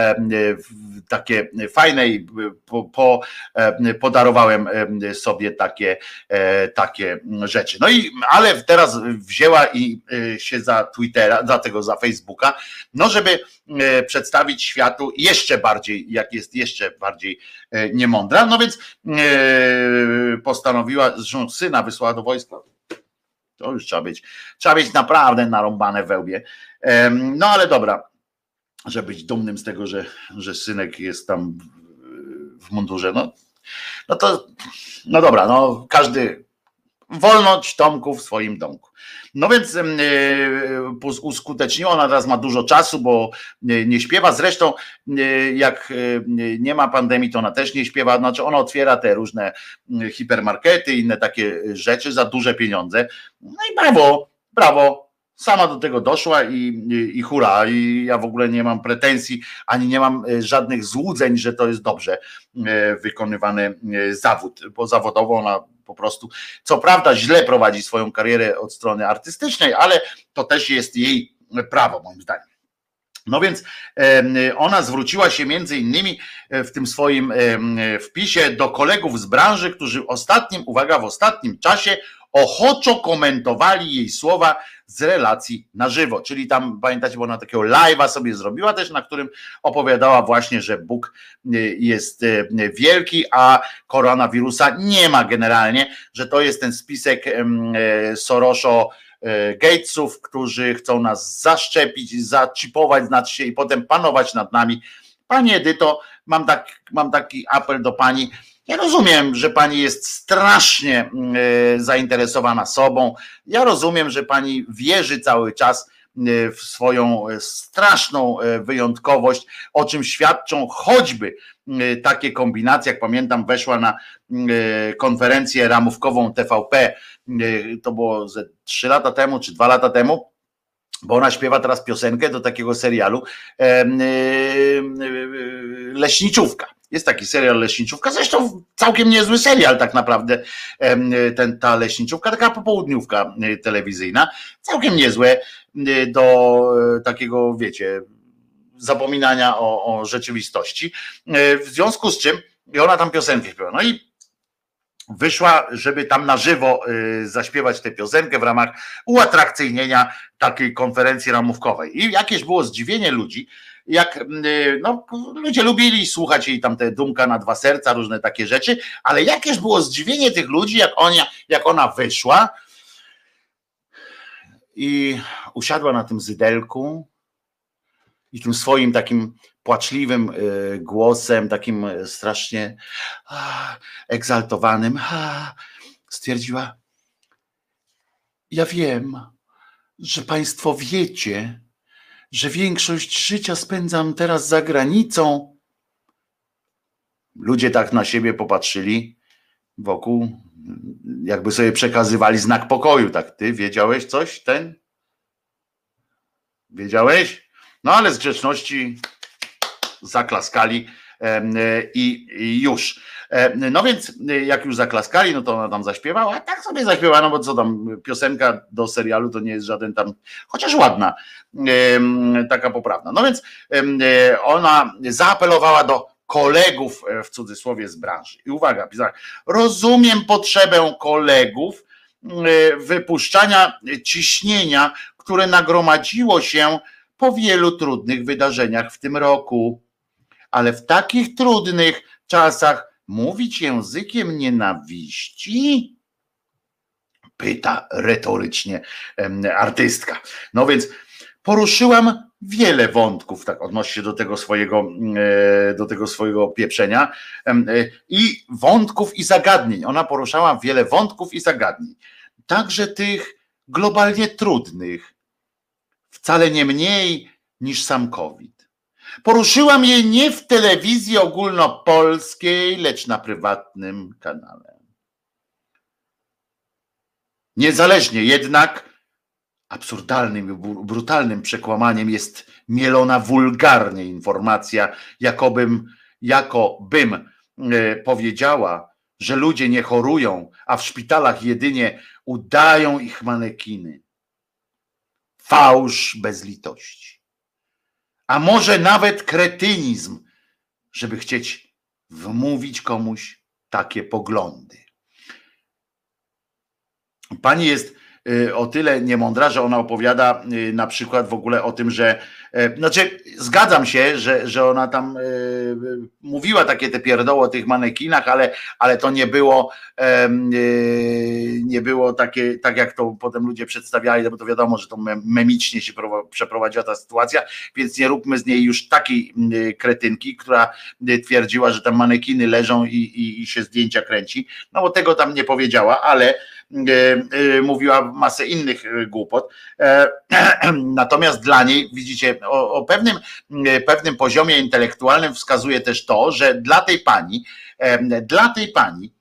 takie fajne i po, po, podarowałem sobie takie, takie rzeczy. No i ale teraz wzięła i się za Twittera, za tego, za Facebooka, no żeby przedstawić światu jeszcze bardziej, jak jest jeszcze bardziej niemądra, no więc postanowiła, zresztą syna wysłała do wojska. To już trzeba być, trzeba być naprawdę narąbane we łbie. No ale dobra, żeby być dumnym z tego, że, że synek jest tam w mundurze, no, no to, no dobra, no każdy, wolność Tomku w swoim domku. No więc yy, uskuteczniła, ona teraz ma dużo czasu, bo yy, nie śpiewa, zresztą yy, jak yy, nie ma pandemii, to ona też nie śpiewa, znaczy ona otwiera te różne yy, hipermarkety, inne takie rzeczy za duże pieniądze, no i brawo, brawo, sama do tego doszła i, i, i hura, i ja w ogóle nie mam pretensji, ani nie mam żadnych złudzeń, że to jest dobrze yy, wykonywany yy, zawód, bo zawodowo ona po prostu, co prawda źle prowadzi swoją karierę od strony artystycznej, ale to też jest jej prawo, moim zdaniem. No więc ona zwróciła się między innymi w tym swoim wpisie do kolegów z branży, którzy w ostatnim, uwaga, w ostatnim czasie ochoczo komentowali jej słowa z relacji na żywo, czyli tam pamiętacie, bo ona takiego live'a sobie zrobiła też, na którym opowiadała właśnie, że Bóg jest wielki, a koronawirusa nie ma generalnie, że to jest ten spisek Soroszo Gatesów, którzy chcą nas zaszczepić, zaczipować znaczy się i potem panować nad nami. Pani Edyto, mam, tak, mam taki apel do pani. Ja rozumiem, że pani jest strasznie zainteresowana sobą. Ja rozumiem, że pani wierzy cały czas w swoją straszną wyjątkowość, o czym świadczą choćby takie kombinacje. Jak pamiętam, weszła na konferencję ramówkową T V P, to było ze trzy lata temu czy dwa lata temu, bo ona śpiewa teraz piosenkę do takiego serialu Leśniczówka. Jest taki serial Leśniczówka, zresztą całkiem niezły serial tak naprawdę, ten, ta Leśniczówka, taka popołudniówka telewizyjna, całkiem niezłe do takiego, wiecie, zapominania o, o rzeczywistości. W związku z czym i ona tam piosenkę śpiewa. No i wyszła, żeby tam na żywo zaśpiewać tę piosenkę w ramach uatrakcyjnienia takiej konferencji ramówkowej. I jakież było zdziwienie ludzi, jak no, ludzie lubili słuchać jej tam te Dumka na dwa serca, różne takie rzeczy, ale jakież było zdziwienie tych ludzi, jak ona, jak ona wyszła i usiadła na tym zydelku i tym swoim takim płaczliwym głosem, takim strasznie egzaltowanym, stwierdziła: ja wiem, że państwo wiecie, że większość życia spędzam teraz za granicą. Ludzie tak na siebie popatrzyli wokół, jakby sobie przekazywali znak pokoju. Tak, ty wiedziałeś coś? Ten? Wiedziałeś? No ale z grzeczności zaklaskali i, i już. No więc jak już zaklaskali, no to ona tam zaśpiewała, a tak sobie zaśpiewała, no bo co tam, piosenka do serialu to nie jest żaden tam, chociaż ładna, taka poprawna. No więc ona zaapelowała do kolegów, w cudzysłowie, z branży. I uwaga, pisała: rozumiem potrzebę kolegów wypuszczania ciśnienia, które nagromadziło się po wielu trudnych wydarzeniach w tym roku. Ale w takich trudnych czasach mówić językiem nienawiści? Pyta retorycznie artystka. No więc poruszyłam wiele wątków, tak odnosi się do tego swojego, do tego swojego pieprzenia, i wątków i zagadnień. Ona poruszała wiele wątków i zagadnień, także tych globalnie trudnych, wcale nie mniej niż sam COVID. Poruszyłam je nie w telewizji ogólnopolskiej, lecz na prywatnym kanale. Niezależnie jednak, absurdalnym i brutalnym przekłamaniem jest mielona wulgarnie informacja, jakobym, jakobym e, powiedziała, że ludzie nie chorują, a w szpitalach jedynie udają ich manekiny. fałsz bez litości. A może nawet kretynizm, żeby chcieć wmówić komuś takie poglądy. Pani jest o tyle niemądra, że ona opowiada na przykład w ogóle o tym, że znaczy zgadzam się, że, że ona tam y, mówiła takie te pierdoły o tych manekinach, ale, ale to nie było y, nie było takie, tak jak to potem ludzie przedstawiali, bo to wiadomo, że to memicznie się przeprowadziła ta sytuacja, więc nie róbmy z niej już takiej kretynki, która twierdziła, że tam manekiny leżą i, i, i się zdjęcia kręci, no bo tego tam nie powiedziała, ale mówiła masę innych głupot. Natomiast dla niej, widzicie, o, o pewnym, pewnym poziomie intelektualnym wskazuje też to, że dla tej pani, dla tej pani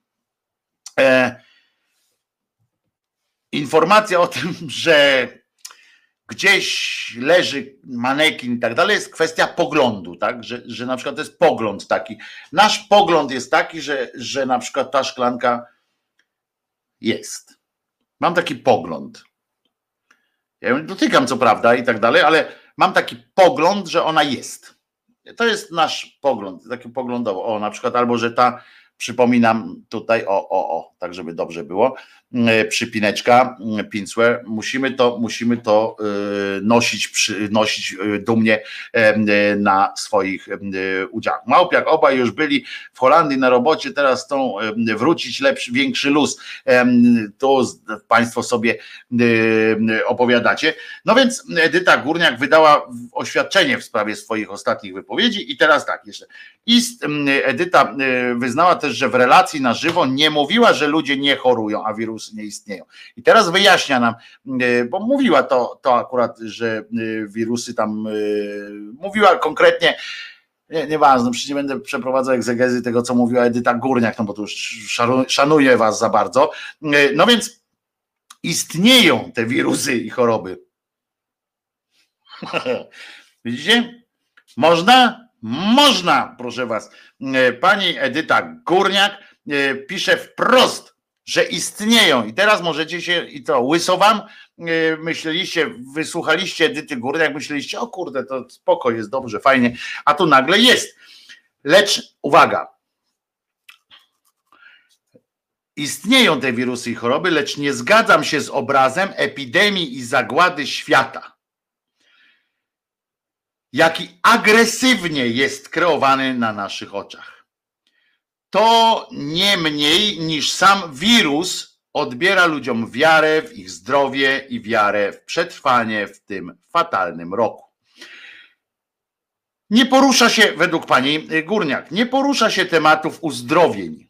informacja o tym, że gdzieś leży manekin i tak dalej, jest kwestia poglądu, tak? Że, że na przykład to jest pogląd taki. Nasz pogląd jest taki, że, że na przykład ta szklanka jest. Mam taki pogląd. Ja ją dotykam, co prawda, i tak dalej, ale mam taki pogląd, że ona jest. To jest nasz pogląd, taki poglądowo. O, na przykład, albo że ta, przypominam tutaj, o, o, o, tak żeby dobrze było, przypineczka, pincłę, musimy to, musimy to nosić, nosić dumnie na swoich udziałach. Małpiak, obaj już byli w Holandii na robocie, teraz chcą wrócić lepszy, większy luz. To Państwo sobie opowiadacie. No więc Edyta Górniak wydała oświadczenie w sprawie swoich ostatnich wypowiedzi i teraz tak jeszcze. Ist, Edyta wyznała też, że w relacji na żywo nie mówiła, że ludzie nie chorują, a wirusy nie istnieją. I teraz wyjaśnia nam, bo mówiła to, to akurat, że wirusy tam, mówiła konkretnie, nie, nieważne, przecież nie będę przeprowadzał egzegezy tego, co mówiła Edyta Górniak, no bo to już szanuję was za bardzo. No więc istnieją te wirusy i choroby. Widzicie? Można? Można, proszę was. Pani Edyta Górniak pisze wprost, że istnieją. I teraz możecie się, i to łyso wam, myśleliście, wysłuchaliście Edyty Górniak, myśleliście, o kurde, to spoko, jest dobrze, fajnie, a tu nagle jest. Lecz uwaga, istnieją te wirusy i choroby, lecz nie zgadzam się z obrazem epidemii i zagłady świata, jaki agresywnie jest kreowany na naszych oczach. To nie mniej niż sam wirus odbiera ludziom wiarę w ich zdrowie i wiarę w przetrwanie w tym fatalnym roku. Nie porusza się, według pani Górniak, nie porusza się tematów uzdrowień,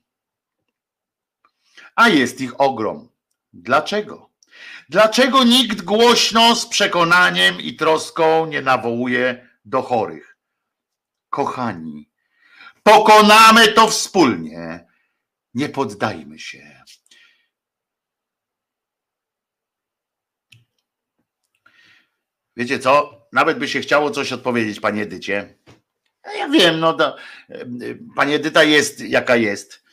a jest ich ogrom. Dlaczego? Dlaczego nikt głośno, z przekonaniem i troską nie nawołuje do chorych? Kochani, pokonamy to wspólnie. Nie poddajmy się. Wiecie co? Nawet by się chciało coś odpowiedzieć, pani Edycie. Ja wiem, no to pani Edyta jest jaka jest.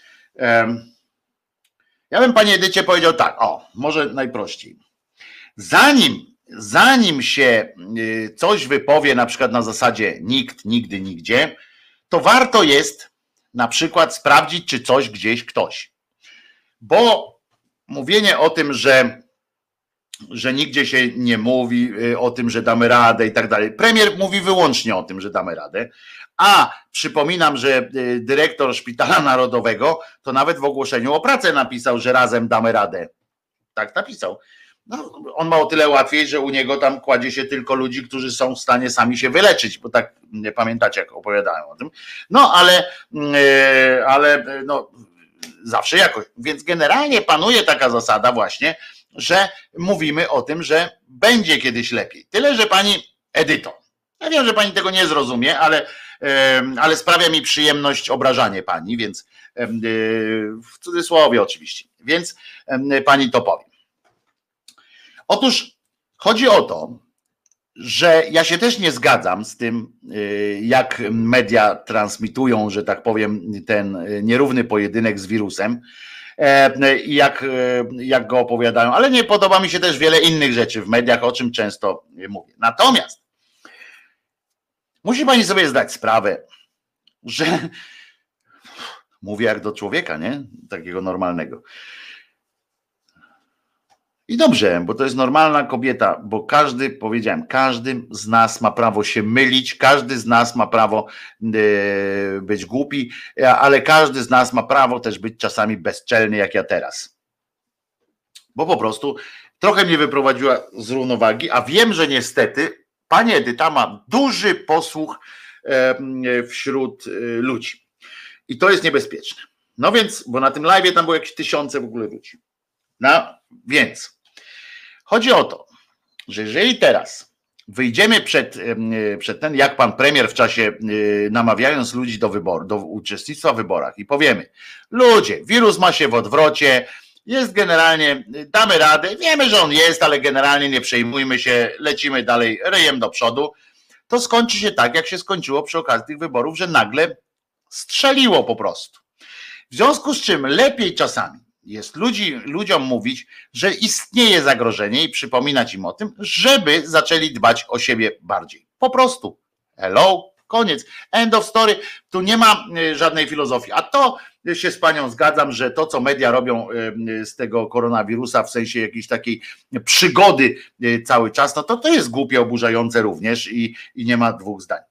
Ja bym pani Edycie powiedział tak, o, może najprościej. Zanim, zanim się coś wypowie, na przykład na zasadzie nikt, nigdy, nigdzie, to warto jest na przykład sprawdzić, czy coś gdzieś ktoś. Bo mówienie o tym, że, że nigdzie się nie mówi o tym, że damy radę i tak dalej. Premier mówi wyłącznie o tym, że damy radę. A przypominam, że dyrektor Szpitala Narodowego to nawet w ogłoszeniu o pracę napisał, że razem damy radę. Tak napisał. No, on ma o tyle łatwiej, że u niego tam kładzie się tylko ludzi, którzy są w stanie sami się wyleczyć, bo tak nie pamiętacie, jak opowiadałem o tym. No ale, ale no, zawsze jakoś. Więc generalnie panuje taka zasada właśnie, że mówimy o tym, że będzie kiedyś lepiej. Tyle, że pani Edyto, ja wiem, że pani tego nie zrozumie, ale, ale sprawia mi przyjemność obrażanie pani, więc w cudzysłowie oczywiście, więc pani to powie. Otóż chodzi o to, że ja się też nie zgadzam z tym, jak media transmitują, że tak powiem, ten nierówny pojedynek z wirusem. i jak, jak go opowiadają, ale nie podoba mi się też wiele innych rzeczy w mediach, o czym często mówię. Natomiast musi pani sobie zdać sprawę, że mówię jak do człowieka, nie? Takiego normalnego. I dobrze, bo to jest normalna kobieta, bo każdy, powiedziałem, każdy z nas ma prawo się mylić, każdy z nas ma prawo yy, być głupi, ale każdy z nas ma prawo też być czasami bezczelny, jak ja teraz. Bo po prostu trochę mnie wyprowadziła z równowagi, a wiem, że niestety pani Edyta ma duży posłuch yy, wśród yy, ludzi. I to jest niebezpieczne. No więc, bo na tym live'ie tam było jakieś tysiące w ogóle ludzi. No więc chodzi o to, że jeżeli teraz wyjdziemy przed, przed ten, jak pan premier w czasie, namawiając ludzi do wyboru, do uczestnictwa w wyborach i powiemy, ludzie, wirus ma się w odwrocie, jest generalnie, damy radę, wiemy, że on jest, ale generalnie nie przejmujmy się, lecimy dalej ryjem do przodu, to skończy się tak, jak się skończyło przy okazji tych wyborów, że nagle strzeliło po prostu. W związku z czym lepiej czasami jest ludzi, ludziom mówić, że istnieje zagrożenie i przypominać im o tym, żeby zaczęli dbać o siebie bardziej. Po prostu. Hello, koniec. End of story. Tu nie ma żadnej filozofii. A to się z panią zgadzam, że to, co media robią z tego koronawirusa, w sensie jakiejś takiej przygody cały czas, no to to jest głupie, oburzające również i, i nie ma dwóch zdań.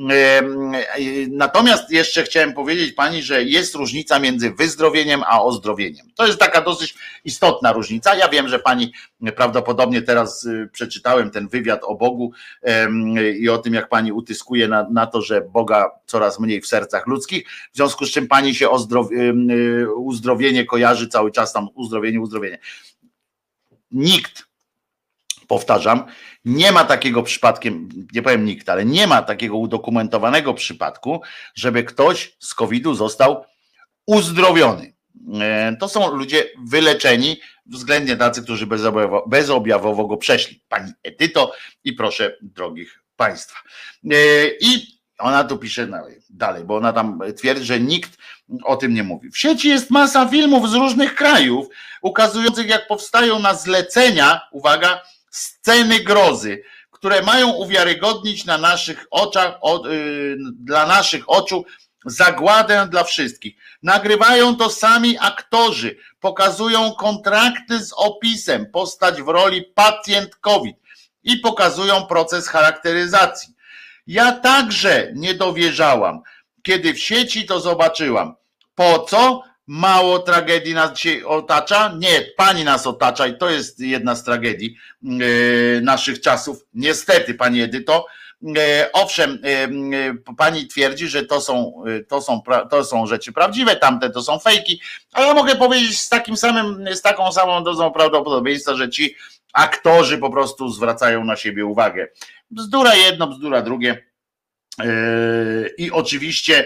Natomiast jeszcze chciałem powiedzieć pani, że jest różnica między wyzdrowieniem a ozdrowieniem. To jest taka dosyć istotna różnica. Ja wiem, że pani prawdopodobnie teraz przeczytałem ten wywiad o Bogu i o tym, jak pani utyskuje na, na to, że Boga coraz mniej w sercach ludzkich, w związku z czym pani się ozdrowi, uzdrowienie kojarzy cały czas tam uzdrowienie, uzdrowienie. Nikt, powtarzam, nie ma takiego przypadkiem, nie powiem nikt, ale nie ma takiego udokumentowanego przypadku, żeby ktoś z kowida został uzdrowiony. To są ludzie wyleczeni, względnie tacy, którzy bezobjawowo, bezobjawowo go przeszli. Pani Edyto i proszę drogich państwa. I ona tu pisze dalej, bo ona tam twierdzi, że nikt o tym nie mówi. W sieci jest masa filmów z różnych krajów, ukazujących, jak powstają na zlecenia, uwaga, sceny grozy, które mają uwiarygodnić na naszych oczach, o, yy, dla naszych oczu zagładę dla wszystkich. Nagrywają to sami aktorzy, pokazują kontrakty z opisem, postać w roli pacjent COVID i pokazują proces charakteryzacji. Ja także nie dowierzałam, kiedy w sieci to zobaczyłam. Po co? Mało tragedii nas dzisiaj otacza? Nie, pani nas otacza i to jest jedna z tragedii yy, naszych czasów. Niestety, pani Edyto. Yy, owszem, yy, pani twierdzi, że to są, yy, to, są, to są rzeczy prawdziwe, tamte to są fejki, a ja mogę powiedzieć z takim samym, z taką samą dozą prawdopodobieństwa, że ci aktorzy po prostu zwracają na siebie uwagę. Bzdura jedno, bzdura drugie. I oczywiście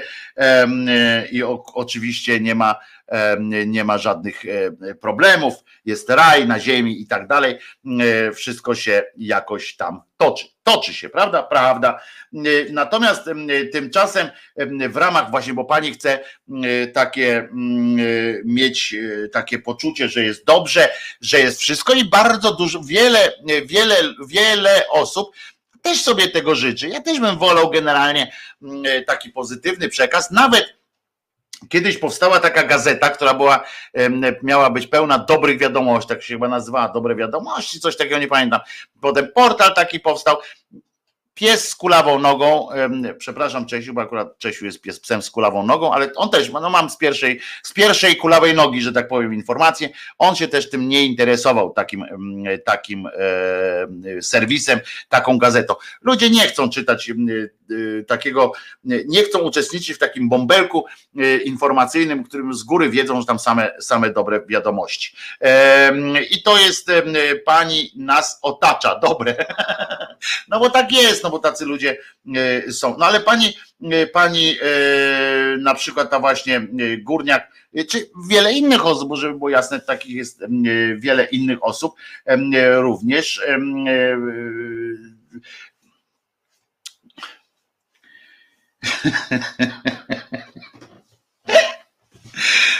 i oczywiście nie ma nie ma żadnych problemów, jest raj na ziemi i tak dalej, wszystko się jakoś tam toczy, toczy się, prawda, prawda, natomiast tymczasem w ramach właśnie, bo pani chce takie mieć takie poczucie, że jest dobrze, że jest wszystko i bardzo dużo, wiele, wiele, wiele osób też sobie tego życzy. Ja też bym wolał generalnie taki pozytywny przekaz. Nawet kiedyś powstała taka gazeta, która była, miała być pełna dobrych wiadomości, tak się chyba nazywała, Dobre Wiadomości, coś takiego, nie pamiętam. Potem portal taki powstał. Pies z kulawą nogą, przepraszam Czesiu, bo akurat Czesiu jest pies psem z kulawą nogą, ale on też, no mam z pierwszej, z pierwszej kulawej nogi, że tak powiem, informację, on się też tym nie interesował, takim, takim e, serwisem, taką gazetą. Ludzie nie chcą czytać e, takiego, nie chcą uczestniczyć w takim bąbelku e, informacyjnym, którym z góry wiedzą, że tam same, same dobre wiadomości. E, I to jest, e, pani nas otacza, dobre. No bo tak jest, no bo tacy ludzie są. No ale pani, pani na przykład ta właśnie Górniak, czy wiele innych osób, żeby było jasne, takich jest wiele innych osób również.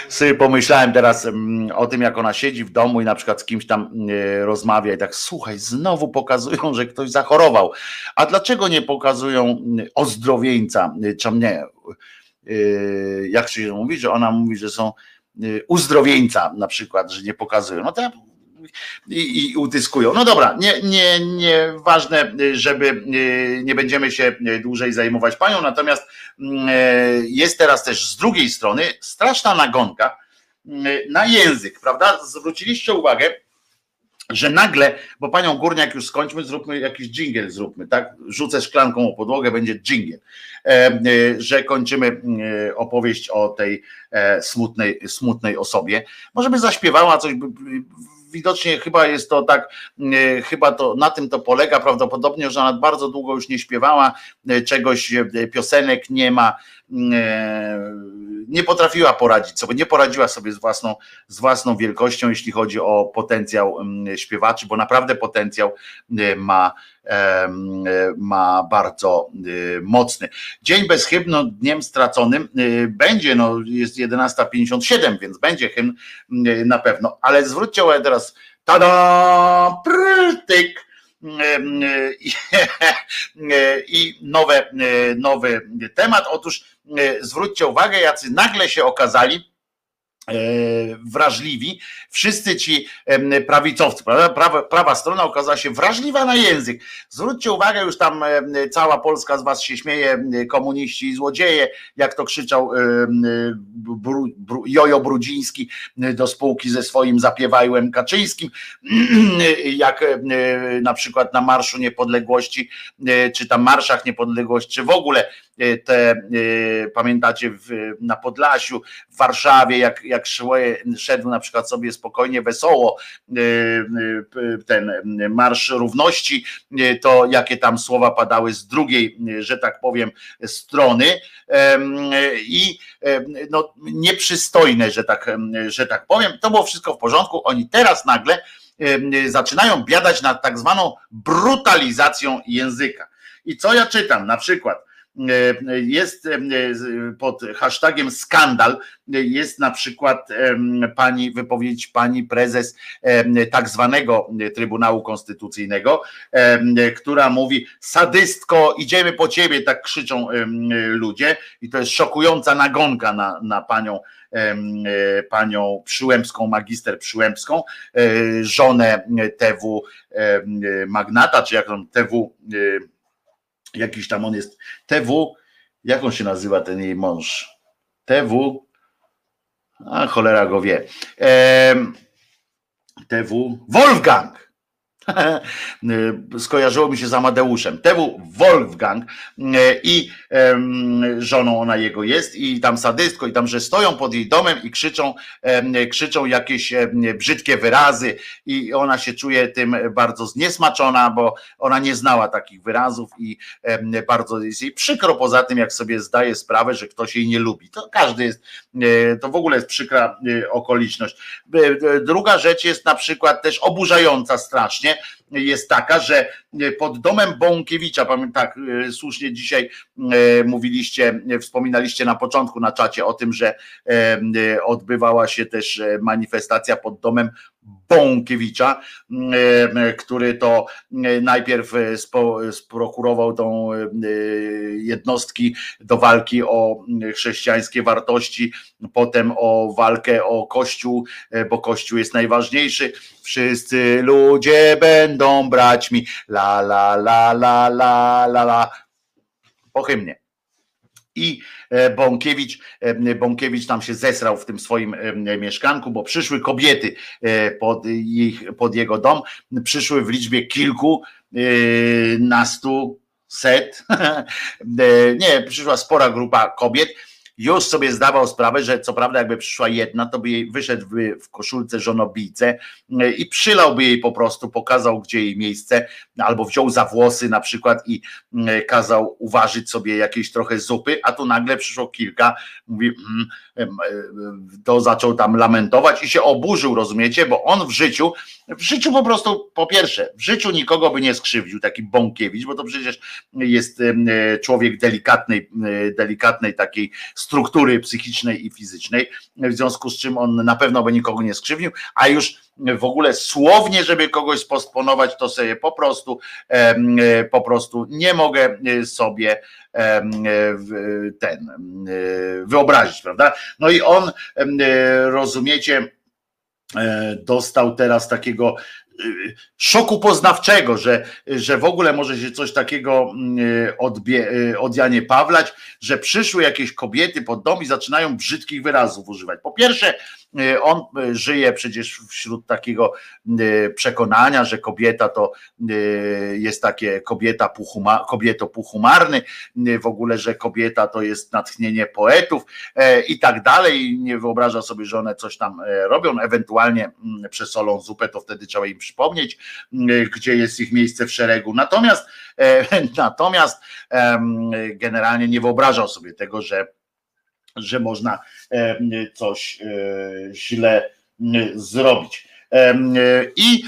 Sobie pomyślałem teraz o tym, jak ona siedzi w domu i na przykład z kimś tam rozmawia i tak, słuchaj, znowu pokazują, że ktoś zachorował. A dlaczego nie pokazują ozdrowieńca, czy nie, jak się mówi, że ona mówi, że są uzdrowieńca na przykład, że nie pokazują. No to ja I, i utyskują. No dobra, nie, nie, nie ważne, żeby nie będziemy się dłużej zajmować panią, natomiast jest teraz też z drugiej strony straszna nagonka na język, prawda? Zwróciliście uwagę, że nagle, bo panią Górniak już skończmy, zróbmy jakiś dżingiel, zróbmy, tak? Rzucę szklanką o podłogę, będzie dżingiel, że kończymy opowieść o tej smutnej, smutnej osobie. Może by zaśpiewała coś, widocznie chyba jest to tak, chyba to na tym to polega prawdopodobnie, że ona bardzo długo już nie śpiewała czegoś, piosenek nie ma, nie potrafiła poradzić sobie, nie poradziła sobie z własną, z własną wielkością, jeśli chodzi o potencjał śpiewaczy, bo naprawdę potencjał ma, ma bardzo mocny. Dzień bez hymnu, dniem straconym będzie, no jest jedenasta pięćdziesiąt siedem, więc będzie hymn na pewno, ale zwróćcie uwagę teraz, tada, prytyk, i, i nowe, nowy temat. Otóż zwróćcie uwagę, jacy nagle się okazali wrażliwi, wszyscy ci prawicowcy, prawda? Prawa, prawa strona okazała się wrażliwa na język. Zwróćcie uwagę, już tam cała Polska z was się śmieje, komuniści i złodzieje, jak to krzyczał Bru, Bru, Jojo Brudziński do spółki ze swoim Zapiewajłem Kaczyńskim, jak na przykład na Marszu Niepodległości, czy tam Marszach Niepodległości, czy w ogóle te, pamiętacie, w, na Podlasiu, w Warszawie, jak, jak szedł na przykład sobie spokojnie, wesoło ten Marsz Równości, to jakie tam słowa padały z drugiej, że tak powiem, strony i no, nieprzystojne, że tak, że tak powiem. To było wszystko w porządku. Oni teraz nagle zaczynają biadać nad tak zwaną brutalizacją języka. I co ja czytam? Na przykład jest pod hashtagiem skandal, jest na przykład pani wypowiedź pani prezes tak zwanego Trybunału Konstytucyjnego, która mówi: sadystko, idziemy po ciebie, tak krzyczą ludzie, i to jest szokująca nagonka na, na panią panią Przyłębską, magister Przyłębską, żonę T W magnata, czy jak on T W, jakiś tam on jest, T W, jak on się nazywa ten jej mąż? T W, a cholera go wie. T W, Wolfgang. Skojarzyło mi się z Amadeuszem. T W Wolfgang i żoną ona jego jest, i tam sadystko, i tam, że stoją pod jej domem i krzyczą, krzyczą jakieś brzydkie wyrazy, i ona się czuje tym bardzo zniesmaczona, bo ona nie znała takich wyrazów i bardzo jest jej przykro, poza tym, jak sobie zdaje sprawę, że ktoś jej nie lubi. To każdy jest, to w ogóle jest przykra okoliczność. Druga rzecz jest na przykład też oburzająca strasznie, jest taka, że pod domem Bąkiewicza, pamiętam, tak słusznie dzisiaj mówiliście, wspominaliście na początku na czacie o tym, że odbywała się też manifestacja pod domem Bąkiewicza, który to najpierw sprokurował tą jednostki do walki o chrześcijańskie wartości, potem o walkę o Kościół, bo Kościół jest najważniejszy. Wszyscy ludzie będą braćmi, la la la la la la la, po hymnie. I Bąkiewicz, Bąkiewicz tam się zesrał w tym swoim mieszkanku, bo przyszły kobiety pod, ich, pod jego dom, przyszły w liczbie kilku, nastu, set, nie, przyszła spora grupa kobiet. Już sobie zdawał sprawę, że co prawda jakby przyszła jedna, to by jej wyszedłby w koszulce żonobijce i przylałby jej po prostu, pokazał, gdzie jej miejsce, albo wziął za włosy na przykład i kazał uważyć sobie jakieś trochę zupy, a tu nagle przyszło kilka, mówi, to zaczął tam lamentować i się oburzył, rozumiecie, bo on w życiu, w życiu po prostu, po pierwsze, w życiu nikogo by nie skrzywdził, taki Bąkiewicz, bo to przecież jest człowiek delikatnej, delikatnej takiej struktury psychicznej i fizycznej, w związku z czym on na pewno by nikogo nie skrzywdził, a już w ogóle słownie, żeby kogoś spostponować, to sobie po prostu po prostu nie mogę sobie ten wyobrazić, prawda? No i on, rozumiecie, dostał teraz takiego szoku poznawczego, że, że w ogóle może się coś takiego odbie, odjanie pawlać, że przyszły jakieś kobiety pod dom i zaczynają brzydkich wyrazów używać. Po pierwsze, on żyje przecież wśród takiego przekonania, że kobieta to jest takie kobieta puchuma, kobieto puchumarny, w ogóle, że kobieta to jest natchnienie poetów i tak dalej. Nie wyobraża sobie, że one coś tam robią, ewentualnie przesolą zupę, to wtedy trzeba im przypomnieć, gdzie jest ich miejsce w szeregu. Natomiast, natomiast generalnie nie wyobrażał sobie tego, że że można coś źle zrobić. I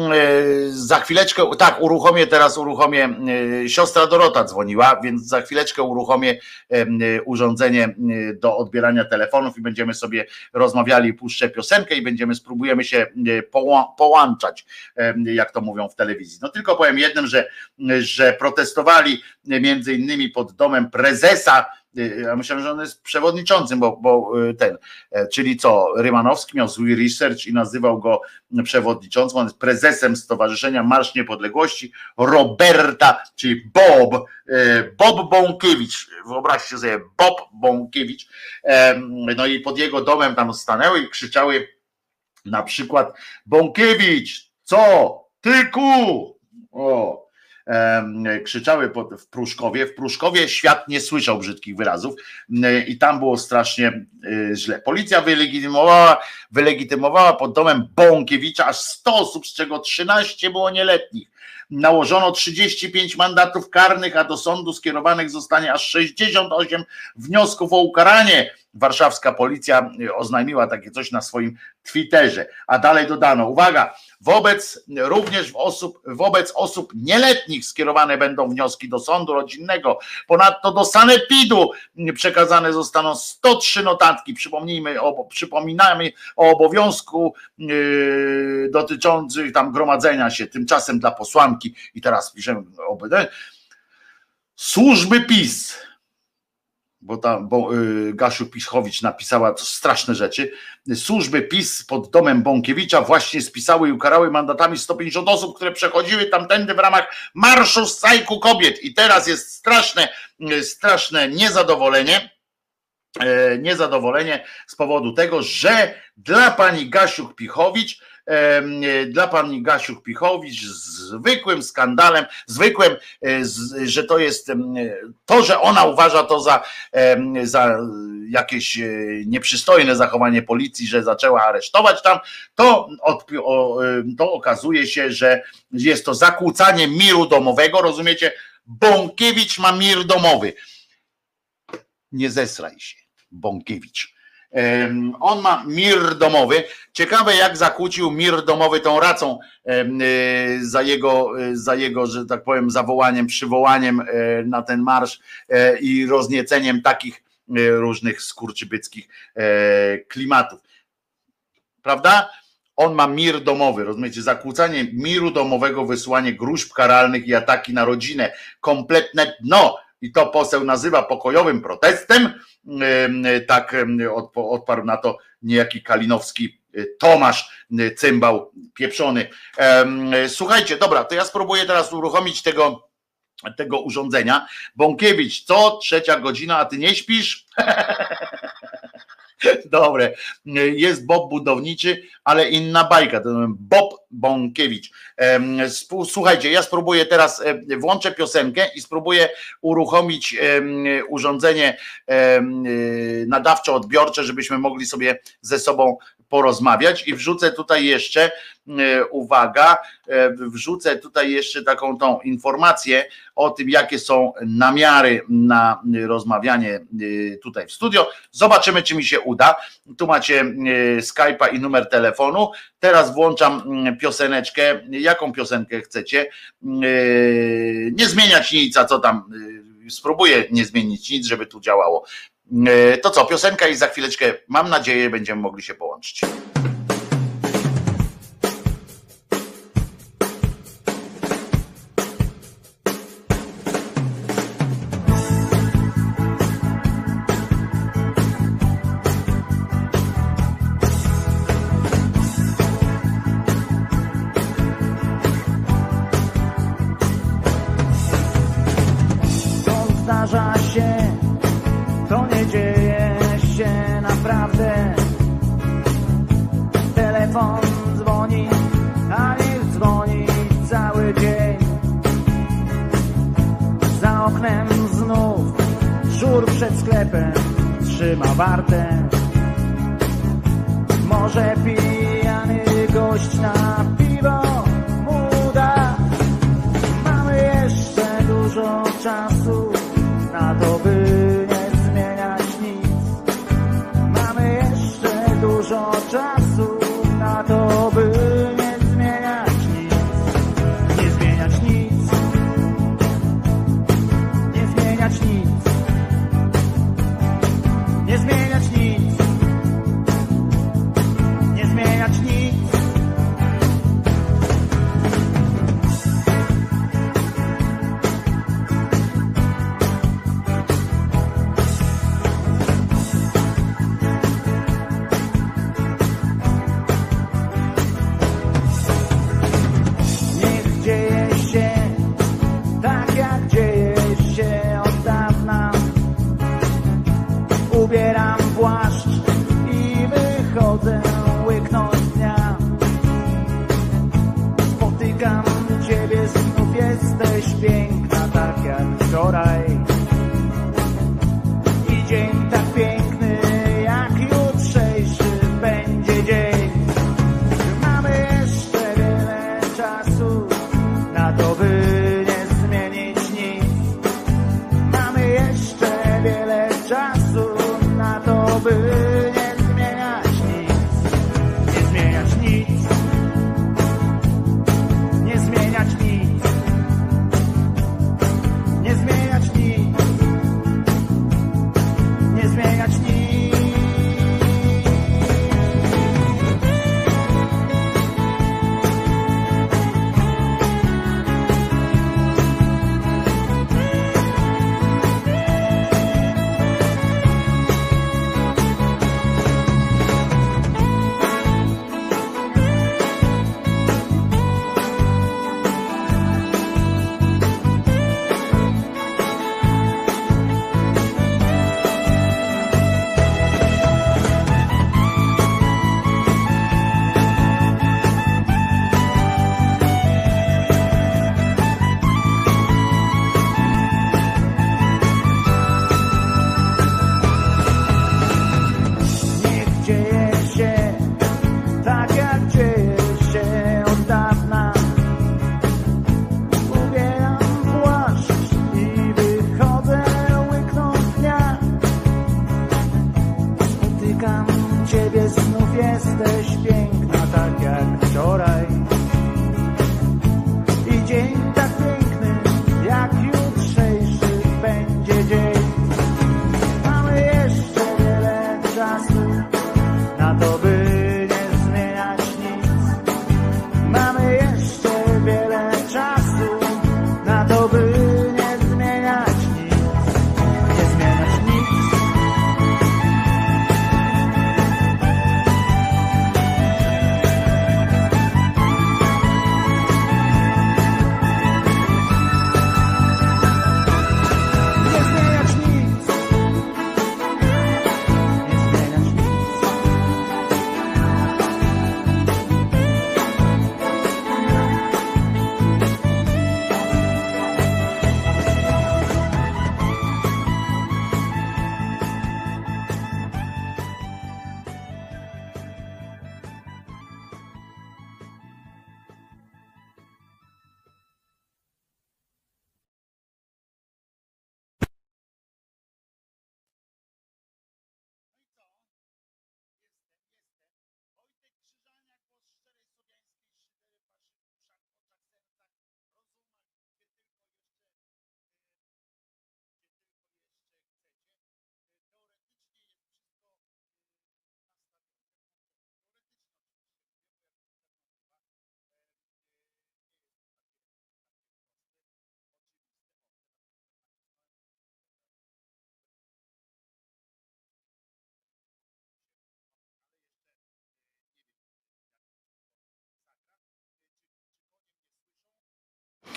za chwileczkę, tak, uruchomię teraz, uruchomię, siostra Dorota dzwoniła, więc za chwileczkę uruchomię urządzenie do odbierania telefonów i będziemy sobie rozmawiali, puszczę piosenkę i będziemy, spróbujemy się połączać, jak to mówią w telewizji. No tylko powiem jednym, że, że protestowali między innymi pod domem prezesa. Ja myślałem, że on jest przewodniczącym, bo, bo ten, czyli co, Rymanowski miał zły research i nazywał go przewodniczącym, on jest prezesem Stowarzyszenia Marsz Niepodległości Roberta, czyli Bob, Bob Bąkiewicz, wyobraźcie sobie, Bob Bąkiewicz, no i pod jego domem tam stanęły i krzyczały na przykład: Bąkiewicz, co, tyku, o, krzyczały w Pruszkowie. W Pruszkowie świat nie słyszał brzydkich wyrazów i tam było strasznie źle. Policja wylegitymowała, wylegitymowała pod domem Bąkiewicza aż sto osób, z czego trzynaście było nieletnich. Nałożono trzydzieści pięć mandatów karnych, a do sądu skierowanych zostanie aż sześćdziesiąt osiem wniosków o ukaranie. Warszawska policja oznajmiła takie coś na swoim Twitterze, a dalej dodano, uwaga, wobec również osób, wobec osób nieletnich skierowane będą wnioski do sądu rodzinnego. Ponadto do sanepidu przekazane zostaną sto trzy notatki. Przypomnijmy, o, przypominamy o obowiązku yy, dotyczących tam gromadzenia się, tymczasem dla posłanki, i teraz piszemy o B D, służby PiS, bo ta bo, y, Gasiu Pichowicz napisała straszne rzeczy. Służby PiS pod domem Bąkiewicza właśnie spisały i ukarały mandatami sto pięćdziesiąt osób, które przechodziły tamtędy w ramach marszu strajku kobiet. I teraz jest straszne, straszne niezadowolenie, e, niezadowolenie z powodu tego, że dla pani Gasiuk Pichowicz dla pani Gasiuk Pichowicz zwykłym skandalem, zwykłym, że to jest to, że ona uważa to za, za jakieś nieprzystojne zachowanie policji, że zaczęła aresztować tam, to, to okazuje się, że jest to zakłócanie miru domowego, rozumiecie? Bąkiewicz ma mir domowy. Nie zesraj się, Bąkiewicz. On ma mir domowy. Ciekawe, jak zakłócił mir domowy tą racą za jego, za jego, że tak powiem, zawołaniem, przywołaniem na ten marsz i roznieceniem takich różnych skurczybyckich klimatów. Prawda? On ma mir domowy, rozumiecie? Zakłócanie miru domowego, wysyłanie gruźb karalnych i ataki na rodzinę. Kompletne dno. I to poseł nazywa pokojowym protestem. Tak odparł na to niejaki Kalinowski Tomasz, cymbał pieprzony. Słuchajcie, dobra, to ja spróbuję teraz uruchomić tego, tego urządzenia. Bąkiewicz, co? Trzecia godzina, a ty nie śpisz? Dobre, jest Bob budowniczy, ale inna bajka, to Bob Bąkiewicz. Słuchajcie, ja spróbuję teraz, włączę piosenkę i spróbuję uruchomić urządzenie nadawczo-odbiorcze, żebyśmy mogli sobie ze sobą porozmawiać i wrzucę tutaj jeszcze, uwaga, wrzucę tutaj jeszcze taką tą informację o tym, jakie są namiary na rozmawianie tutaj w studio. Zobaczymy, czy mi się uda. Tu macie Skype'a i numer telefonu. Teraz włączam pioseneczkę. Jaką piosenkę chcecie? Nie zmieniać nic, a co tam? Spróbuję nie zmienić nic, żeby tu działało. To co, piosenka i za chwileczkę, mam nadzieję, będziemy mogli się połączyć. Zdarza się, to nie dzieje się naprawdę. Telefon dzwoni, a niech dzwoni cały dzień. Za oknem znów żur przed sklepem trzyma wartę. Może pijany gość na piwo mu da. Mamy jeszcze dużo czasu na to, by nie zmieniać nic. Mamy jeszcze dużo czasu na to, by nie zmieniać nic. Nie zmieniać nic. Nie zmieniać nic. Nie zmieniać nic. Nie zmieniać nic. Ubieram płaszcz i wychodzę łyknąć dnia. Spotykam ciebie, znów jesteś piękna, tak jak wczoraj. I dzień tak piękny jak jutrzejszy będzie dzień. Mamy jeszcze wiele czasu na to, by nie zmienić nic. Mamy jeszcze wiele czasu na to, by nie zmieniać nic. Nie zmieniać nic. Nie zmieniać nic. Nie zmieniać nic. Nie zmieniać nic. Ciebie znów jesteś piękna, tak jak wczoraj. I dzień tak piękny jak jutrzejszy będzie dzień. Mamy jeszcze wiele czasu na to, by nie zmieniać nic. Mamy jeszcze wiele czasu na to, by nie zmieniać nic. Nie zmieniać nic.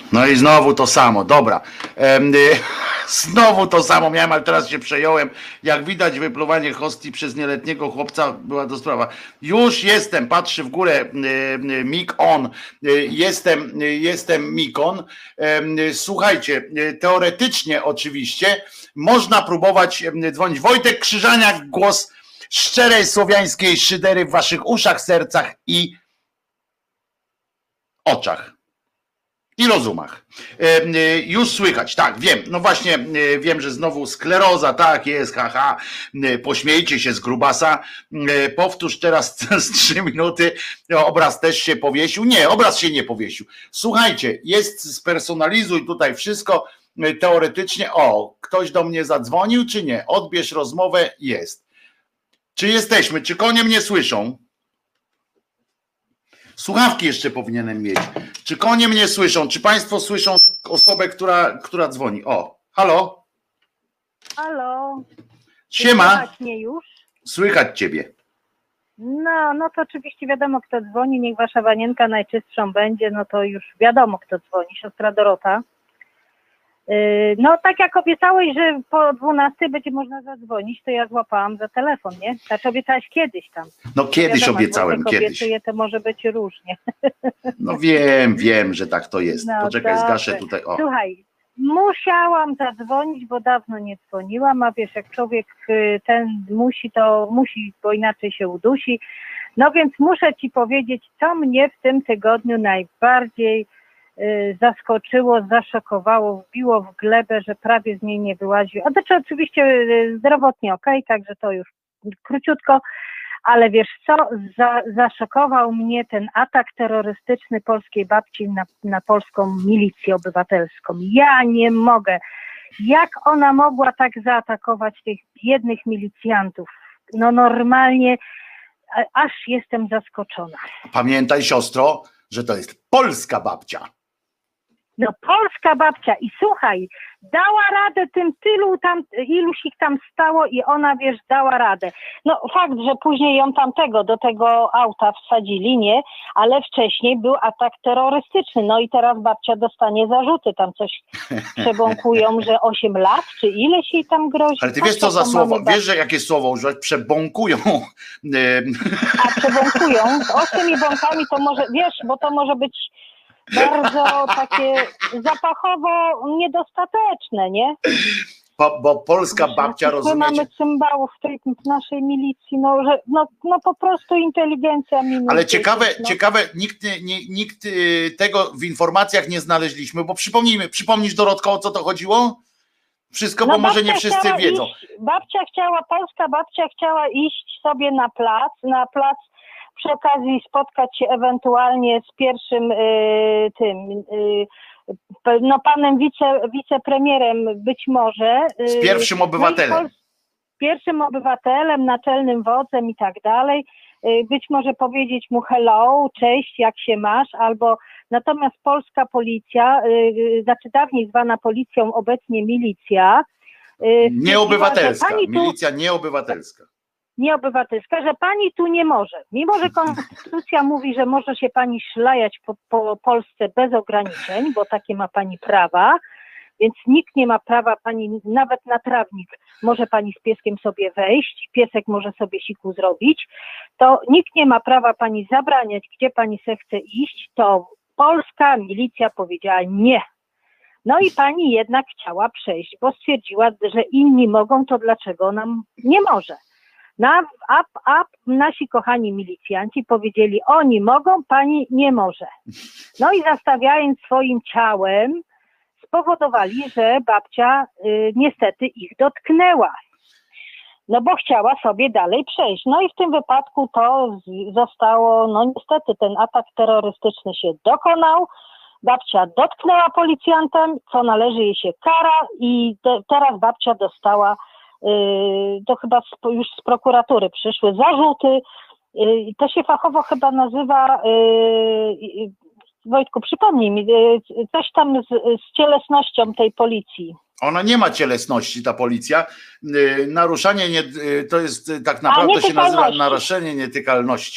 No i znowu to samo, dobra. Ehm, y, znowu to samo miałem, ale teraz się przejąłem. Jak widać, wypluwanie hostii przez nieletniego chłopca była to sprawa. Już jestem, patrzę w górę, y, y, mic on. Y, jestem, y, jestem Mikon. Y, słuchajcie, y, teoretycznie oczywiście można próbować y, dzwonić. Wojtek Krzyżaniak, głos szczerej słowiańskiej szydery w waszych uszach, sercach i oczach. I rozumach. Już słychać, tak, wiem, no właśnie wiem, że znowu skleroza, tak jest, haha, pośmiejcie się z grubasa, powtórz teraz z trzy minuty, obraz też się powiesił, nie, obraz się nie powiesił. Słuchajcie, jest, spersonalizuj tutaj wszystko, teoretycznie, o, ktoś do mnie zadzwonił, czy nie, odbierz rozmowę, jest. Czy jesteśmy, czy konie mnie słyszą? Słuchawki jeszcze powinienem mieć. Czy konie mnie słyszą? Czy państwo słyszą osobę, która, która dzwoni? O, halo? Halo? Siema. Słychać mnie już? Słychać ciebie. No, no to oczywiście wiadomo, kto dzwoni. Niech wasza wanienka najczystszą będzie. No to już wiadomo, kto dzwoni. Siostra Dorota. Yy, no tak jak obiecałeś, że po dwunastej będzie można zadzwonić, to ja złapałam za telefon, nie? Znaczy obiecałeś kiedyś tam. No kiedyś wiadomo, obiecałem, jak kiedyś. Obiecuje, to może być różnie. No wiem, wiem, że tak to jest. No Poczekaj, dobrze. zgaszę tutaj. O. Słuchaj, musiałam zadzwonić, bo dawno nie dzwoniłam, a wiesz, jak człowiek y, ten musi, to musi, bo inaczej się udusi. No więc muszę ci powiedzieć, co mnie w tym tygodniu najbardziej y, zaskoczyło, zaszokowało, wbiło w glebę, że prawie z niej nie wyłaził. A to czy oczywiście y, zdrowotnie okej, okay, także to już króciutko. Ale wiesz co, za, zaszokował mnie ten atak terrorystyczny polskiej babci na, na polską milicję obywatelską. Ja nie mogę. Jak ona mogła tak zaatakować tych biednych milicjantów? No normalnie, aż jestem zaskoczona. Pamiętaj, siostro, że to jest polska babcia. No polska babcia i słuchaj, dała radę tym tylu tam, iluś ich tam stało i ona, wiesz, dała radę. No fakt, że później ją tamtego do tego auta wsadzili, nie? Ale wcześniej był atak terrorystyczny, no i teraz babcia dostanie zarzuty, tam coś przebąkują, że osiem lat, czy ileś jej tam grozi. Ale ty wiesz co za słowo, wiesz, że jakie słowo używać? Przebąkują. A przebąkują? Z tymi bąkami to może, wiesz, bo to może być bardzo takie zapachowo niedostateczne, nie? Bo, bo polska babcia, rozumiecie? My mamy cymbałów w tej w naszej milicji, no, że, no, no po prostu inteligencja minus. Ale ciekawe, no. ciekawe, nikt, nie, nikt tego w informacjach nie znaleźliśmy, bo przypomnijmy, przypomnisz Dorotko, o co to chodziło? Wszystko, no bo może nie wszyscy wiedzą. Iść, babcia chciała, polska babcia chciała iść sobie na plac, na plac przy okazji spotkać się ewentualnie z pierwszym y, tym, y, no panem wice, wicepremierem być może. Y, z pierwszym obywatelem. No z pierwszym obywatelem, naczelnym wodzem i tak dalej. Y, być może powiedzieć mu hello, cześć, jak się masz, albo natomiast polska policja, y, znaczy dawniej zwana policją, obecnie milicja. Y, nieobywatelska, tu, milicja nieobywatelska. Nieobywatelska, że pani tu nie może. Mimo, że konstytucja mówi, że może się pani szlajać po, po Polsce bez ograniczeń, bo takie ma pani prawa, więc nikt nie ma prawa pani, nawet na trawnik może pani z pieskiem sobie wejść, piesek może sobie siku zrobić, to nikt nie ma prawa pani zabraniać, gdzie pani se chce iść, to polska milicja powiedziała nie. No i pani jednak chciała przejść, bo stwierdziła, że inni mogą, to dlaczego nam nie może? Na up, up, nasi kochani milicjanci powiedzieli, oni mogą, pani nie może. No i zastawiając swoim ciałem, spowodowali, że babcia y, niestety ich dotknęła. No bo chciała sobie dalej przejść. No i w tym wypadku to zostało, no niestety ten atak terrorystyczny się dokonał. Babcia dotknęła policjantem, co należy jej się kara i te, teraz babcia dostała to chyba już z prokuratury przyszły zarzuty. To się fachowo chyba nazywa, Wojtku, przypomnij mi, coś tam z, z cielesnością tej policji. Ona nie ma cielesności, ta policja. Naruszanie nie, to jest tak naprawdę się nazywa naruszenie nietykalności.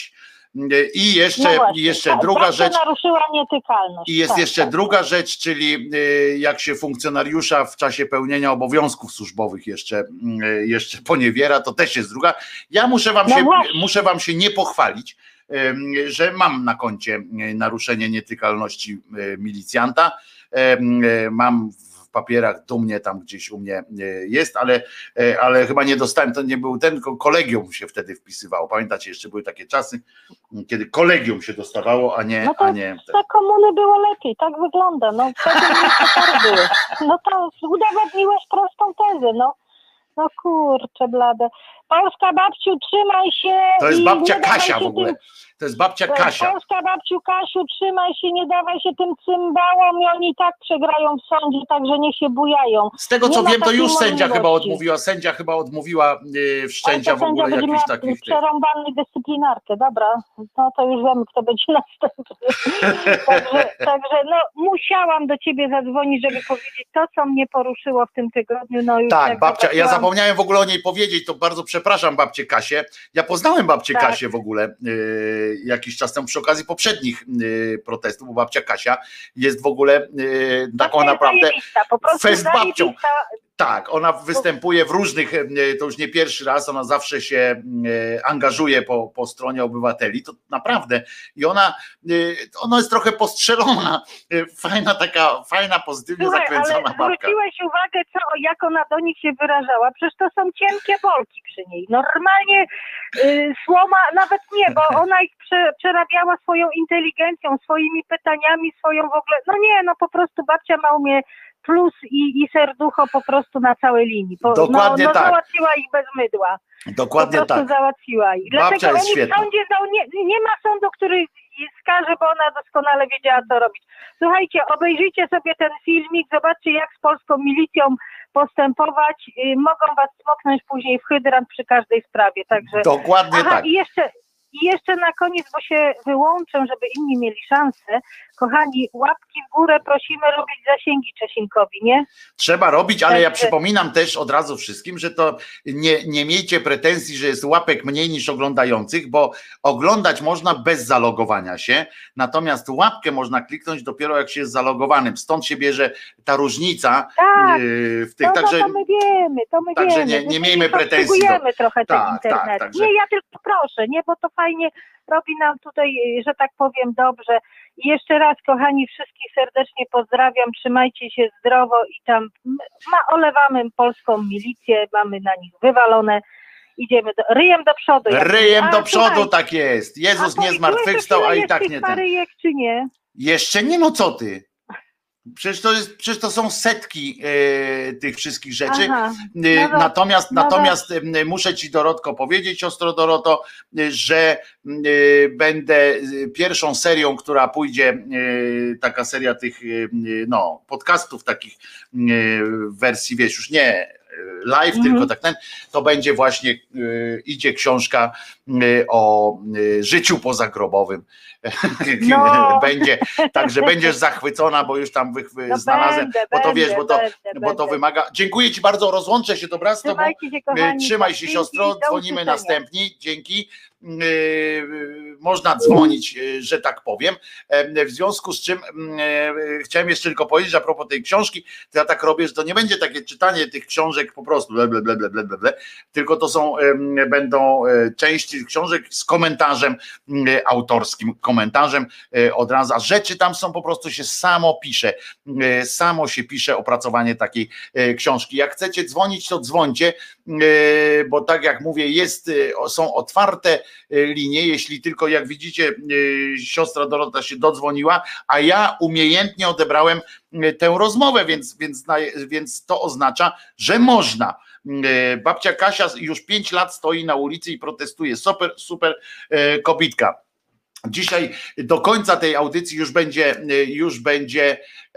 I jeszcze, No właśnie, i jeszcze ta- druga babcia rzecz. naruszyła nietykalność. I jest tak, jeszcze tak. druga rzecz, czyli y, jak się funkcjonariusza w czasie pełnienia obowiązków służbowych jeszcze, y, jeszcze poniewiera, to też jest druga. Ja muszę wam No się, właśnie. muszę wam się nie pochwalić, y, że mam na koncie y, naruszenie nietykalności y, milicjanta. Y, y, mam w papierach dumnie tam gdzieś u mnie y, jest, ale, y, ale chyba nie dostałem, to nie był ten, tylko kolegium się wtedy wpisywało. Pamiętacie, jeszcze były takie czasy, kiedy kolegium się dostawało, a nie, No to a nie ten. za komuny było lepiej, tak wygląda. No wtedy nie były. No to udowodniłeś prostą tezę, no. No kurczę blade. Polska babciu, trzymaj się. To jest i babcia nie dawaj Kasia się w ogóle. Tym, To jest babcia Kasia. Polska babciu Kasiu, trzymaj się, nie dawaj się tym cymbałom i oni i tak przegrają w sądzie, także niech się bujają. Z tego co Nie ma wiem, to takiej już sędzia chyba możliwości. odmówiła, sędzia chyba odmówiła yy, wszczęcia Ale w to sędzia ogóle będzie jakichś miał takich tych. przerąbany dyscyplinarkę, dobra, no to już wiemy, kto będzie następny. także, także no musiałam do ciebie zadzwonić, żeby powiedzieć to, co mnie poruszyło w tym tygodniu. No już Tak, jak babcia, ja zobaczyłam- zapomniałem w ogóle o niej powiedzieć, to bardzo przepraszam babcię Kasię. Ja poznałem babcię Tak. Kasię w ogóle yy, jakiś czas temu przy okazji poprzednich yy, protestów, bo babcia Kasia jest w ogóle yy, taką Babcia jest naprawdę zajebista, po prostu fest babcią. zajebista. Tak, ona występuje w różnych, e, to już nie pierwszy raz, ona zawsze się e, angażuje po, po stronie obywateli, to naprawdę. I ona, e, ona jest trochę postrzelona, e, fajna taka, fajna, pozytywnie Słuchaj, zakręcona ale babka. zwróciłeś uwagę, co, jak ona do nich się wyrażała. Przecież to są cienkie bolki przy niej. Normalnie y, słoma, nawet nie, bo ona ich prze, przerabiała swoją inteligencją, swoimi pytaniami, swoją w ogóle, no nie, no po prostu babcia ma umie plus i, i serducho po prostu na całej linii. Po, Dokładnie no, no tak. Załatwiła ich bez mydła. Dokładnie po prostu tak. załatwiła ich. Babcia Dlatego jest oni świetna. w sądzie, no, nie, nie ma sądu, który jej skaże, bo ona doskonale wiedziała, co robić. Słuchajcie, obejrzyjcie sobie ten filmik, zobaczcie, jak z polską milicją postępować. Y, mogą was smoknąć później w hydrant przy każdej sprawie. Także. Dokładnie Aha, tak. i jeszcze, i jeszcze na koniec, bo się wyłączę, żeby inni mieli szansę. Kochani, łapki w górę prosimy robić zasięgi Czesinkowi, nie? Trzeba robić, ale ja Także- przypominam też od razu wszystkim, że to nie, nie miejcie pretensji, że jest łapek mniej niż oglądających, bo oglądać można bez zalogowania się, natomiast łapkę można kliknąć dopiero jak się jest zalogowanym. Stąd się bierze ta różnica Tak. yy, w tych. No, Także no to my wiemy, to my także wiemy. nie- nie My miejmy sobie pretensji do- obsługujemy trochę Tak, ten tak, internet. także- Nie, ja tylko proszę, nie, bo to fajnie robi nam tutaj, że tak powiem, dobrze. I jeszcze raz, kochani, wszystkich serdecznie pozdrawiam, trzymajcie się zdrowo i tam ma, olewamy polską milicję, mamy na nich wywalone, idziemy do, ryjem do przodu. jak ryjem mówię. do A, przodu słuchaj, tak jest. a Jezus nie policzyłeś, zmartwychwstał, a ile i jest tak tych nie ten. Maryjek, czy nie? Jeszcze nie, no co ty? Przecież to, jest, przecież to są setki e, tych wszystkich rzeczy. Aha, E, no natomiast no natomiast e, muszę ci, Dorotko, powiedzieć, siostro Doroto, e, że e, będę e, pierwszą serią, która pójdzie, e, taka seria tych e, no, podcastów takich e, w wersji, wiesz, już nie live, Mhm. tylko tak ten, to będzie właśnie, y, idzie książka y, o y, życiu pozagrobowym. No. Będzie, także będziesz zachwycona, bo już tam wy, wy, No znalazłem, będę, bo to wiesz, będę, bo to, będę, bo to będę. wymaga. Dziękuję ci bardzo, rozłączę się, dobra, z tobą. Trzymajcie się, kochani. Trzymaj się, Dzięki, siostro, do dzwonimy usłyszenia. następni, dzięki. Yy, można dzwonić, yy, że tak powiem. Yy, w związku z czym yy, chciałem jeszcze tylko powiedzieć, że a propos tej książki, to ja tak robię, że to nie będzie takie czytanie tych książek po prostu, ble, ble, ble, ble, ble, ble, tylko to są, yy, będą yy, części książek z komentarzem yy, autorskim, komentarzem yy, od razu, a rzeczy tam są po prostu się samo pisze, yy, samo się pisze opracowanie takiej yy, książki. Jak chcecie dzwonić, to dzwońcie, yy, bo tak jak mówię, jest, yy, są otwarte linie, jeśli tylko, jak widzicie, siostra Dorota się dodzwoniła, a ja umiejętnie odebrałem tę rozmowę, więc, więc, więc to oznacza, że można. Babcia Kasia już pięć lat stoi na ulicy i protestuje. Super, super kobitka. Dzisiaj do końca tej audycji już będzie, już będzie,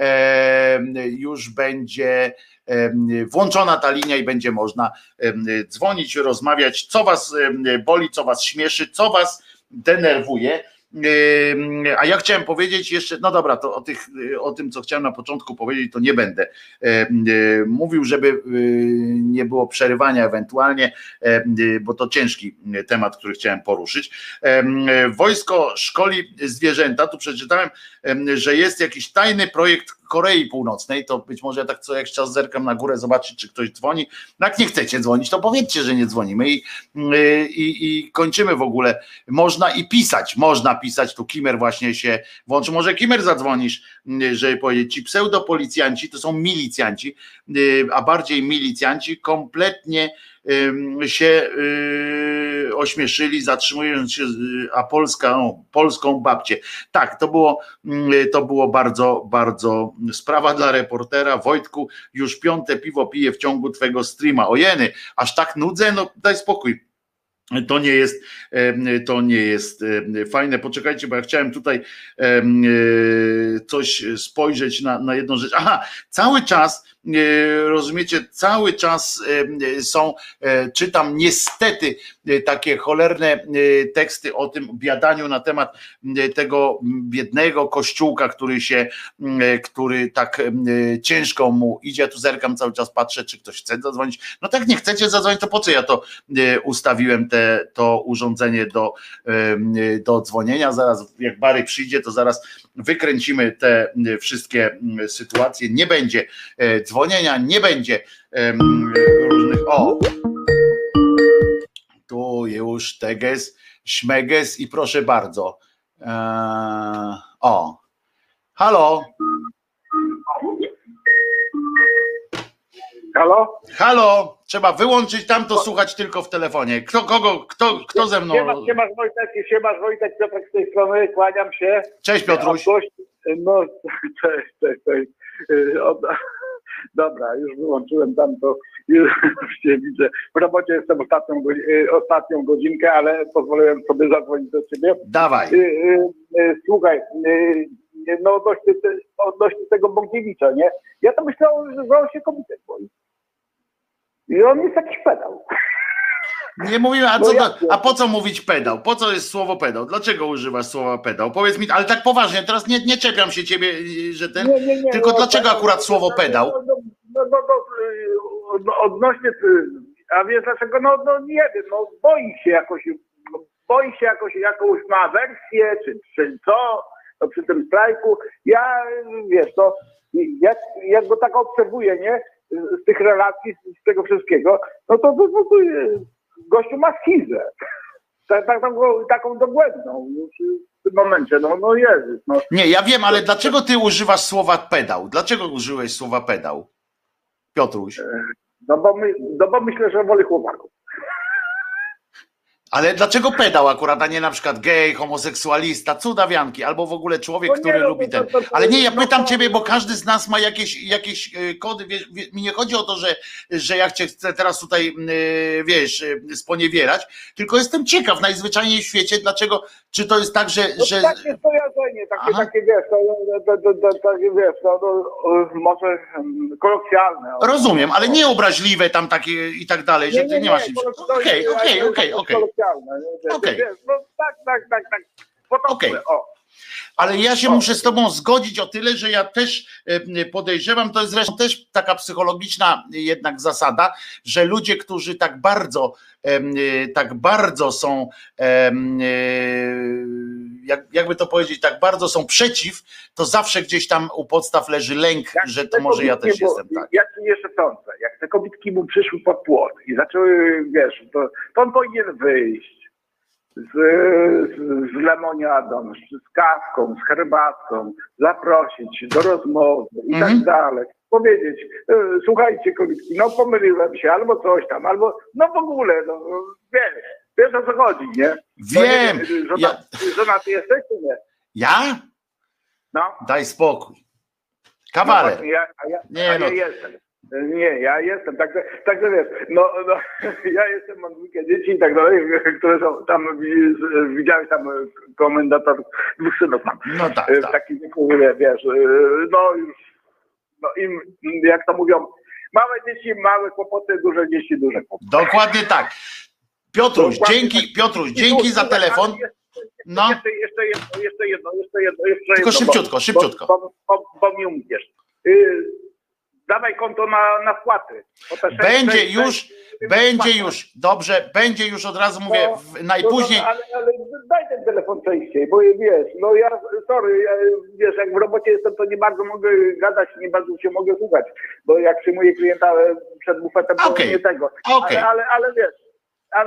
już będzie włączona ta linia i będzie można dzwonić, rozmawiać, co was boli, co was śmieszy, co was denerwuje. A ja chciałem powiedzieć jeszcze, no dobra, to o, tych, o tym, co chciałem na początku powiedzieć, to nie będę mówił, żeby nie było przerywania ewentualnie, bo to ciężki temat, który chciałem poruszyć. Wojsko szkoli zwierzęta, tu przeczytałem, że jest jakiś tajny projekt Korei Północnej, to być może ja tak co jakiś czas zerkam na górę zobaczyć, czy ktoś dzwoni. No jak nie chcecie dzwonić, to powiedzcie, że nie dzwonimy i, i, i kończymy w ogóle. Można i pisać, można pisać, tu Kimer właśnie się włączy, może Kimer zadzwonisz, żeby powiedzieć, ci pseudopolicjanci to są milicjanci, a bardziej milicjanci kompletnie się ośmieszyli, zatrzymując się, a Polska, o, polską babcię. Tak, to było, to było bardzo, bardzo sprawa dla reportera. Wojtku, już piąte piwo piję w ciągu twego streama. Ojeny, aż tak nudzę? No daj spokój. To nie jest, to nie jest fajne. Poczekajcie, bo ja chciałem tutaj coś spojrzeć na, na jedną rzecz. Aha, cały czas, rozumiecie, cały czas są, czytam niestety takie cholerne teksty o tym biadaniu na temat tego biednego kościółka, który się, który tak ciężko mu idzie. Ja tu zerkam cały czas, patrzę, czy ktoś chce zadzwonić. No tak, nie chcecie zadzwonić, to po co ja to ustawiłem te, to urządzenie do, do dzwonienia? Zaraz jak Bary przyjdzie, to zaraz wykręcimy te wszystkie sytuacje. Nie będzie dzwonienia, nie będzie różnych. O! Tu już teges, śmeges i proszę bardzo. Eee, o! Halo! Halo? Halo! Trzeba wyłączyć tamto, słuchać tylko w telefonie. Kto, kogo, kto, kto ze mną? Siemasz, siemasz Wojtek, siemasz Wojtek, Piotrek z tej strony, kłaniam się. Cześć Piotruś. No, cześć, cześć, cześć. Dobra, już wyłączyłem tamto, już się widzę. W robocie jestem ostatnią, ostatnią godzinkę, ale pozwoliłem sobie zadzwonić do ciebie. Dawaj. Słuchaj, no odnośnie, odnośnie tego Bogdziewicza, nie? Ja to myślałem, że on się kobietę boi. I on jest jakiś pedał. Nie mówimy, a, co to, a po co mówić pedał? Po co jest słowo pedał? Dlaczego używasz słowa pedał? Powiedz mi, ale tak poważnie, teraz nie, nie czepiam się ciebie, że ten. Nie, nie, nie, tylko no, dlaczego pedał, akurat słowo pedał? No, no, no, no, no, no odnośnie, a wiesz dlaczego? No, no nie wiem, no boi się jakoś, boi się jakoś, jakąś ma wersję, czy, czy co, no, przy tym strajku. Ja, wiesz, to jak, jak go tak obserwuję, nie? Z tych relacji, z tego wszystkiego, no to, to, to, to gościu ma schizę. Tak, tak, taką, taką dogłębną w tym momencie, no, no Jezus. No. Nie, ja wiem, ale dlaczego ty używasz słowa pedał? Dlaczego użyłeś słowa pedał? Piotruś. No bo, my, no bo myślę, że woli chłopaków. Ale dlaczego pedał akurat, a nie na przykład gej, homoseksualista, cudawianki, albo w ogóle człowiek, no nie, który no, lubi to, ten. to, to, Ale nie, ja no, pytam to, ciebie, bo każdy z nas ma jakieś, jakieś kody. Wiesz, mi nie chodzi o to, że, że ja cię chcę teraz tutaj, wiesz, sponiewierać, tylko jestem ciekaw najzwyczajniej w świecie, dlaczego, czy to jest tak, że... No, że... takie skojarzenie, takie, takie wiesz, to, to, to, to, takie, wiesz, no, to, może kolokwialne. Rozumiem, ale nie obraźliwe tam takie i tak dalej, że ty nie masz nic. Okej, okej, okej, okej. Okay. No tak, tak, tak, tak. Potem, okay. O. Ale ja się o. muszę z tobą zgodzić o tyle, że ja też podejrzewam, to jest zresztą też taka psychologiczna jednak zasada, że ludzie, którzy tak bardzo, tak bardzo są, jakby to powiedzieć, tak bardzo są przeciw, to zawsze gdzieś tam u podstaw leży lęk, jak że to może ja też jestem tak. Ja ci jeszcze sądzę, jak te kobietki mu przyszły pod płot i zaczęły, wiesz, to, to on powinien wyjść. Z, z, z lemoniadą, z kawką, z herbatką, zaprosić do rozmowy i mm-hmm. tak dalej. Powiedzieć, słuchajcie kobietki, no pomyliłem się, albo coś tam, albo no w ogóle, no wiesz, wiesz o co chodzi, nie? Wiem. Nie, żona, ja... żona ty jesteś, czy nie? Ja? No. Daj spokój. Kawaler. No, ja, a ja, nie, a no. ja jestem. Nie, ja jestem, także, także wiesz, no, no ja jestem, mam dwójkę dzieci i tak dalej, które są tam, widziałeś tam komentatorów, dwóch synów mam. No tak, w tak. takim wieku, wiesz, no już, no im, jak to mówią, małe dzieci, małe kłopoty, duże dzieci, duże kłopoty. Dokładnie tak. Piotruś, Dokładnie dzięki, tak. Piotruś, I dzięki tu- za telefon. ale jeszcze- No, Jeszcze, jeszcze jedno, jeszcze jedno, jeszcze jedno, jeszcze tylko jedno, szybciutko, bo, szybciutko. Bo, bo, bo, bo mi umkniesz. Yy, dawaj konto na, na wpłaty. Bo te sześć- Będzie sześć- już, sześć- będzie wpłata. już, dobrze, będzie już od razu mówię, No, w- najpóźniej. No, no, ale, ale daj ten telefon częściej, bo wiesz, no ja, sorry, ja, wiesz, jak w robocie jestem, to nie bardzo mogę gadać, nie bardzo się mogę słuchać, bo jak przyjmuję klienta przed bufetem, to Okej, nie tego. okej. Ale, ale, ale wiesz, ale...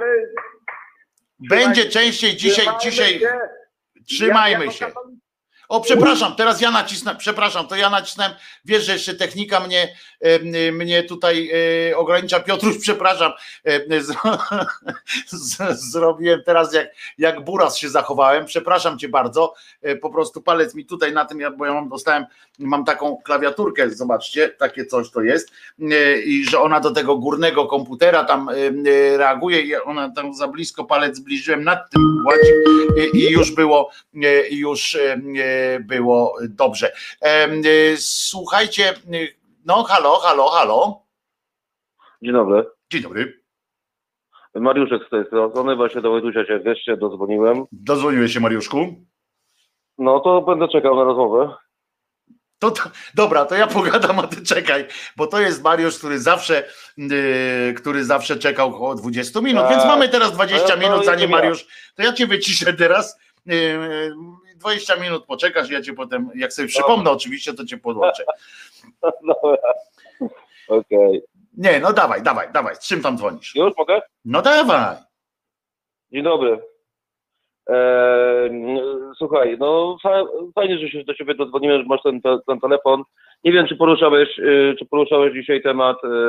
Będzie trzymajmy- częściej dzisiaj, trzymajmy dzisiaj. się. Trzymajmy Ja- się. jako katolik- O, przepraszam, teraz ja nacisnę, przepraszam, to ja nacisnąłem, wiesz, że jeszcze technika mnie, e, mnie tutaj e, ogranicza. Piotruś, przepraszam, e, z, z, zrobiłem teraz jak, jak buras się zachowałem, przepraszam cię bardzo, e, po prostu palec mi tutaj na tym, ja- bo ja mam, dostałem, mam taką klawiaturkę, zobaczcie, takie coś to jest e, i że ona do tego górnego komputera tam e, e, reaguje i ona tam za blisko palec zbliżyłem nad tym gładzi i, i już było, e, już e, było dobrze. Słuchajcie, no halo, halo, halo. Dzień dobry. Dzień dobry. Mariuszek z tej strony, właśnie do Wojtusia się wreszcie dodzwoniłem. Dozwoniłeś się, Mariuszku? No to będę czekał na rozmowę. To, to, dobra, to ja pogadam, a ty czekaj, bo to jest Mariusz, który zawsze, yy, który zawsze czekał około dwadzieścia minut, Tak. więc mamy teraz dwadzieścia No, no, minut, i zanim ja. Mariusz, to ja cię wyciszę teraz, yy, dwadzieścia minut poczekasz, ja cię potem, jak sobie przypomnę oczywiście, to cię podłączę. Dobra. Okej. Nie, no dawaj, dawaj, dawaj, z czym tam dzwonisz? Już mogę? No dawaj. Dzień dobry. Eee, słuchaj, no fa fajnie, że się do ciebie dodzwoniłem, że masz ten, te, ten telefon. Nie wiem, czy poruszałeś, y, czy poruszałeś dzisiaj temat y,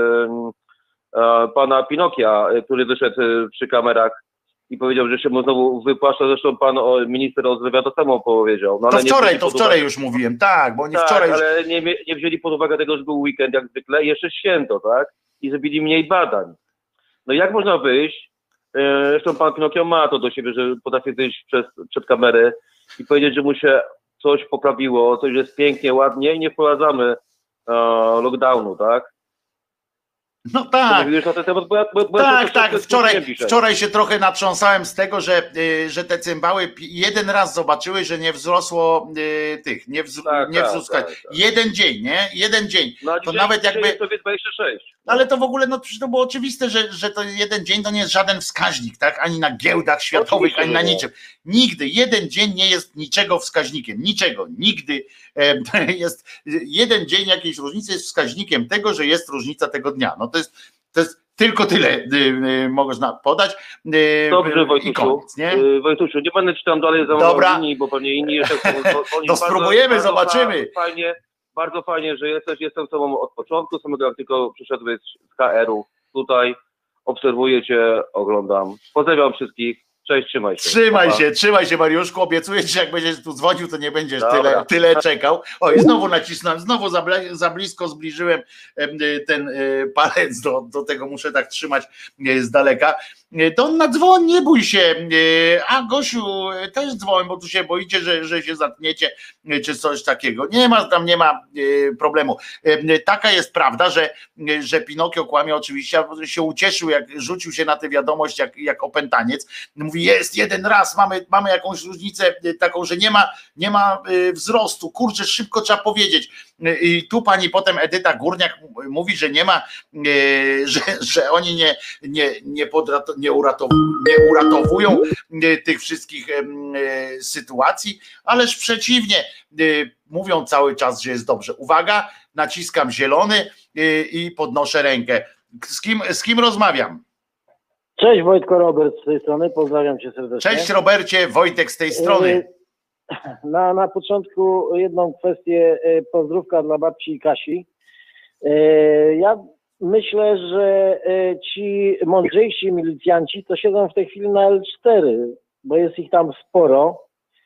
y, pana Pinokia, y, który wyszedł y, przy kamerach i powiedział, że się mu znowu wypłaszcza. Zresztą pan o, minister Ozdrowia to samo powiedział. No, To ale nie wczoraj, wzięli to pod wczoraj uwagę- już mówiłem, tak, bo oni Tak, wczoraj już... ale nie, nie wzięli pod uwagę tego, że był weekend jak zwykle, jeszcze święto, tak? I zrobili mniej badań. No jak można wyjść, e, zresztą pan Pinokio ma to do siebie, że potrafi wyjść przez, przed kamerę i powiedzieć, że mu się coś poprawiło, coś jest pięknie, ładnie i nie wprowadzamy e, lockdownu, tak? No Co tak. mówisz na ten temat? Bo ja, bo, bo ja Tak, się tak, troszkę wczoraj, skupiłem dzisiaj. wczoraj się trochę natrząsałem z tego, że, y, że te cymbały pi- jeden raz zobaczyły, że nie wzrosło y, tych, nie, wz, Tak, nie tak, wzrosło. tak, tak. Jeden dzień, nie? Jeden dzień. No, a To dzisiaj, nawet dzisiaj jakby- jest sobie dwadzieścia sześć. Ale to w ogóle, no przecież to było oczywiste, że, że to jeden dzień to nie jest żaden wskaźnik, tak? Ani na giełdach światowych, Oczywiście, ani na że nie. niczym. Nigdy, jeden dzień nie jest niczego wskaźnikiem, niczego, nigdy e, jest, jeden dzień jakiejś różnicy jest wskaźnikiem tego, że jest różnica tego dnia. No to jest, to jest tylko tyle y, y, można podać. Y, Dobrze, I Wojtusiu. koniec, nie? Y, Wojtusiu, nie będę ci tam dalej Dobra. zamawiał linii, bo pewnie inni jeszcze chcą dzwonić. No spróbujemy, zobaczymy. Fajnie, bardzo fajnie, że jesteś. Jestem z tobą od początku, samego jak tylko przyszedłeś z K R u tutaj. Obserwuję cię, oglądam. Pozdrawiam wszystkich. Cześć, trzymaj się. Trzymaj Pa, pa. się, trzymaj się, Mariuszku. Obiecuję ci, że jak będziesz tu dzwonił, to nie będziesz Dobra. tyle, tyle czekał. Oj, znowu nacisnąłem, znowu za, ble- za blisko zbliżyłem em, y, ten y, palec do, do tego, muszę tak trzymać y, z daleka. Y, To na dzwon, nie bój się. Y, A Gosiu, y, też dzwoń, bo tu się boicie, że, że się zatniecie, y, czy coś takiego. Nie ma, tam nie ma y, problemu. Y, Taka jest prawda, że, y, że Pinokio kłamie oczywiście, a się ucieszył, jak rzucił się na tę wiadomość, jak, jak opętaniec. Mówi, jest jeden raz, mamy, mamy jakąś różnicę y, taką, że nie ma, nie ma y, wzrostu, kurczę, szybko trzeba powiedzieć. Y, I tu pani potem Edyta Górniak m- mówi, że nie ma, y, że, że oni nie, nie, nie, podrato, nie, uratow, nie uratowują y, tych wszystkich em, y, sytuacji, ależ przeciwnie, y, mówią cały czas, że jest dobrze. Uwaga, naciskam zielony y, i podnoszę rękę. Z kim, z kim rozmawiam? Cześć, Wojtko, Robert z tej strony, pozdrawiam cię serdecznie. Cześć Robercie, Wojtek z tej strony. Na, na początku jedną kwestię, e, pozdrówka dla babci i Kasi. E, Ja myślę, że e, ci mądrzejsi milicjanci to siedzą w tej chwili na L cztery, bo jest ich tam sporo,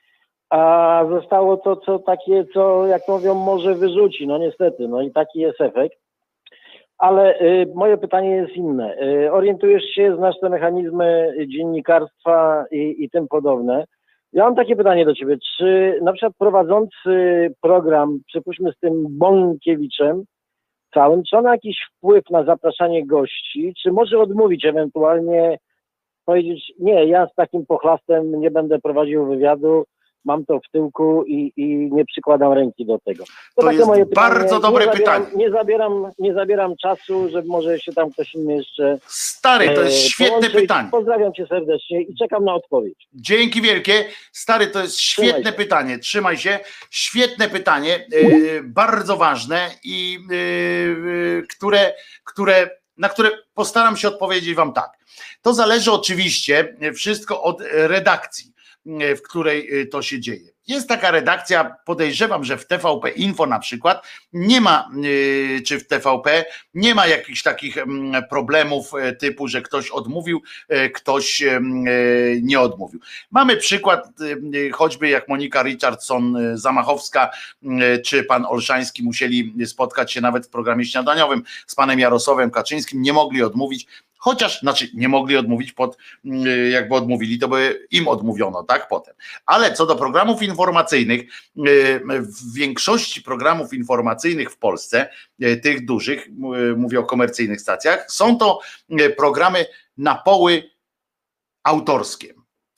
a zostało to co takie, co jak mówią, może wyrzuci, no niestety, no i taki jest efekt. Ale y, moje pytanie jest inne. Y, orientujesz się, znasz te mechanizmy dziennikarstwa i, i tym podobne. Ja mam takie pytanie do ciebie. Czy na przykład prowadzący program, przypuśćmy z tym Bąkiewiczem całym, czy on ma jakiś wpływ na zapraszanie gości? Czy może odmówić ewentualnie powiedzieć, nie, ja z takim pochlastem nie będę prowadził wywiadu, mam to w tyłku i, i nie przykładam ręki do tego. To, to jest moje bardzo dobre nie pytanie. Zabieram, nie, zabieram, nie zabieram czasu, żeby może się tam ktoś inny jeszcze... Stary, to jest e, świetne połączyć. pytanie. Pozdrawiam cię serdecznie i czekam na odpowiedź. Dzięki wielkie. Stary, to jest świetne Trzymaj się. pytanie. Trzymaj się. Świetne pytanie, e, bardzo ważne i e, e, które, które, na które postaram się odpowiedzieć wam tak. To zależy oczywiście wszystko od redakcji, w której to się dzieje. Jest taka redakcja, podejrzewam, że w T V P Info na przykład nie ma, czy w T V P nie ma jakichś takich problemów typu, że ktoś odmówił, ktoś nie odmówił. Mamy przykład choćby jak Monika Richardson-Zamachowska czy pan Olszański musieli spotkać się nawet w programie śniadaniowym z panem Jarosławem Kaczyńskim, nie mogli odmówić. Chociaż, znaczy nie mogli odmówić, pod, jakby odmówili, to by im odmówiono, tak, potem. Ale co do programów informacyjnych, w większości programów informacyjnych w Polsce, tych dużych, mówię o komercyjnych stacjach, są to programy na poły autorskie.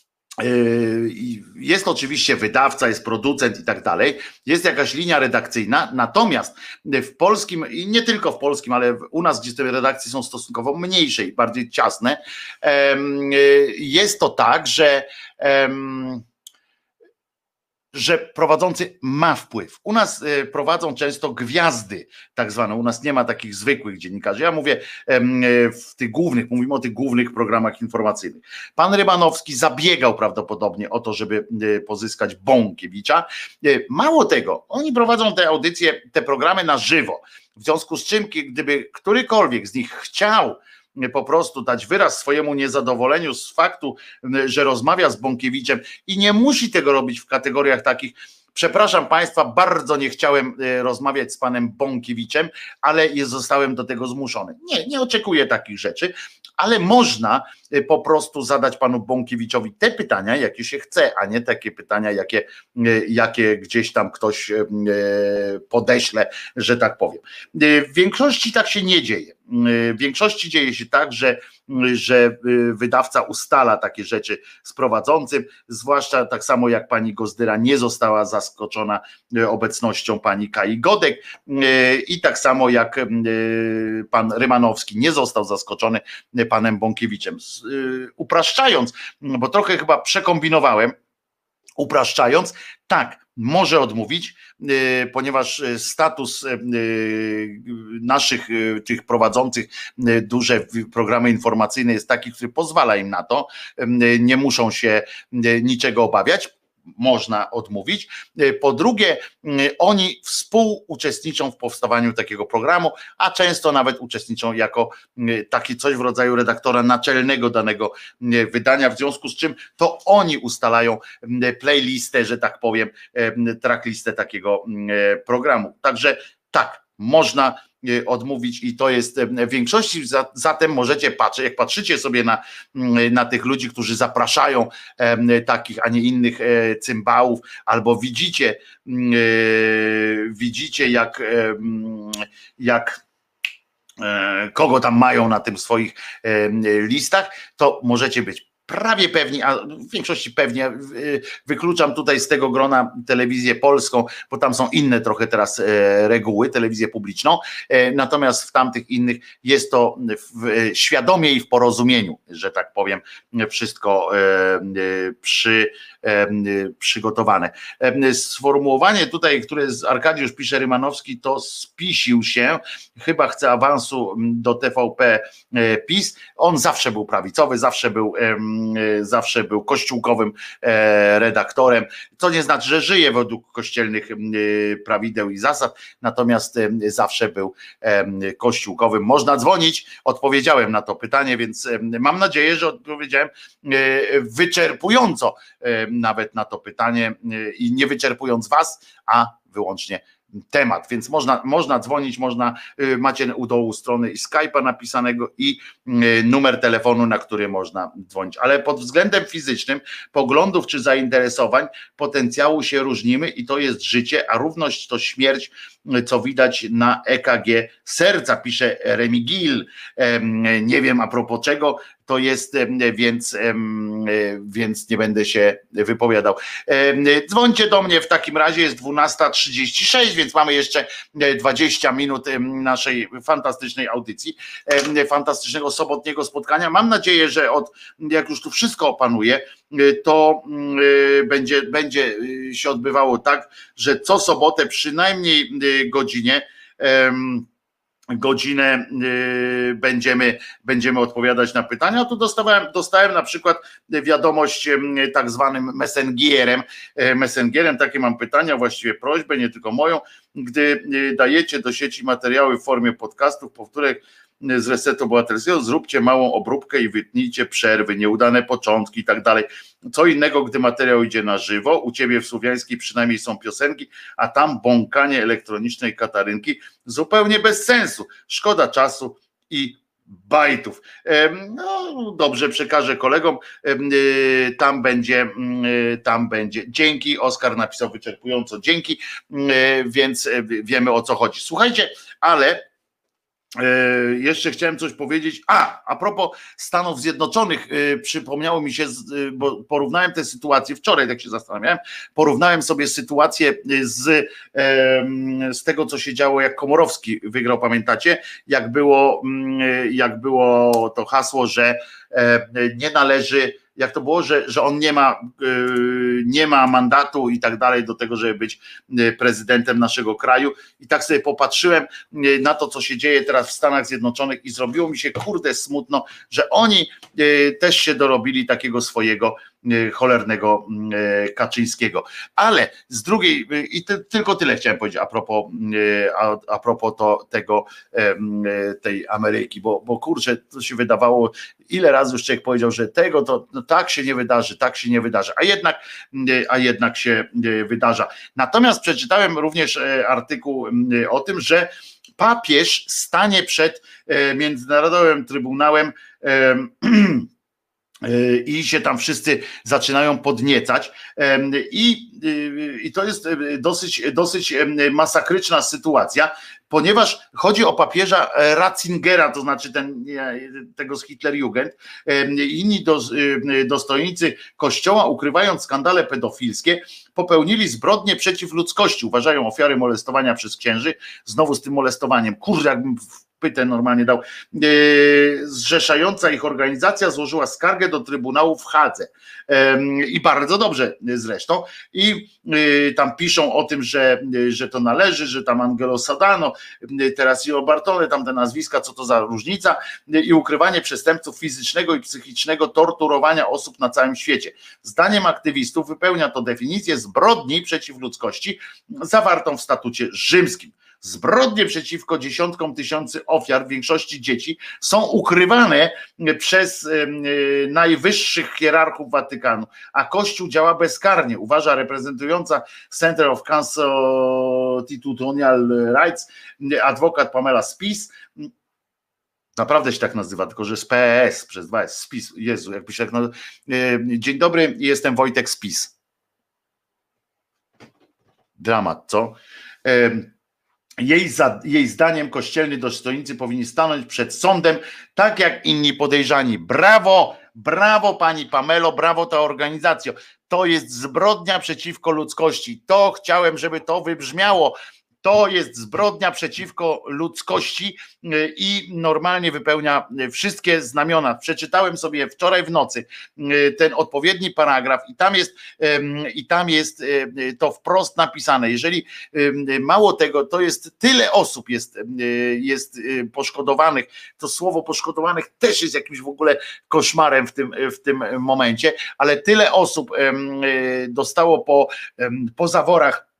Jest oczywiście wydawca, jest producent i tak dalej, jest jakaś linia redakcyjna, natomiast w polskim, i nie tylko w polskim, ale u nas, gdzie te redakcje są stosunkowo mniejsze i bardziej ciasne, jest to tak, że że prowadzący ma wpływ. U nas prowadzą często gwiazdy, tak zwane. U nas nie ma takich zwykłych dziennikarzy. Ja mówię w tych głównych, mówimy o tych głównych programach informacyjnych. Pan Rymanowski zabiegał prawdopodobnie o to, żeby pozyskać Bąkiewicza. Mało tego, oni prowadzą te audycje, te programy na żywo. W związku z czym, gdyby którykolwiek z nich chciał po prostu dać wyraz swojemu niezadowoleniu z faktu, że rozmawia z Bąkiewiczem i nie musi tego robić w kategoriach takich, przepraszam Państwa, bardzo nie chciałem rozmawiać z panem Bąkiewiczem, ale zostałem do tego zmuszony. Nie, nie oczekuję takich rzeczy, ale można po prostu zadać panu Bąkiewiczowi te pytania, jakie się chce, a nie takie pytania, jakie, jakie gdzieś tam ktoś podeśle, że tak powiem. W większości tak się nie dzieje. W większości dzieje się tak, że, że wydawca ustala takie rzeczy z prowadzącym, zwłaszcza tak samo jak pani Gozdyra nie została zaskoczona obecnością pani Kai Godek i tak samo jak pan Rymanowski nie został zaskoczony panem Bąkiewiczem. Upraszczając, bo trochę chyba przekombinowałem, upraszczając, tak, może odmówić, ponieważ status naszych tych prowadzących duże programy informacyjne jest taki, który pozwala im na to, nie muszą się niczego obawiać. Można odmówić. Po drugie, oni współuczestniczą w powstawaniu takiego programu, a często nawet uczestniczą jako taki coś w rodzaju redaktora naczelnego danego wydania, w związku z czym to oni ustalają playlistę, że tak powiem, tracklistę takiego programu. Także tak, można odmówić i to jest w większości, zatem możecie patrzeć, jak patrzycie sobie na, na tych ludzi, którzy zapraszają takich, a nie innych cymbałów, albo widzicie widzicie jak jak kogo tam mają na tym swoich listach, to możecie być prawie pewni, a w większości pewnie, wykluczam tutaj z tego grona telewizję polską, bo tam są inne trochę teraz reguły, telewizję publiczną, natomiast w tamtych innych jest to w, świadomie i w porozumieniu, że tak powiem, wszystko przy, przygotowane. Sformułowanie tutaj, które Arkadiusz pisze, Rymanowski to spisił się, chyba chce awansu do T V P PiS, on zawsze był prawicowy, zawsze był zawsze był kościółkowym redaktorem, co nie znaczy, że żyje według kościelnych prawideł i zasad, natomiast zawsze był kościółkowym. Można dzwonić, odpowiedziałem na to pytanie, więc mam nadzieję, że odpowiedziałem wyczerpująco nawet na to pytanie i nie wyczerpując was, a wyłącznie temat, więc można, można dzwonić, można, macie u dołu strony i Skype'a napisanego i numer telefonu, na który można dzwonić, ale pod względem fizycznym, poglądów czy zainteresowań, potencjału się różnimy i to jest życie, a równość to śmierć co widać na E K G serca, pisze Remigil. Nie wiem a propos czego to jest, więc, więc nie będę się wypowiadał. Dzwońcie do mnie w takim razie, jest dwunasta trzydzieści sześć, więc mamy jeszcze dwadzieścia minut naszej fantastycznej audycji, fantastycznego sobotniego spotkania. Mam nadzieję, że od, jak już tu wszystko opanuje, to będzie, będzie się odbywało tak, że co sobotę przynajmniej godzinie godzinę y, będziemy, będziemy odpowiadać na pytania. Tu dostałem, dostałem na przykład wiadomość y, tak zwanym messengerem, y, messengerem, takie mam pytania, właściwie prośbę, nie tylko moją, gdy y, dajecie do sieci materiały w formie podcastów, powtórek z Resetu Obywatelskiego, zróbcie małą obróbkę i wytnijcie przerwy, nieudane początki i tak dalej. Co innego, gdy materiał idzie na żywo, u ciebie w Słowiańskiej przynajmniej są piosenki, a tam bąkanie elektronicznej Katarynki zupełnie bez sensu. Szkoda czasu i bajtów. No dobrze, przekażę kolegom, tam będzie, tam będzie. Dzięki, Oskar napisał wyczerpująco dzięki, więc wiemy o co chodzi. Słuchajcie, ale jeszcze chciałem coś powiedzieć. A, a propos Stanów Zjednoczonych, przypomniało mi się, bo porównałem tę sytuację wczoraj, tak się zastanawiałem, porównałem sobie sytuację z, z tego, co się działo, jak Komorowski wygrał, pamiętacie, jak było, jak było to hasło, że nie należy, jak to było, że, że on nie ma, nie ma mandatu i tak dalej do tego, żeby być prezydentem naszego kraju. I tak sobie popatrzyłem na to, co się dzieje teraz w Stanach Zjednoczonych i zrobiło mi się kurde smutno, że oni też się dorobili takiego swojego cholernego Kaczyńskiego. Ale z drugiej, i ty, tylko tyle chciałem powiedzieć a propos, a, a propos to, tego, tej Ameryki, bo, bo kurczę, to się wydawało, ile razy już człowiek powiedział, że tego to no, tak się nie wydarzy, tak się nie wydarzy, a jednak, a jednak się wydarza. Natomiast przeczytałem również artykuł o tym, że papież stanie przed Międzynarodowym Trybunałem i się tam wszyscy zaczynają podniecać i, i to jest dosyć, dosyć masakryczna sytuacja, ponieważ chodzi o papieża Ratzingera, to znaczy ten, tego z Hitlerjugend. Inni dostojnicy Kościoła, ukrywając skandale pedofilskie, popełnili zbrodnie przeciw ludzkości, uważają ofiary molestowania przez księży, znowu z tym molestowaniem, kurde, jakbym pytę normalnie dał, zrzeszająca ich organizacja złożyła skargę do Trybunału w Hadze i bardzo dobrze zresztą i tam piszą o tym, że, że to należy, że tam Angelo Sadano, teraz Io Bartole, tam te nazwiska, co to za różnica, i ukrywanie przestępców fizycznego i psychicznego torturowania osób na całym świecie. Zdaniem aktywistów wypełnia to definicję zbrodni przeciw ludzkości zawartą w statucie rzymskim. Zbrodnie przeciwko dziesiątkom tysięcy ofiar, w większości dzieci, są ukrywane przez najwyższych hierarchów Watykanu, a Kościół działa bezkarnie, uważa reprezentująca Center of Constitutional Rights adwokat Pamela Spies. Naprawdę się tak nazywa, tylko że z P E S przez dwa S, Spis. Jezu, jakby się tak nazywa. Dzień dobry, jestem Wojtek Spis. Dramat, co? Jej, za, jej zdaniem kościelni dostojnicy powinni stanąć przed sądem, tak jak inni podejrzani. Brawo, brawo pani Pamelo, brawo ta organizacja. To jest zbrodnia przeciwko ludzkości. To chciałem, żeby to wybrzmiało. To jest zbrodnia przeciwko ludzkości i normalnie wypełnia wszystkie znamiona. Przeczytałem sobie wczoraj w nocy ten odpowiedni paragraf i tam jest, i tam jest to wprost napisane. Jeżeli mało tego, to jest tyle osób jest, jest poszkodowanych, to słowo poszkodowanych też jest jakimś w ogóle koszmarem w tym, w tym momencie, ale tyle osób dostało po, po zaworach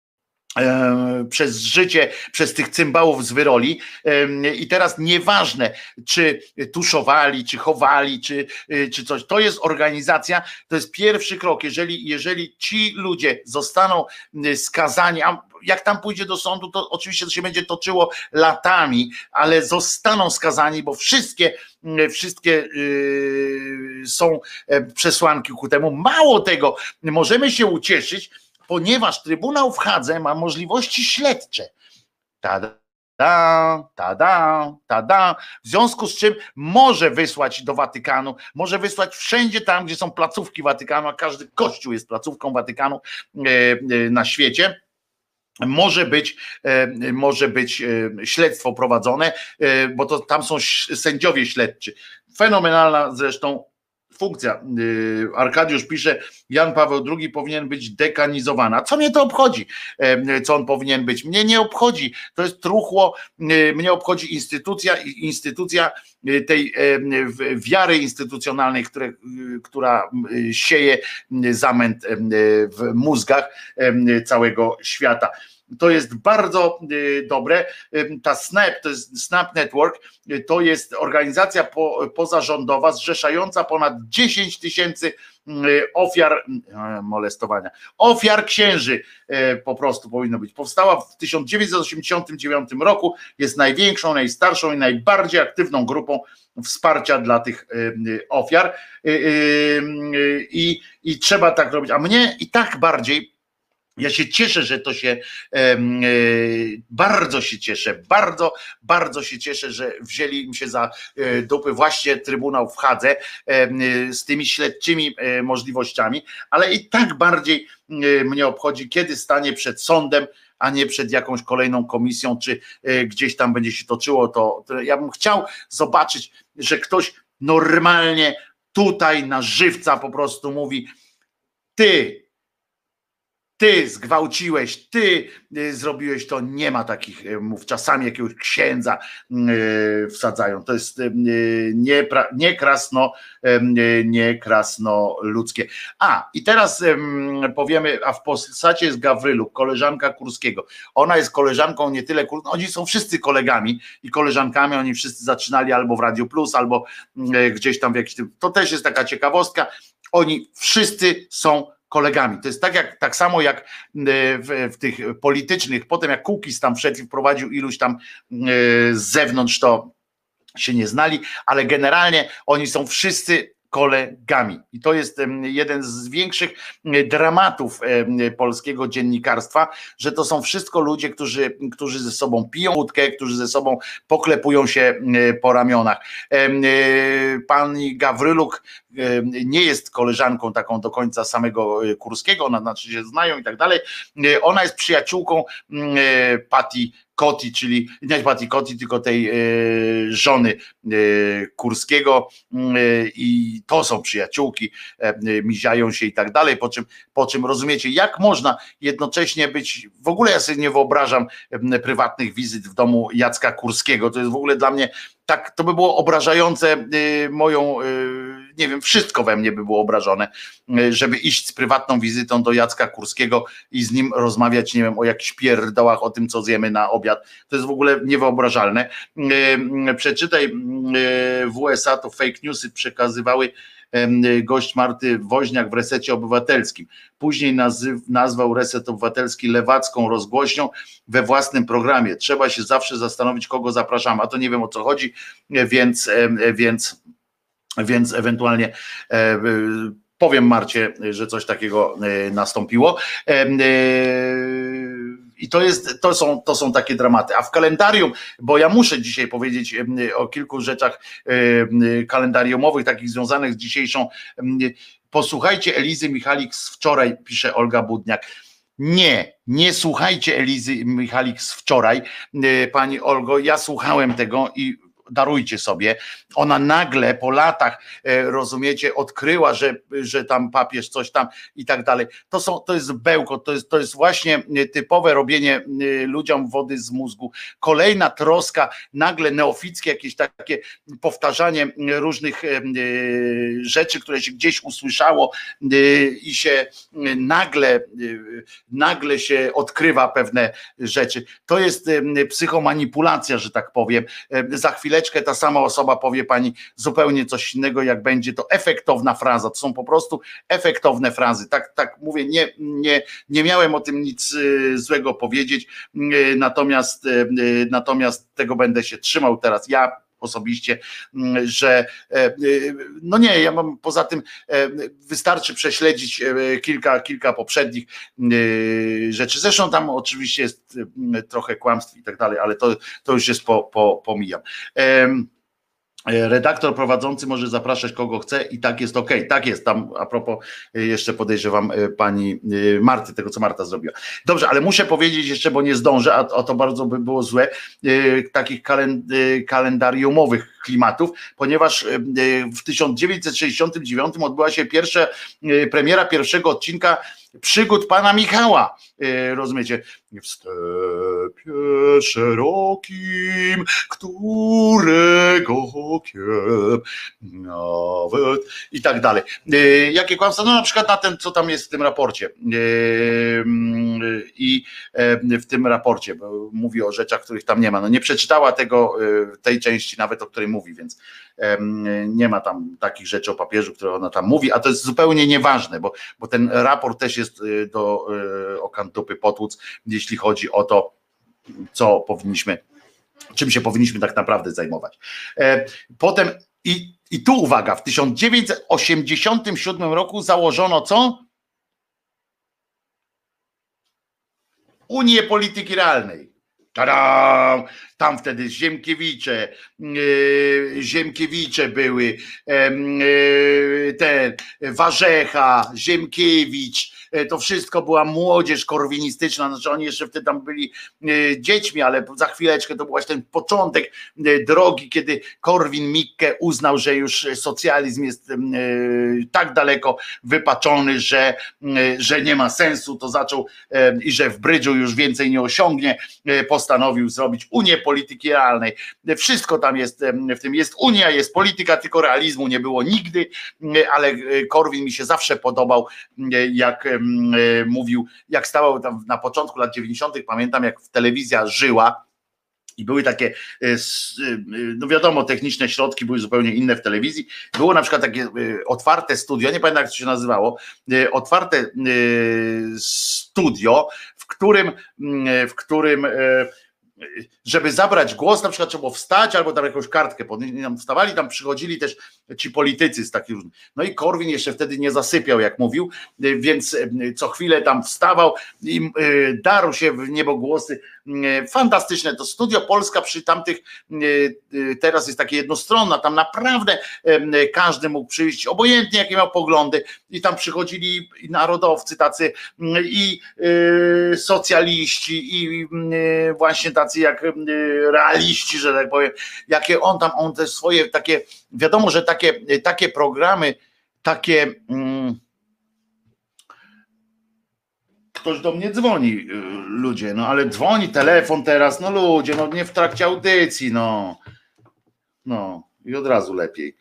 przez życie, przez tych cymbałów z wyroli i teraz nieważne, czy tuszowali, czy chowali, czy, czy coś, to jest organizacja, to jest pierwszy krok, jeżeli, jeżeli ci ludzie zostaną skazani, a jak tam pójdzie do sądu, to oczywiście to się będzie toczyło latami, ale zostaną skazani, bo wszystkie, wszystkie są przesłanki ku temu. Mało tego, możemy się ucieszyć, ponieważ Trybunał w Hadze ma możliwości śledcze. Tada, tada, tada. W związku z czym może wysłać do Watykanu, może wysłać wszędzie tam, gdzie są placówki Watykanu, a każdy kościół jest placówką Watykanu na świecie. Może być, może być śledztwo prowadzone, bo to tam są sędziowie śledczy. Fenomenalna zresztą funkcja. Arkadiusz pisze, Jan Paweł drugi powinien być dekanizowany. A co mnie to obchodzi, co on powinien być? Mnie nie obchodzi. To jest truchło, mnie obchodzi instytucja, instytucja tej wiary instytucjonalnej, które, która sieje zamęt w mózgach całego świata. To jest bardzo dobre. Ta SNAP, to jest Snap Network, to jest organizacja po, pozarządowa zrzeszająca ponad dziesięć tysięcy ofiar molestowania, ofiar księży po prostu powinno być. Powstała w tysiąc dziewięćset osiemdziesiątym dziewiątym roku, jest największą, najstarszą i najbardziej aktywną grupą wsparcia dla tych ofiar i, i trzeba tak robić. A mnie i tak bardziej ja się cieszę, że to się, bardzo się cieszę, bardzo, bardzo się cieszę, że wzięli im się za dupy właśnie Trybunał w Hadze z tymi śledczymi możliwościami, ale i tak bardziej mnie obchodzi, kiedy stanie przed sądem, a nie przed jakąś kolejną komisją, czy gdzieś tam będzie się toczyło to. Ja bym chciał zobaczyć, że ktoś normalnie tutaj na żywca po prostu mówi, ty, Ty zgwałciłeś, ty zrobiłeś to, nie ma takich mów. Czasami jakiegoś księdza wsadzają. To jest nie, nie krasno, nie krasnoludzkie. A i teraz powiemy, a w postaci jest Gawryluk, koleżanka Kurskiego. Ona jest koleżanką nie tyle, oni są wszyscy kolegami i koleżankami, oni wszyscy zaczynali albo w Radio Plus, albo gdzieś tam w jakimś tym. To też jest taka ciekawostka. Oni wszyscy są kolegami. To jest tak jak tak samo jak w, w tych politycznych, potem jak Kukiz tam wszedł i wprowadził iluś tam z zewnątrz, to się nie znali, ale generalnie oni są wszyscy kolegami. I to jest jeden z większych dramatów polskiego dziennikarstwa, że to są wszystko ludzie, którzy, którzy ze sobą piją wódkę, którzy ze sobą poklepują się po ramionach. Pani Gawryluk nie jest koleżanką taką do końca samego Kurskiego, ona znaczy się znają i tak dalej. Ona jest przyjaciółką Patty Koty, czyli nie Patty Koty, tylko tej e, żony e, Kurskiego e, i to są przyjaciółki, e, miziają się i tak dalej, po czym, po czym rozumiecie, jak można jednocześnie być, w ogóle ja sobie nie wyobrażam e, prywatnych wizyt w domu Jacka Kurskiego, to jest w ogóle dla mnie tak, to by było obrażające e, moją, e, nie wiem, wszystko we mnie by było obrażone, e, żeby iść z prywatną wizytą do Jacka Kurskiego i z nim rozmawiać, nie wiem, o jakichś pierdołach, o tym, co zjemy na obiad. To jest w ogóle niewyobrażalne. Przeczytaj, w U S A to fake newsy przekazywały gość Marty Woźniak w Resecie Obywatelskim. Później nazyw, nazwał Reset Obywatelski lewacką rozgłośnią we własnym programie. Trzeba się zawsze zastanowić, kogo zapraszamy. A to nie wiem, o co chodzi, więc, więc, więc ewentualnie powiem Marcie, że coś takiego nastąpiło. I to jest, to są, to są takie dramaty. A w kalendarium, bo ja muszę dzisiaj powiedzieć o kilku rzeczach kalendariumowych, takich związanych z dzisiejszą. Posłuchajcie Elizy Michalik z wczoraj, pisze Olga Budniak. Nie, nie słuchajcie Elizy Michalik z wczoraj, pani Olgo, ja słuchałem tego i darujcie sobie, ona nagle po latach, rozumiecie, odkryła, że, że tam papież coś tam i tak dalej. To są, to jest bełkot, to jest, to jest właśnie typowe robienie ludziom wody z mózgu. Kolejna troska, nagle neofickie jakieś takie powtarzanie różnych rzeczy, które się gdzieś usłyszało i się nagle, nagle się odkrywa pewne rzeczy. To jest psychomanipulacja, że tak powiem. Za chwilę ta sama osoba powie pani zupełnie coś innego, jak będzie to efektowna fraza. To są po prostu efektowne frazy. Tak, tak mówię, nie, nie, nie miałem o tym nic złego powiedzieć, natomiast, natomiast tego będę się trzymał teraz. Ja osobiście, że no nie, ja mam poza tym wystarczy prześledzić kilka, kilka poprzednich rzeczy. Zresztą tam oczywiście jest trochę kłamstw i tak dalej, ale to, to już jest po, po, pomijam. Redaktor prowadzący może zapraszać kogo chce i tak jest okej. Okay. Tak jest tam, a propos jeszcze podejrzewam pani Marty, tego co Marta zrobiła. Dobrze, ale muszę powiedzieć jeszcze, bo nie zdążę, a, a to bardzo by było złe, takich kalendariumowych klimatów, ponieważ w tysiąc dziewięćset sześćdziesiątym dziewiątym odbyła się pierwsza premiera pierwszego odcinka Przygód Pana Michała, rozumiecie? W stepie szerokim, którego kiem nawet i tak dalej. Jakie kłamstwa? No na przykład na ten, co tam jest w tym raporcie. I w tym raporcie bo mówi o rzeczach, których tam nie ma. No nie przeczytała tego, tej części nawet, o której mówi, więc nie ma tam takich rzeczy o papieżu, które ona tam mówi, a to jest zupełnie nieważne, bo, bo ten raport też jest do okantupy potłuc, jeśli chodzi o to, co powinniśmy, czym się powinniśmy tak naprawdę zajmować. Potem i, i tu uwaga, w tysiąc dziewięćset osiemdziesiątym siódmym roku założono co? Unię Polityki Realnej. Tada! Tam wtedy Ziemkiewicze, yy, Ziemkiewicze były, yy, ten Warzecha, Ziemkiewicz, yy, to wszystko była młodzież korwinistyczna, znaczy oni jeszcze wtedy tam byli yy, dziećmi, ale za chwileczkę to był właśnie ten początek yy, drogi, kiedy Korwin-Mikke uznał, że już socjalizm jest yy, tak daleko wypaczony, że, yy, że nie ma sensu, to zaczął yy, i że w brydżu już więcej nie osiągnie, yy, postanowił zrobić Unię Polityki Realnej. Wszystko tam jest, w tym jest Unia, jest polityka, tylko realizmu nie było nigdy, ale Korwin mi się zawsze podobał, jak mówił, jak stawał tam na początku lat dziewięćdziesiątych, pamiętam jak telewizja żyła i były takie, no wiadomo, techniczne środki były zupełnie inne w telewizji. Było na przykład takie otwarte studio, nie pamiętam jak to się nazywało, otwarte studio, w którym, w którym żeby zabrać głos, na przykład trzeba było wstać albo tam jakąś kartkę podnieść, tam wstawali, tam przychodzili też ci politycy z takich różnych. No i Korwin jeszcze wtedy nie zasypiał, jak mówił, więc co chwilę tam wstawał i darł się w niebogłosy. Fantastyczne to Studio Polska przy tamtych, teraz jest takie jednostronna, tam naprawdę każdy mógł przyjść, obojętnie jakie miał poglądy i tam przychodzili i narodowcy tacy i socjaliści i właśnie tacy jak realiści, że tak powiem, jakie on tam, on te swoje takie, wiadomo, że takie, takie programy, takie mm, ktoś do mnie dzwoni, ludzie, no ale dzwoni telefon teraz, no ludzie, no nie w trakcie audycji, no no i od razu lepiej.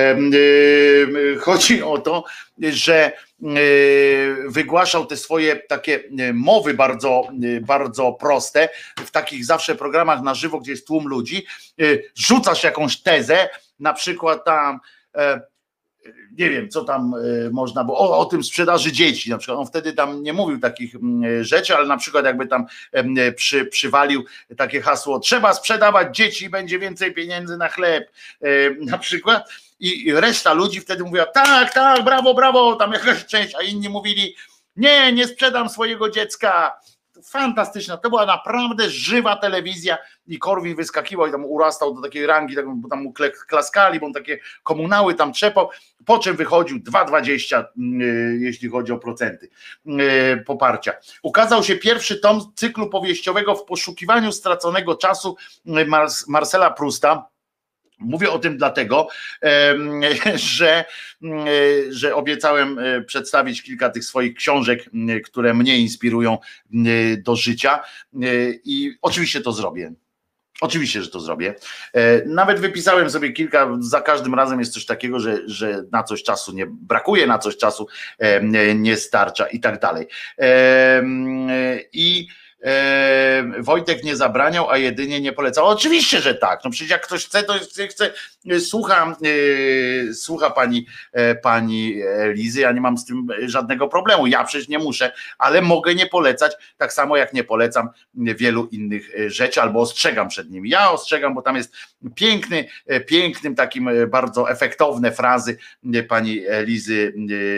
Chodzi o to, że wygłaszał te swoje takie mowy bardzo, bardzo proste w takich zawsze programach na żywo, gdzie jest tłum ludzi, rzucasz jakąś tezę, na przykład tam nie wiem, co tam można było, o, o tym sprzedaży dzieci na przykład, on wtedy tam nie mówił takich rzeczy, ale na przykład jakby tam przy, przywalił takie hasło, trzeba sprzedawać dzieci, będzie więcej pieniędzy na chleb, na przykład, i reszta ludzi wtedy mówiła, tak, tak, brawo, brawo, tam jakaś część, a inni mówili, nie, nie sprzedam swojego dziecka. Fantastyczna, to była naprawdę żywa telewizja i Korwin wyskakiwał i tam urastał do takiej rangi, bo tam mu klaskali, bo on takie komunały tam trzepał, po czym wychodził dwa dwadzieścia, jeśli chodzi o procenty poparcia. Ukazał się pierwszy tom cyklu powieściowego W poszukiwaniu straconego czasu Marcela Prousta. Mówię o tym dlatego, że, że obiecałem przedstawić kilka tych swoich książek, które mnie inspirują do życia i oczywiście to zrobię. Oczywiście, że to zrobię. Nawet wypisałem sobie kilka, za każdym razem jest coś takiego, że, że na coś czasu nie brakuje, na coś czasu nie starcza i tak dalej. I Wojtek nie zabraniał, a jedynie nie polecał. Oczywiście, że tak. No przecież jak ktoś chce, to chce, słucha, słucha pani, pani Lizy, ja nie mam z tym żadnego problemu. Ja przecież nie muszę, ale mogę nie polecać, tak samo jak nie polecam wielu innych rzeczy, albo ostrzegam przed nimi. Ja ostrzegam, bo tam jest piękny, pięknym takim bardzo efektowne frazy pani Lizy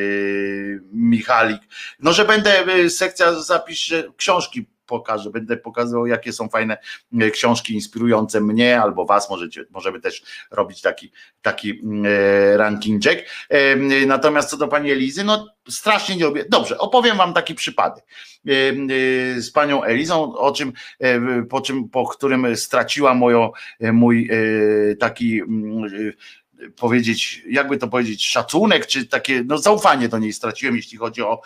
Michalik. No, że będę, sekcja zapisze książki, pokażę, będę pokazywał, jakie są fajne książki inspirujące mnie albo was, możecie, możemy też robić taki, taki rankingjek. Natomiast co do pani Elizy, no strasznie nie lubię. Dobrze, opowiem wam taki przypadek z panią Elizą, o czym, po czym, po którym straciła moją, mój taki powiedzieć, jakby to powiedzieć, szacunek, czy takie, no zaufanie do niej straciłem, jeśli chodzi o,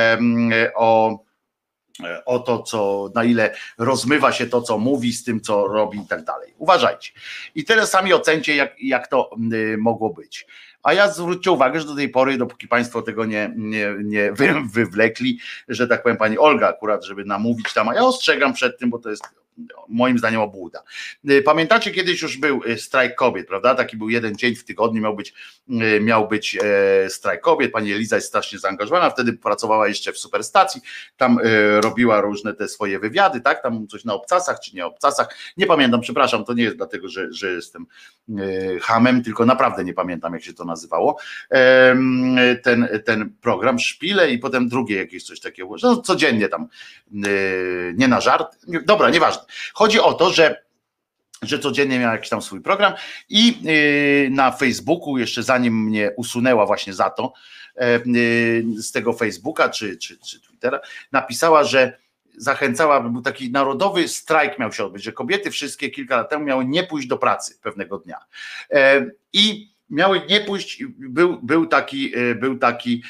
o o to, co, na ile rozmywa się to, co mówi, z tym, co robi i tak dalej. Uważajcie. I teraz sami ocencie, jak, jak to mogło być. A ja zwróćcie uwagę, że do tej pory, dopóki państwo tego nie, nie, nie wy, wywlekli, że tak powiem, pani Olga akurat, żeby namówić tam, a ja ostrzegam przed tym, bo to jest moim zdaniem obłuda. Pamiętacie, kiedyś już był strajk kobiet, prawda? Taki był jeden dzień w tygodniu, miał być, miał być strajk kobiet. Pani Eliza jest strasznie zaangażowana, wtedy pracowała jeszcze w Superstacji, tam robiła różne te swoje wywiady, tak? Tam coś na obcasach czy nie obcasach, nie pamiętam, przepraszam, to nie jest dlatego, że, że jestem hamem, tylko naprawdę nie pamiętam, jak się to nazywało. Ten, ten program, Szpile i potem drugie jakieś coś takiego, no, codziennie tam, nie na żart, dobra, nieważne. Chodzi o to, że, że codziennie miał jakiś tam swój program i na Facebooku, jeszcze zanim mnie usunęła właśnie za to, z tego Facebooka czy, czy, czy Twittera, napisała, że zachęcała, był taki narodowy strajk miał się odbyć, że kobiety wszystkie kilka lat temu miały nie pójść do pracy pewnego dnia. I miały nie pójść, był, był taki, był taki,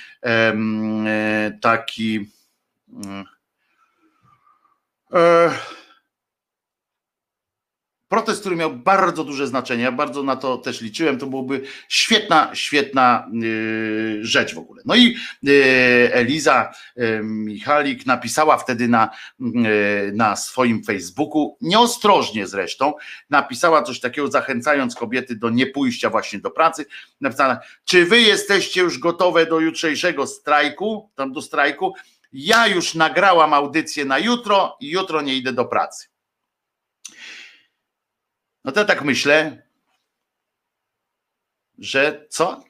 taki protest, który miał bardzo duże znaczenie, ja bardzo na to też liczyłem, to byłoby świetna, świetna yy, rzecz w ogóle. No i yy, Eliza yy, Michalik napisała wtedy na, yy, na swoim Facebooku, nieostrożnie zresztą, napisała coś takiego, zachęcając kobiety do niepójścia właśnie do pracy, napisała, czy wy jesteście już gotowe do jutrzejszego strajku, tam do strajku, ja już nagrałam audycję na jutro i jutro nie idę do pracy. No to ja tak myślę, że co?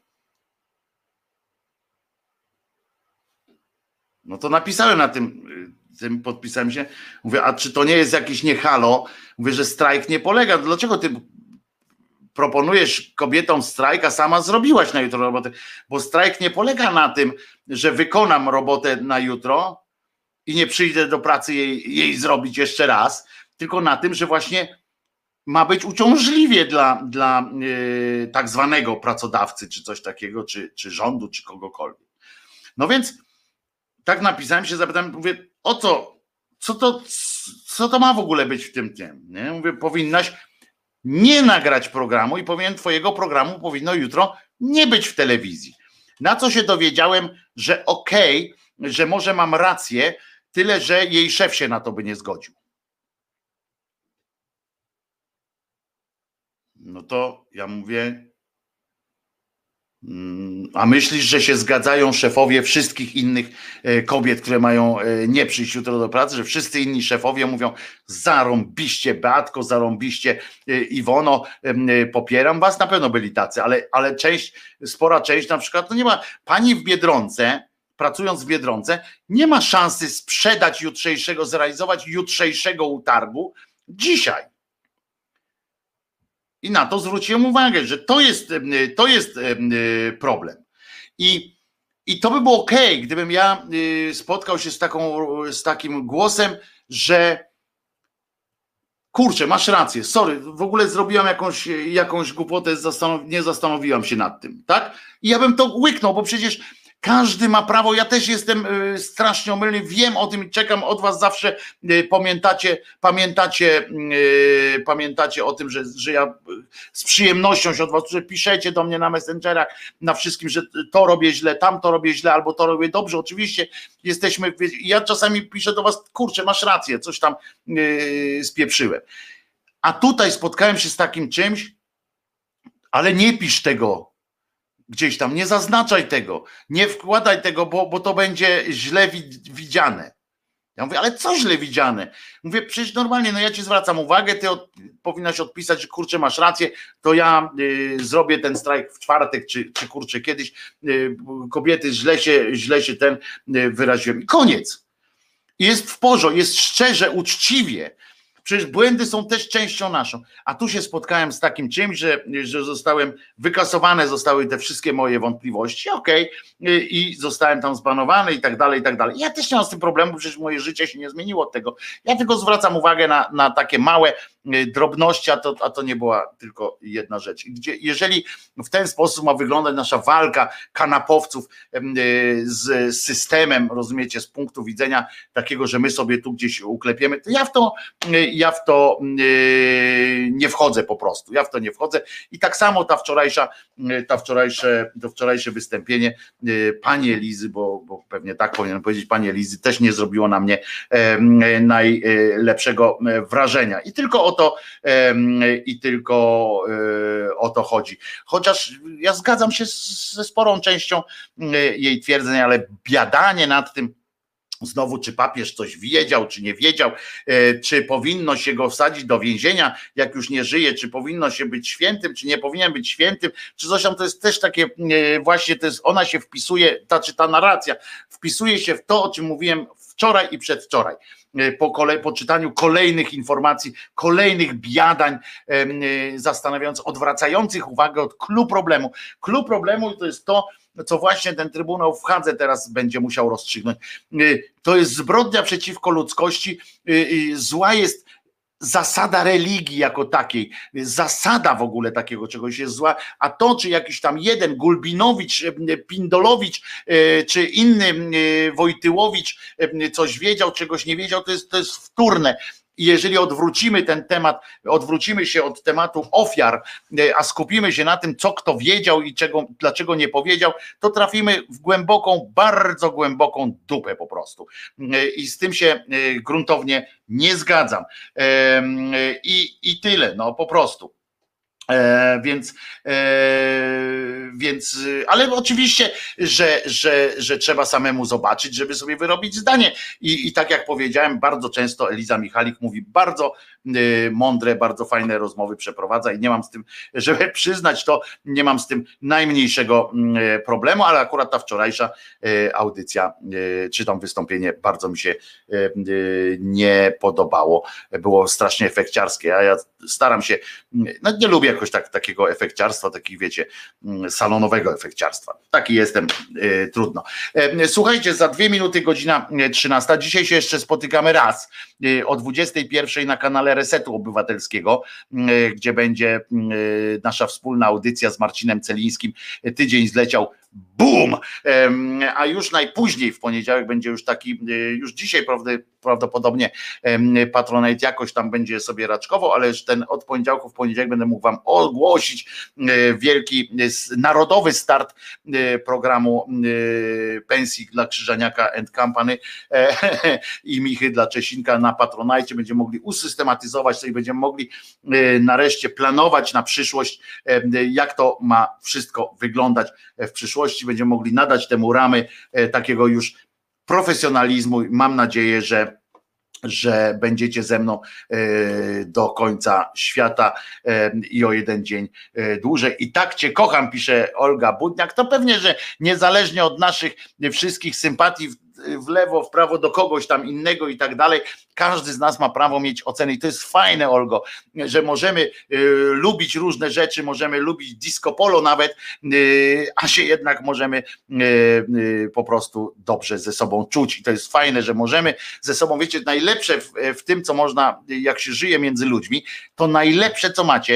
No to napisałem na tym, tym podpisałem się, mówię, a czy to nie jest jakiś niehalo? Mówię, że strajk nie polega. Dlaczego ty proponujesz kobietom strajk, a sama zrobiłaś na jutro robotę? Bo strajk nie polega na tym, że wykonam robotę na jutro i nie przyjdę do pracy jej, jej zrobić jeszcze raz, tylko na tym, że właśnie ma być uciążliwie dla, dla yy, tak zwanego pracodawcy, czy coś takiego, czy, czy rządu, czy kogokolwiek. No więc tak napisałem się, zapytałem, mówię, o co, co to, co to ma w ogóle być w tym tym? Nie? Mówię, powinnaś nie nagrać programu i powinien twojego programu powinno jutro nie być w telewizji. Na co się dowiedziałem, że okej, okay, że może mam rację, tyle, że jej szef się na to by nie zgodził. No to ja mówię, a myślisz, że się zgadzają szefowie wszystkich innych kobiet, które mają nie przyjść jutro do pracy, że wszyscy inni szefowie mówią, zarąbiście Beatko, zarąbiście Iwono, popieram was, na pewno byli tacy, ale, ale część, spora część na przykład, to nie ma, pani w Biedronce, pracując w Biedronce, nie ma szansy sprzedać jutrzejszego, zrealizować jutrzejszego utargu dzisiaj. I na to zwróciłem uwagę, że to jest, to jest problem. I, i to by było okej, okay, gdybym ja spotkał się z, taką, z takim głosem, że kurczę, masz rację, sorry, w ogóle zrobiłam jakąś, jakąś głupotę, zastanow- nie zastanowiłam się nad tym, tak? I ja bym to łyknął, bo przecież każdy ma prawo, ja też jestem strasznie omylny, wiem o tym i czekam od was zawsze, pamiętacie, pamiętacie, pamiętacie o tym, że, że ja z przyjemnością się od was, że piszecie do mnie na Messengerach, na wszystkim, że to robię źle, tam to robię źle, albo to robię dobrze. Oczywiście jesteśmy, ja czasami piszę do was, kurczę, masz rację, coś tam yy, spieprzyłem. A tutaj spotkałem się z takim czymś, ale nie pisz tego gdzieś tam, nie zaznaczaj tego, nie wkładaj tego, bo, bo to będzie źle widziane. Ja mówię, ale co źle widziane? Mówię, przecież normalnie, no ja ci zwracam uwagę, ty od, powinnaś odpisać, że kurczę, masz rację, to ja y, zrobię ten strajk w czwartek, czy, czy kurczę, kiedyś y, kobiety źle się, źle się ten y, wyraziłem. I koniec. Jest w porządku, jest szczerze, uczciwie. Przecież błędy są też częścią naszą. A tu się spotkałem z takim czymś, że, że zostałem, wykasowane zostały te wszystkie moje wątpliwości, okej, okay, i zostałem tam zbanowany i tak dalej, i tak dalej. Ja też nie mam z tym problemu, przecież moje życie się nie zmieniło od tego. Ja tylko zwracam uwagę na, na takie małe drobności, a to, a to nie była tylko jedna rzecz. Gdzie, jeżeli w ten sposób ma wyglądać nasza walka kanapowców z systemem, rozumiecie, z punktu widzenia takiego, że my sobie tu gdzieś uklepiemy, to ja w to ja w to nie wchodzę po prostu, ja w to nie wchodzę i tak samo ta wczorajsza, ta wczorajsze, to wczorajsze wystąpienie pani Elizy, bo, bo pewnie tak powinienem powiedzieć, pani Elizy też nie zrobiło na mnie najlepszego wrażenia i tylko o to i tylko o to chodzi. Chociaż ja zgadzam się ze sporą częścią jej twierdzeń, ale biadanie nad tym, znowu, czy papież coś wiedział, czy nie wiedział, czy powinno się go wsadzić do więzienia, jak już nie żyje, czy powinno się być świętym, czy nie powinien być świętym, czy coś tam, to jest też takie właśnie, to jest, ona się wpisuje, ta czy ta narracja, wpisuje się w to, o czym mówiłem wczoraj i przedwczoraj. Po, kolej, po czytaniu kolejnych informacji, kolejnych biadań zastanawiających, odwracających uwagę od clou problemu. Clou problemu to jest to, co właśnie ten Trybunał w Hadze teraz będzie musiał rozstrzygnąć. To jest zbrodnia przeciwko ludzkości, zła jest zasada religii jako takiej, zasada w ogóle takiego czegoś jest zła, a to, czy jakiś tam jeden Gulbinowicz, Pindolowicz, czy inny Wojtyłowicz coś wiedział, czegoś nie wiedział, to jest, to jest wtórne. I jeżeli odwrócimy ten temat, odwrócimy się od tematu ofiar, a skupimy się na tym, co kto wiedział i czego, dlaczego nie powiedział, to trafimy w głęboką, bardzo głęboką dupę po prostu. I z tym się gruntownie nie zgadzam. I, i tyle, no po prostu. E, więc, e, więc, ale oczywiście, że, że, że trzeba samemu zobaczyć, żeby sobie wyrobić zdanie. I, i tak jak powiedziałem, bardzo często Eliza Michalik mówi bardzo y, mądre, bardzo fajne rozmowy przeprowadza i nie mam z tym, żeby przyznać to, nie mam z tym najmniejszego y, problemu, ale akurat ta wczorajsza y, audycja, y, czy tam wystąpienie bardzo mi się y, y, nie podobało. Było strasznie efekciarskie, a ja staram się, no nie lubię jakoś tak, takiego efekciarstwa, takich wiecie, salonowego efekciarstwa. Taki jestem, y, trudno. Y, słuchajcie, za dwie minuty godzina trzynasta. Dzisiaj się jeszcze spotykamy raz y, o dwudziestej pierwszej na kanale Resetu Obywatelskiego, y, gdzie będzie y, nasza wspólna audycja z Marcinem Celińskim. Tydzień zleciał, bum! A już najpóźniej w poniedziałek będzie już taki, już dzisiaj prawdopodobnie Patronite jakoś tam będzie sobie raczkował, ale już ten od poniedziałku w poniedziałek będę mógł wam ogłosić wielki narodowy start programu pensji dla Krzyżaniaka and Company i Michy dla Czesinka na Patronite. Będziemy mogli usystematyzować to i będziemy mogli nareszcie planować na przyszłość, jak to ma wszystko wyglądać w przyszłości. Będziemy mogli nadać temu ramy takiego już profesjonalizmu. Mam nadzieję, że że będziecie ze mną do końca świata i o jeden dzień dłużej. I tak cię kocham, pisze Olga Budniak. To pewnie, że niezależnie od naszych wszystkich sympatii w lewo, w prawo do kogoś tam innego i tak dalej, każdy z nas ma prawo mieć oceny i to jest fajne, Olgo, że możemy y, lubić różne rzeczy, możemy lubić disco polo nawet, y, a się jednak możemy y, y, po prostu dobrze ze sobą czuć i to jest fajne, że możemy ze sobą, wiecie, najlepsze w, w tym, co można, jak się żyje między ludźmi, to najlepsze, co macie,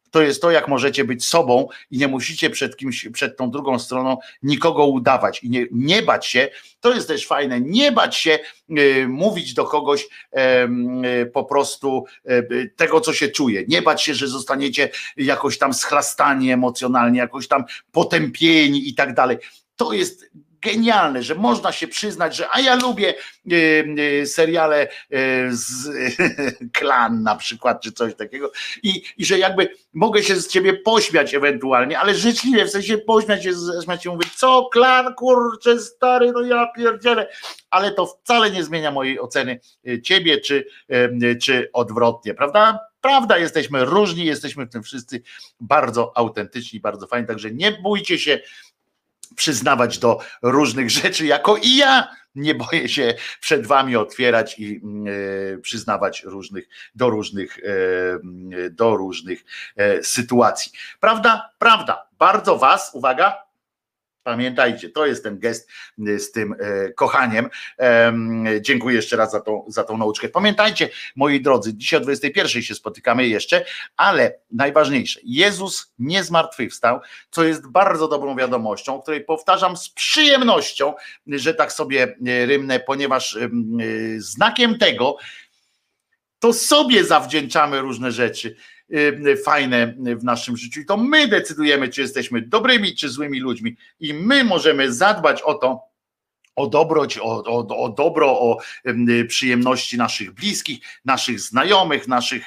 to jest to, jak możecie być sobą i nie musicie przed kimś, przed tą drugą stroną nikogo udawać i nie, nie bać się, to jest też fajne, nie bać się y, mówić do kogoś y, y, po prostu y, tego, co się czuje, nie bać się, że zostaniecie jakoś tam schlastani emocjonalnie, jakoś tam potępieni i tak dalej. To jest genialne, że można się przyznać, że a ja lubię y, y, seriale y, z Klan na przykład, czy coś takiego i, i że jakby mogę się z ciebie pośmiać ewentualnie, ale życzliwie, w sensie pośmiać się, śmiać się, mówić, co Klan, kurczę stary, no ja pierdzielę, ale to wcale nie zmienia mojej oceny ciebie, czy, y, czy odwrotnie, prawda? Prawda, jesteśmy różni, jesteśmy w tym wszyscy bardzo autentyczni, bardzo fajni, także nie bójcie się przyznawać do różnych rzeczy, jako i ja nie boję się przed wami otwierać i e, przyznawać różnych, do różnych, e, do różnych e, sytuacji. Prawda? Prawda. Bardzo was, uwaga, pamiętajcie, to jest ten gest z tym e, kochaniem. E, dziękuję jeszcze raz za tą, za tą nauczkę. Pamiętajcie, moi drodzy, dzisiaj o dwudziestej pierwszej się spotykamy jeszcze, ale najważniejsze, Jezus nie zmartwychwstał, co jest bardzo dobrą wiadomością, o której powtarzam z przyjemnością, że tak sobie rymnę, ponieważ e, znakiem tego to sobie zawdzięczamy różne rzeczy fajne w naszym życiu i to my decydujemy, czy jesteśmy dobrymi, czy złymi ludźmi i my możemy zadbać o to, o dobroć, o, o, o dobro, o przyjemności naszych bliskich, naszych znajomych, naszych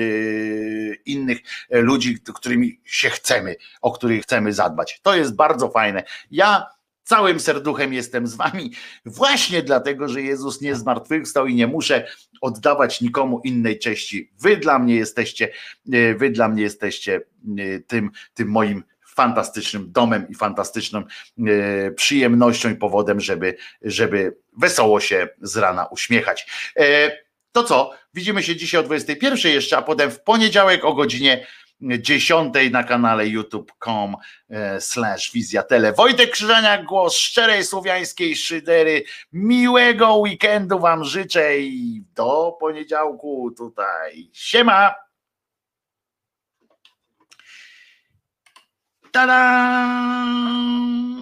innych ludzi, którymi się chcemy, o których chcemy zadbać. To jest bardzo fajne. Ja całym serduchem jestem z wami właśnie dlatego, że Jezus nie zmartwychwstał i nie muszę oddawać nikomu innej cześci. Wy dla mnie jesteście, wy dla mnie jesteście tym, tym moim fantastycznym domem i fantastyczną przyjemnością i powodem, żeby, żeby wesoło się z rana uśmiechać. To co? Widzimy się dzisiaj o dwudziestej pierwszej jeszcze, a potem w poniedziałek o godzinie dziesiątej na kanale youtube kropka com slash wizja tele. Wojtek Krzyżaniak, głos szczerej słowiańskiej szydery. Miłego weekendu wam życzę i do poniedziałku tutaj. Siema! Ta-da!